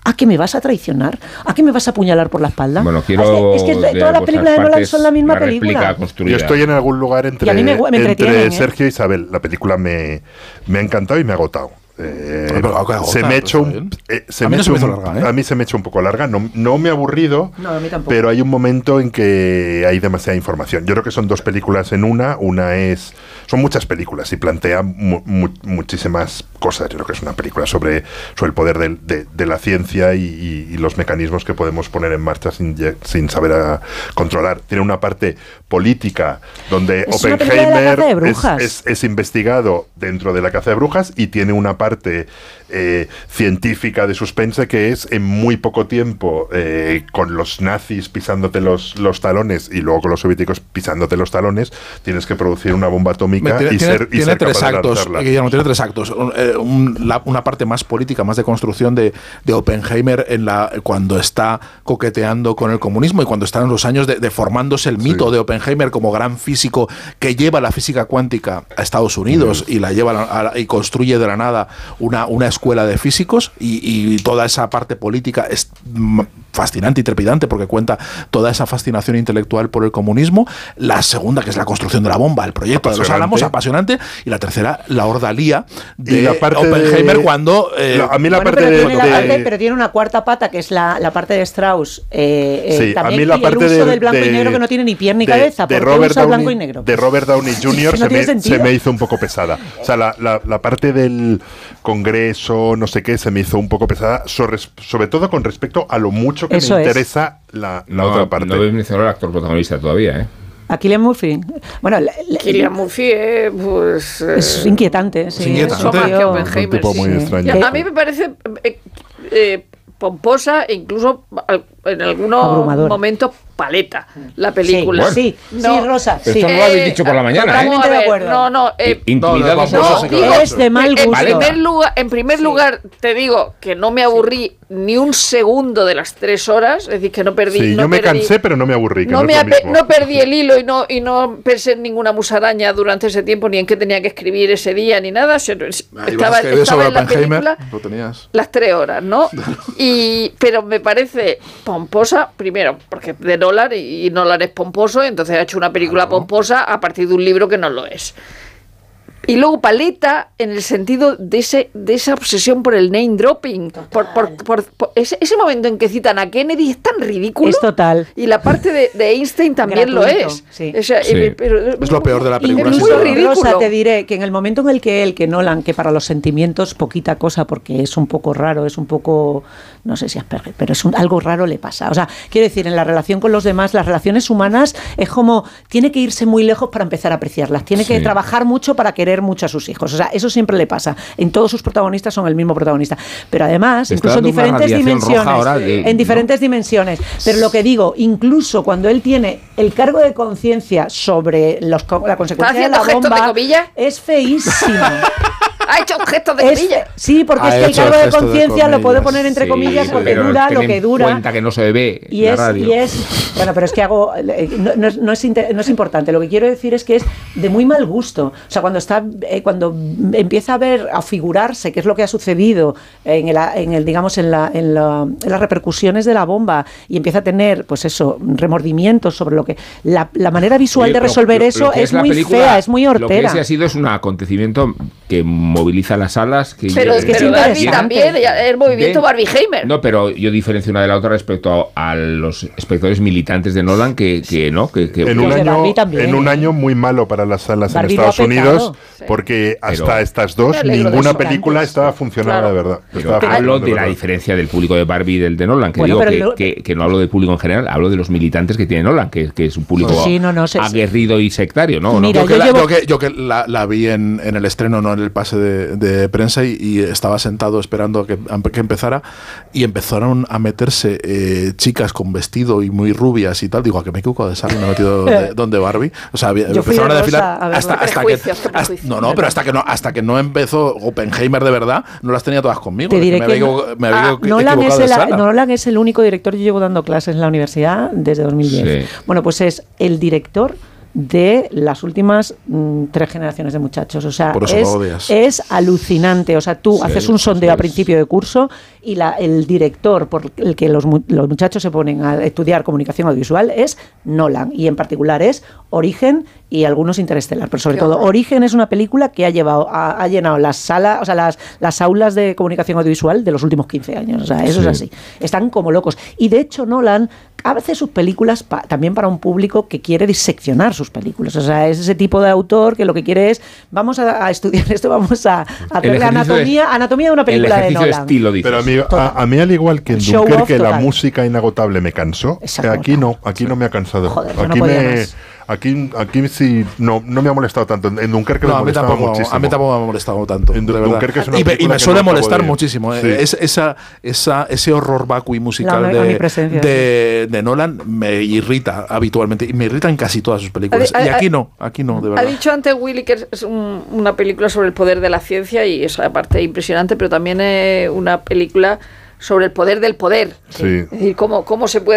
¿A que me vas a traicionar? ¿A que me vas a apuñalar por la espalda? Bueno, quiero es que, es que de todas las películas de Nolan son la misma una película. Yo estoy en algún lugar entre, me, me entre ¿eh? Sergio y Isabel. La película me, me ha encantado y me ha agotado. Eh, pero, okay, se agota, me echa pues, un, eh, se a me mí no se me un, hizo larga, ¿eh? A mí se me echa un poco larga. No, no me ha aburrido, no, a mí tampoco. pero hay un momento en que hay demasiada información. Yo creo que son dos películas en una. Una es... Son muchas películas y plantea mu, mu, muchísimas cosas. Yo creo que es una película sobre, sobre el poder de, de, de la ciencia y, y, y los mecanismos que podemos poner en marcha sin, sin saber a controlar. Tiene una parte política donde es Oppenheimer es, es, es investigado dentro de la caza de brujas, y tiene una parte eh, científica de suspense que es en muy poco tiempo, eh, con los nazis pisándote los, los talones y luego con los soviéticos pisándote los talones, tienes que producir una bomba atómica tiene, y tiene, ser, y tiene ser tres capaz actos, de lanzarla. Guillermo, tiene tres actos. Un, eh, un, la, una parte más política, más de construcción de, de Oppenheimer en la, cuando está coqueteando con el comunismo y cuando están en los años de, de formándose el mito sí. de Oppenheimer como gran físico que lleva la física cuántica a Estados Unidos sí. y la lleva a, a, y construye de la nada una, una escuela de físicos, y, y toda esa parte política es fascinante y trepidante porque cuenta toda esa fascinación intelectual por el comunismo. La segunda, que es la construcción de la bomba, el proyecto de los Álamos, apasionante. Y la tercera, la ordalía de la parte Oppenheimer de, cuando... Eh, la, a mí la bueno, parte pero, de, tiene la de, parte, pero tiene una cuarta pata, que es la, la parte de Strauss. Eh, sí, eh, también, a mí la y parte el uso de, del blanco de, y negro, que no tiene ni pie ni de, cabeza. De ¿Por Robert qué usa Downey, blanco y negro? de Robert Downey junior no se, me, se me hizo un poco pesada. O sea, la, la, la parte del Congreso, no sé qué, se me hizo un poco pesada, sobre, sobre todo con respecto a lo mucho que Eso me es. interesa la, la no, otra parte. No habéis mencionado al actor protagonista todavía, ¿eh? A Cillian Murphy. Bueno, la, la, Cillian Murphy eh, pues, eh, es inquietante. Sí, es inquietante. Eso más que Oppenheimer, un tipo muy sí. extraño. Ya, a mí me parece eh, eh, pomposa e incluso en algunos Abrumadora. momentos paleta la película. Sí, sí, no, sí, Rosa. Pero sí. esto no lo habéis dicho por la mañana, ¿eh? Totalmente de acuerdo. No, no. Eh, Intimidados no, no, vosotros. no, digo, es de mal en gusto. primer lugar, en primer Sí. lugar te digo que no me aburrí sí. ni un segundo de las tres horas, es decir, que no perdí. Sí, no yo me perdí, cansé, pero no me aburrí. Que no, no, me es lo ape- mismo. no perdí el hilo y no y no pensé en ninguna musaraña durante ese tiempo, ni en qué tenía que escribir ese día, ni nada. O sea, estaba estaba en la película lo tenías. las tres horas, ¿no? y pero me parece pomposa, primero, porque de Nolan y, y Nolan es pomposo, entonces ha hecho una película Claro. pomposa a partir de un libro que no lo es. Y luego paleta en el sentido de ese de esa obsesión por el name dropping, por, por, por, por ese, ese momento en que citan a Kennedy es tan ridículo. Es total. Y la parte de, de Einstein también Gratuito, lo es. sí. O sea, Sí. eh, pero, Es lo peor de la película. Es sin muy duda. ridículo. Rosa, te diré que en el momento en el que él, que Nolan, que para los sentimientos poquita cosa, porque es un poco raro, es un poco, no sé si Asperger, pero es un, algo raro le pasa. O sea, quiero decir, en la relación con los demás, las relaciones humanas es como, tiene que irse muy lejos para empezar a apreciarlas, tiene que Sí. trabajar mucho para querer mucho a sus hijos. O sea, eso siempre le pasa. En todos sus protagonistas son el mismo protagonista. Pero además, Te está incluso en dando una diferentes radiación dimensiones. roja ahora de- en diferentes dimensiones. Pero lo que digo, incluso cuando él tiene el cargo de conciencia sobre los, co- la consecuencia de haciendo la gestos de bomba, comillas? es feísimo. Ha hecho gestos de Es- comillas. sí, porque Ha es que el hecho cargo de gesto de conciencia lo puedo comillas. poner entre Sí, comillas porque pero dura ten lo en que dura. cuenta que no se ve Y la es, radio. y es, bueno, pero es que hago, eh, no, no es, no, es inter- no es importante. Lo que quiero decir es que es de muy mal gusto. O sea, cuando está, eh, cuando empieza a ver, a figurarse qué es lo que ha sucedido en el, en el digamos, en, la, en, la- en las repercusiones de la bomba y empieza a tener, pues eso, remordimientos sobre lo que la, la manera visual Oye, de lo- resolver lo- eso lo que es la muy película, fea, es muy Lo que hortera. ese ha sido es un acontecimiento que moviliza las salas. Que Pero, es que es pero Barbie interesante. también, el movimiento De- Barbieheimer. No, pero yo diferencio una de la otra respecto a, a los espectadores militantes de Nolan que, que no, que, que En un, Los de año, Barbie también, en un ¿eh? año muy malo para las salas Barbie en lo ha Estados petado. Unidos, porque hasta Pero- estas dos Me alegro de ninguna eso. película estaba funcionando Claro. de verdad. Pero Estaba hablo funcionando de la verdad. diferencia del público de Barbie y del de Nolan, que Bueno, digo pero que, lo- que, que no hablo del público en general, hablo de los militantes que tiene Nolan, que, que es un público Sí, no, no, se- aguerrido y sectario, ¿no? Mira, ¿No? Yo que, yo la, llevo- yo que- yo que la, la vi en, en el estreno, no en el pase de, de prensa, y, y estaba sentado esperando a que, a que empezara, y empezaron a meterse eh, chicas con vestido y muy rubias y tal. Digo, ¿a que me he equivocado de sala y me he metido donde, donde Barbie? O sea, había- Yo fui empezaron de a desfilar rosa a verlo. hasta, Qué hasta que... prejuicios, qué hasta- prejuicios. no, no, pero hasta que no, hasta que no empezó Oppenheimer de verdad, no las tenía todas conmigo. Te Es diré me que había, no- equivo- me había Ah, equivo- Nolan, equivocado es de el, sala. Nolan es el único director. Yo llevo dando clases en la universidad desde dos mil diez. Sí. Bueno, pues es el director de las últimas mm, tres generaciones de muchachos. O sea, Por eso es, lo odias. es alucinante. O sea, tú Sí, haces un sondeo sí, a principio de curso y la, el director por el que los, mu- los muchachos se ponen a estudiar comunicación audiovisual es Nolan, y en particular es Origen y algunos Interestelar, pero sobre Qué todo horror. Origen es una película que ha llevado ha, ha llenado las salas, o sea, las, las aulas de comunicación audiovisual de los últimos quince años. O sea, eso Sí. es así. Están como locos. Y de hecho Nolan hace sus películas pa- también para un público que quiere diseccionar sus películas. O sea, es ese tipo de autor que lo que quiere es, vamos a, a estudiar esto, vamos a, a hacer la ejercicio anatomía, de- anatomía de una película el de ejercicio de Nolan. estilo, dices. Pero a mí, a, a mí, al igual que en Show off Dunkerque, la total. música inagotable me cansó. Exacto. Aquí no, aquí no me ha cansado. Joder, yo no aquí podía me, más. aquí, aquí sí, no, no me ha molestado tanto. En Dunkerque No, me a mí, molestaba tampoco, muchísimo. a mí tampoco me ha molestado tanto. En de Dun- verdad. Dunkerque es una y, me, y película me que suele no acabo molestar de- muchísimo. eh. Sí. Es, esa, esa, ese horror vacui musical La de, omnipresencia, de, de Nolan me irrita habitualmente. Y me irrita en casi todas sus películas. Ha di- Y ha- aquí no, aquí no, de Ha verdad. dicho antes Willy que es un- una película sobre el poder de la ciencia y es aparte impresionante, pero también es una película sobre el poder del poder. Sí. Es decir, cómo, cómo se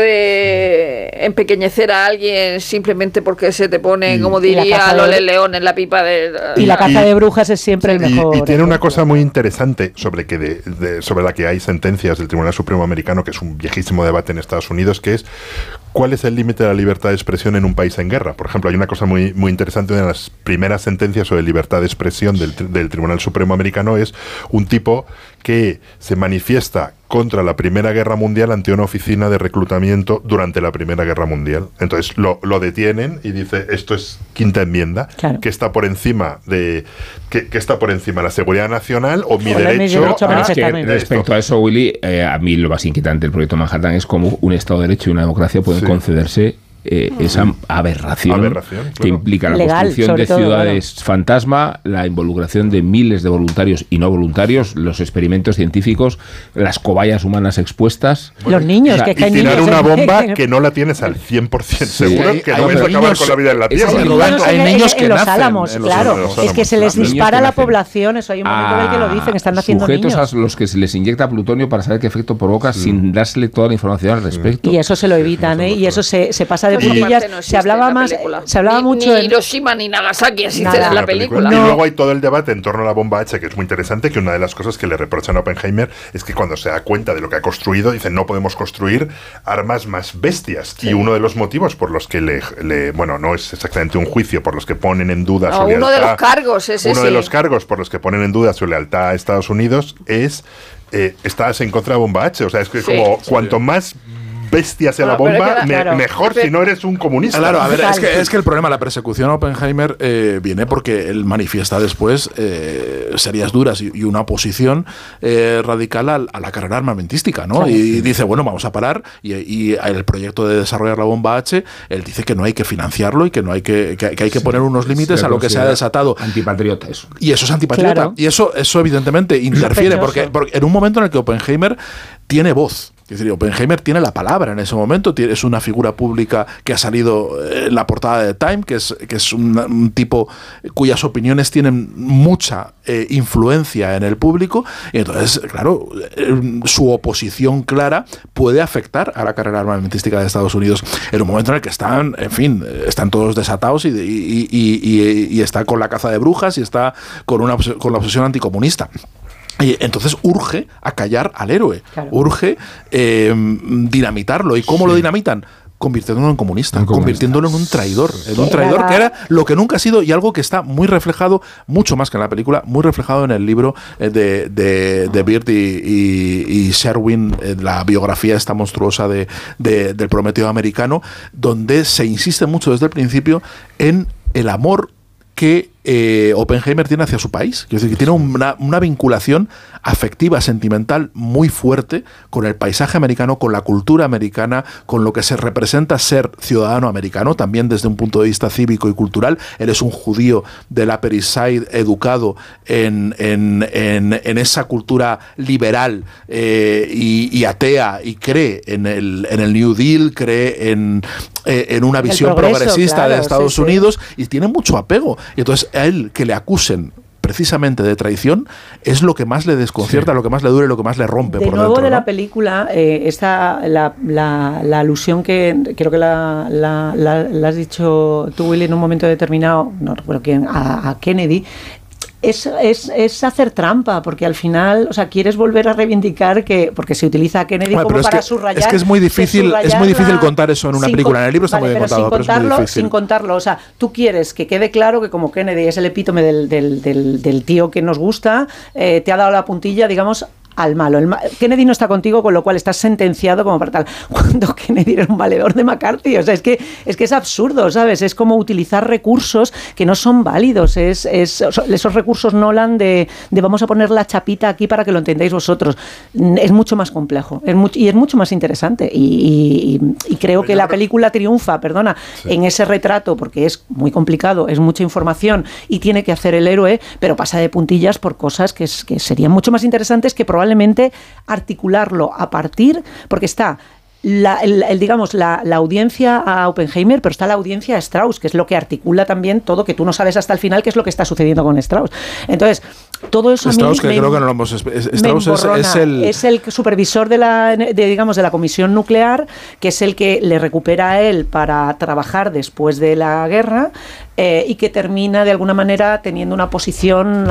puede empequeñecer a alguien simplemente porque se te pone, Y- como Y la diría caza de- Lole León, en la pipa de... Y la Y- caza de brujas es siempre el Y, mejor. y tiene una ejemplo. cosa muy interesante sobre que de, de- sobre la que hay sentencias del Tribunal Supremo Americano, que es un viejísimo debate en Estados Unidos, que es cuál es el límite de la libertad de expresión en un país en guerra. Por ejemplo, hay una cosa muy, muy interesante, una de las primeras sentencias sobre libertad de expresión del, tri- del Tribunal Supremo Americano es un tipo que se manifiesta contra la Primera Guerra Mundial ante una oficina de reclutamiento durante la Primera Guerra Mundial. Entonces lo, lo detienen y dice, esto es quinta enmienda, Claro. que está por encima de que, que está por encima la seguridad nacional o mi O la- mi derecho, derecho a a- Pero es que manifestarme. respecto a eso, Willy, eh, a mí lo más inquietante del proyecto Manhattan es cómo un Estado de Derecho y una democracia pueden Sí. concederse eh, esa aberración, Aberración, que claro. implica la Legal, construcción sobre de todo, ciudades fantasma, la involucración de miles de voluntarios y no voluntarios, los experimentos científicos, las cobayas humanas expuestas. Los niños, O sea, que, que hay y tirar niños una en- bomba que no la tienes al cien por ciento Sí. seguro, Hay- que hay no vas a acabar niños- con la vida en la es tierra. que Rubén, niños hay en- niños en, que en los nacen álamos, en los claro. álamos, Es que se claro. les Niños dispara que la nacen. población, eso hay un momento en el que lo dicen, están naciendo sujetos niños. a los que se les inyecta plutonio para saber qué efecto provoca sin dársele toda la información al respecto. Y eso se lo evitan, ¿eh? Y eso se, se pasa de Eso puntillas. aparte no Se existe hablaba en la más, película. se hablaba Ni- mucho ni en- Hiroshima ni Nagasaki existen Nada. en la La película. Y No. luego hay todo el debate en torno a la bomba H, que es muy interesante, que una de las cosas que le reprochan a Oppenheimer es que cuando se da cuenta de lo que ha construido, dicen no podemos construir armas más bestias. Y uno de los motivos por los que le, le- bueno, no es exactamente un juicio, por los que ponen en duda No, su uno de lealtad- los cargos es Uno ese. de los cargos por los que ponen en duda su lealtad a Estados Unidos es eh, estás en contra de la bomba H. O sea, es que Sí, como sí. cuanto más bestia sea Bueno, la pero bomba, es que la- me- claro. mejor si no eres un comunista. Claro, a ver, Total. es que, es que el problema, la persecución a Oppenheimer eh, viene porque él manifiesta después eh, serias duras y, y una oposición eh, radical al- a, la carrera armamentística, ¿no? Claro. Y dice, bueno, vamos a parar. Y, y el proyecto de desarrollar la bomba H, él dice que no hay que financiarlo y que no hay que, que, que hay que poner unos límites Se a lo que se ha considera desatado. Antipatriota eso. Y eso es antipatriota. Claro. Y eso, eso evidentemente interfiere, Sospechoso. porque, porque en un momento en el que Oppenheimer tiene voz. Es decir, Oppenheimer tiene la palabra en ese momento, tiene- es una figura pública que ha salido en la portada de Time, que es, que es un, un tipo cuyas opiniones tienen mucha eh, influencia en el público, y entonces, claro, eh, su oposición clara puede afectar a la carrera armamentística de Estados Unidos en un momento en el que están, en fin, eh, están todos desatados y, y, y, y- y está con la caza de brujas y está con, una, obs- con la obsesión anticomunista. Y entonces urge acallar al héroe, Claro. urge eh, dinamitarlo. ¿Y cómo lo dinamitan? Convirtiéndolo en comunista, En comunista. convirtiéndolo en un traidor, en Sí, un traidor era- que era lo que nunca ha sido y algo que está muy reflejado, mucho más que en la película, muy reflejado en el libro eh, de, de, de Beard y, y, y Sherwin, eh, la biografía esta monstruosa de, de- del Prometeo americano, donde se insiste mucho desde el principio en el amor que eh, Oppenheimer tiene hacia su país. Quiero decir, que tiene una, una vinculación afectiva, sentimental muy fuerte con el paisaje americano, con la cultura americana, con lo que se representa ser ciudadano americano, también desde un punto de vista cívico y cultural. Él es un judío del Upper East Side, educado en, en, en, en esa cultura liberal eh, y, y atea, y cree en el, en el New Deal, cree en, eh, en una El visión progreso, progresista claro, de Estados sí, sí. Unidos, y tiene mucho apego. Y entonces a él que le acusen precisamente de traición, es lo que más le desconcierta, sí. lo que más le duele, lo que más le rompe de por nuevo dentro, de ¿no? la película, eh, esta, la, la, la alusión que creo que la, la, la, la has dicho tú, Willy, en un momento determinado, no recuerdo quién, a, a Kennedy. Es, es, es hacer trampa, porque al final, o sea, quieres volver a reivindicar que, porque se utiliza a Kennedy bueno, como para es que, subrayar. Es que es muy difícil, es muy difícil contar eso en una película. En el libro está vale, muy bien pero contado, sin contarlo, pero es muy difícil. Sin contarlo, o sea, tú quieres que quede claro que como Kennedy es el epítome del, del, del, del tío que nos gusta, eh, te ha dado la puntilla, digamos, al malo. El ma- Kennedy no está contigo, con lo cual estás sentenciado como para tal. Cuando Kennedy era un valedor de McCarthy, o sea, es que es que es absurdo, ¿sabes? Es como utilizar recursos que no son válidos. Es, es esos recursos Nolan de, de vamos a poner la chapita aquí para que lo entendáis vosotros. Es mucho más complejo es mucho, y es mucho más interesante. Y, y, y creo que la película triunfa, perdona, sí. en ese retrato, porque es muy complicado, es mucha información y tiene que hacer el héroe, pero pasa de puntillas por cosas que, es, que serían mucho más interesantes que probablemente articularlo a partir, porque está la, el, el, digamos, la, la audiencia a Oppenheimer, pero está la audiencia a Strauss, que es lo que articula también todo, que tú no sabes hasta el final qué es lo que está sucediendo con Strauss. Entonces, todo eso Strauss, a mí que me, creo que no lo hemos... Strauss es, es el... es el supervisor de la, de, digamos, de la comisión nuclear, que es el que le recupera a él para trabajar después de la guerra, eh, y que termina de alguna manera teniendo una posición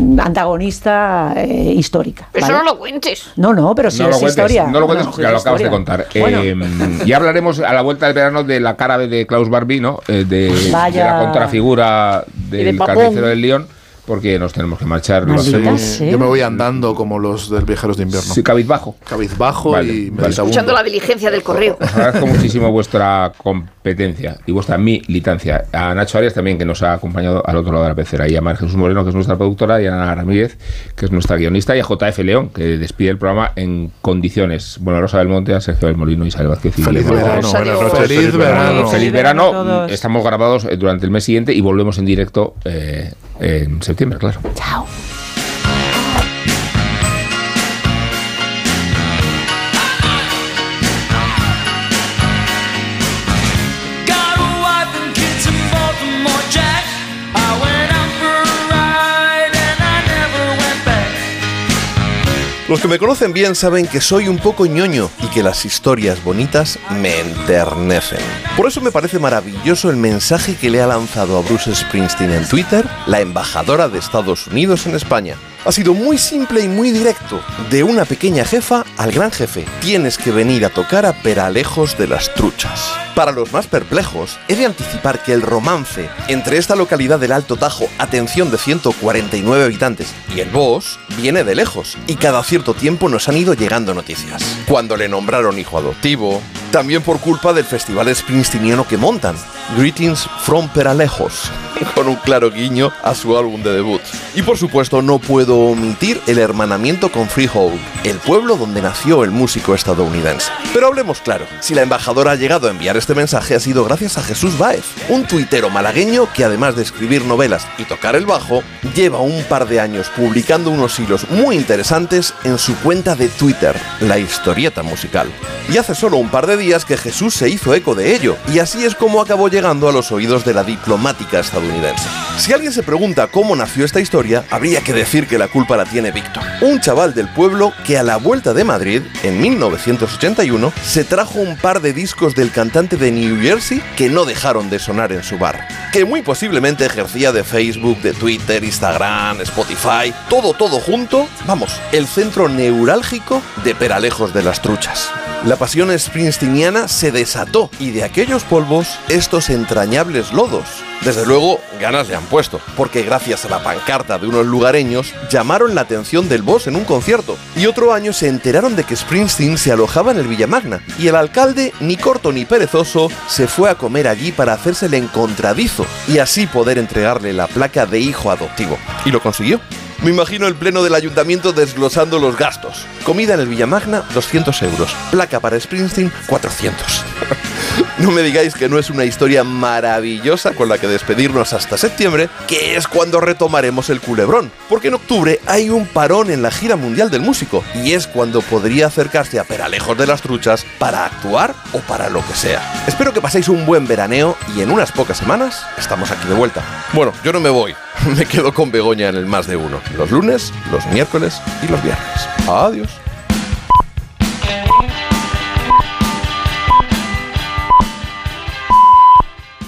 antagonista eh, histórica. ¿vale? Eso no lo cuentes. No, no, pero sí no es lo cuentes, historia. No lo cuentes no, porque lo acabas de contar. Bueno. Eh, ya hablaremos a la vuelta del verano de la cara B de Klaus Barbie, ¿no? Eh, de, de la contrafigura del carnicero del León. Porque nos tenemos que marchar. Lo hacemos. Yo me voy andando como los del Viajeros de Invierno. Sí, cabizbajo. Cabizbajo vale, y vale. Escuchando la diligencia del correo. Os agradezco muchísimo vuestra competencia y vuestra militancia. A Nacho Arias también, que nos ha acompañado al otro lado de la pecera. Y a María Jesús Moreno, que es nuestra productora. Y a Ana Ramírez, que es nuestra guionista. Y a J F León, que despide el programa en condiciones. Bueno, Rosa del Monte, a Sergio del Molino y Isabel Vázquez. Feliz verano. Bueno, Feliz, noches, feliz, feliz verano. verano. Feliz verano. verano. Estamos grabados durante el mes siguiente y volvemos en directo eh, en septiembre, claro. Chao. Los que me conocen bien saben que soy un poco ñoño y que las historias bonitas me enternecen. Por eso me parece maravilloso el mensaje que le ha lanzado a Bruce Springsteen en Twitter la embajadora de Estados Unidos en España. Ha sido muy simple y muy directo. De una pequeña jefa al gran jefe. Tienes que venir a tocar a Peralejos de las Truchas. Para los más perplejos, he de anticipar que el romance entre esta localidad del Alto Tajo, atención de ciento cuarenta y nueve habitantes, y el boss, viene de lejos, y cada cierto tiempo nos han ido llegando noticias. Cuando le nombraron hijo adoptivo, también por culpa del festival springsteeniano que montan, Greetings from Peralejos, con un claro guiño a su álbum de debut. Y por supuesto no puedo omitir el hermanamiento con Freehold, el pueblo donde nació el músico estadounidense. Pero hablemos claro, si la embajadora ha llegado a enviar este mensaje ha sido gracias a Jesús Báez, un tuitero malagueño que además de escribir novelas y tocar el bajo, lleva un par de años publicando unos hilos muy interesantes en su cuenta de Twitter, La Historieta Musical. Y hace solo un par de días que Jesús se hizo eco de ello, y así es como acabó llegando a los oídos de la diplomática estadounidense. Si alguien se pregunta cómo nació esta historia, habría que decir que la culpa la tiene Víctor, un chaval del pueblo que a la vuelta de Madrid, en mil novecientos ochenta y uno, se trajo un par de discos del cantante de New Jersey que no dejaron de sonar en su bar, que muy posiblemente ejercía de Facebook, de Twitter, Instagram, Spotify, todo todo junto, vamos, el centro neurálgico de Peralejos de las Truchas. La pasión springsteeniana se desató y de aquellos polvos, estos entrañables lodos. Desde luego, ganas le han puesto, porque gracias a la pancarta de unos lugareños, llamaron la atención del boss en un concierto. Y otro año se enteraron de que Springsteen se alojaba en el Villamagna, y el alcalde, ni corto ni perezoso, se fue a comer allí para hacerse el encontradizo, y así poder entregarle la placa de hijo adoptivo. Y lo consiguió. Me imagino el pleno del ayuntamiento desglosando los gastos. Comida en el Villamagna, doscientos euros. Placa para Springsteen, cuatrocientos. No me digáis que no es una historia maravillosa con la que despedirnos hasta septiembre, que es cuando retomaremos el culebrón, porque en octubre hay un parón en la gira mundial del músico, y es cuando podría acercarse a Peralejos de las Truchas para actuar o para lo que sea. Espero que paséis un buen veraneo y en unas pocas semanas estamos aquí de vuelta. Bueno, yo no me voy, me quedo con Begoña en el Más de Uno, los lunes, los miércoles y los viernes. Adiós.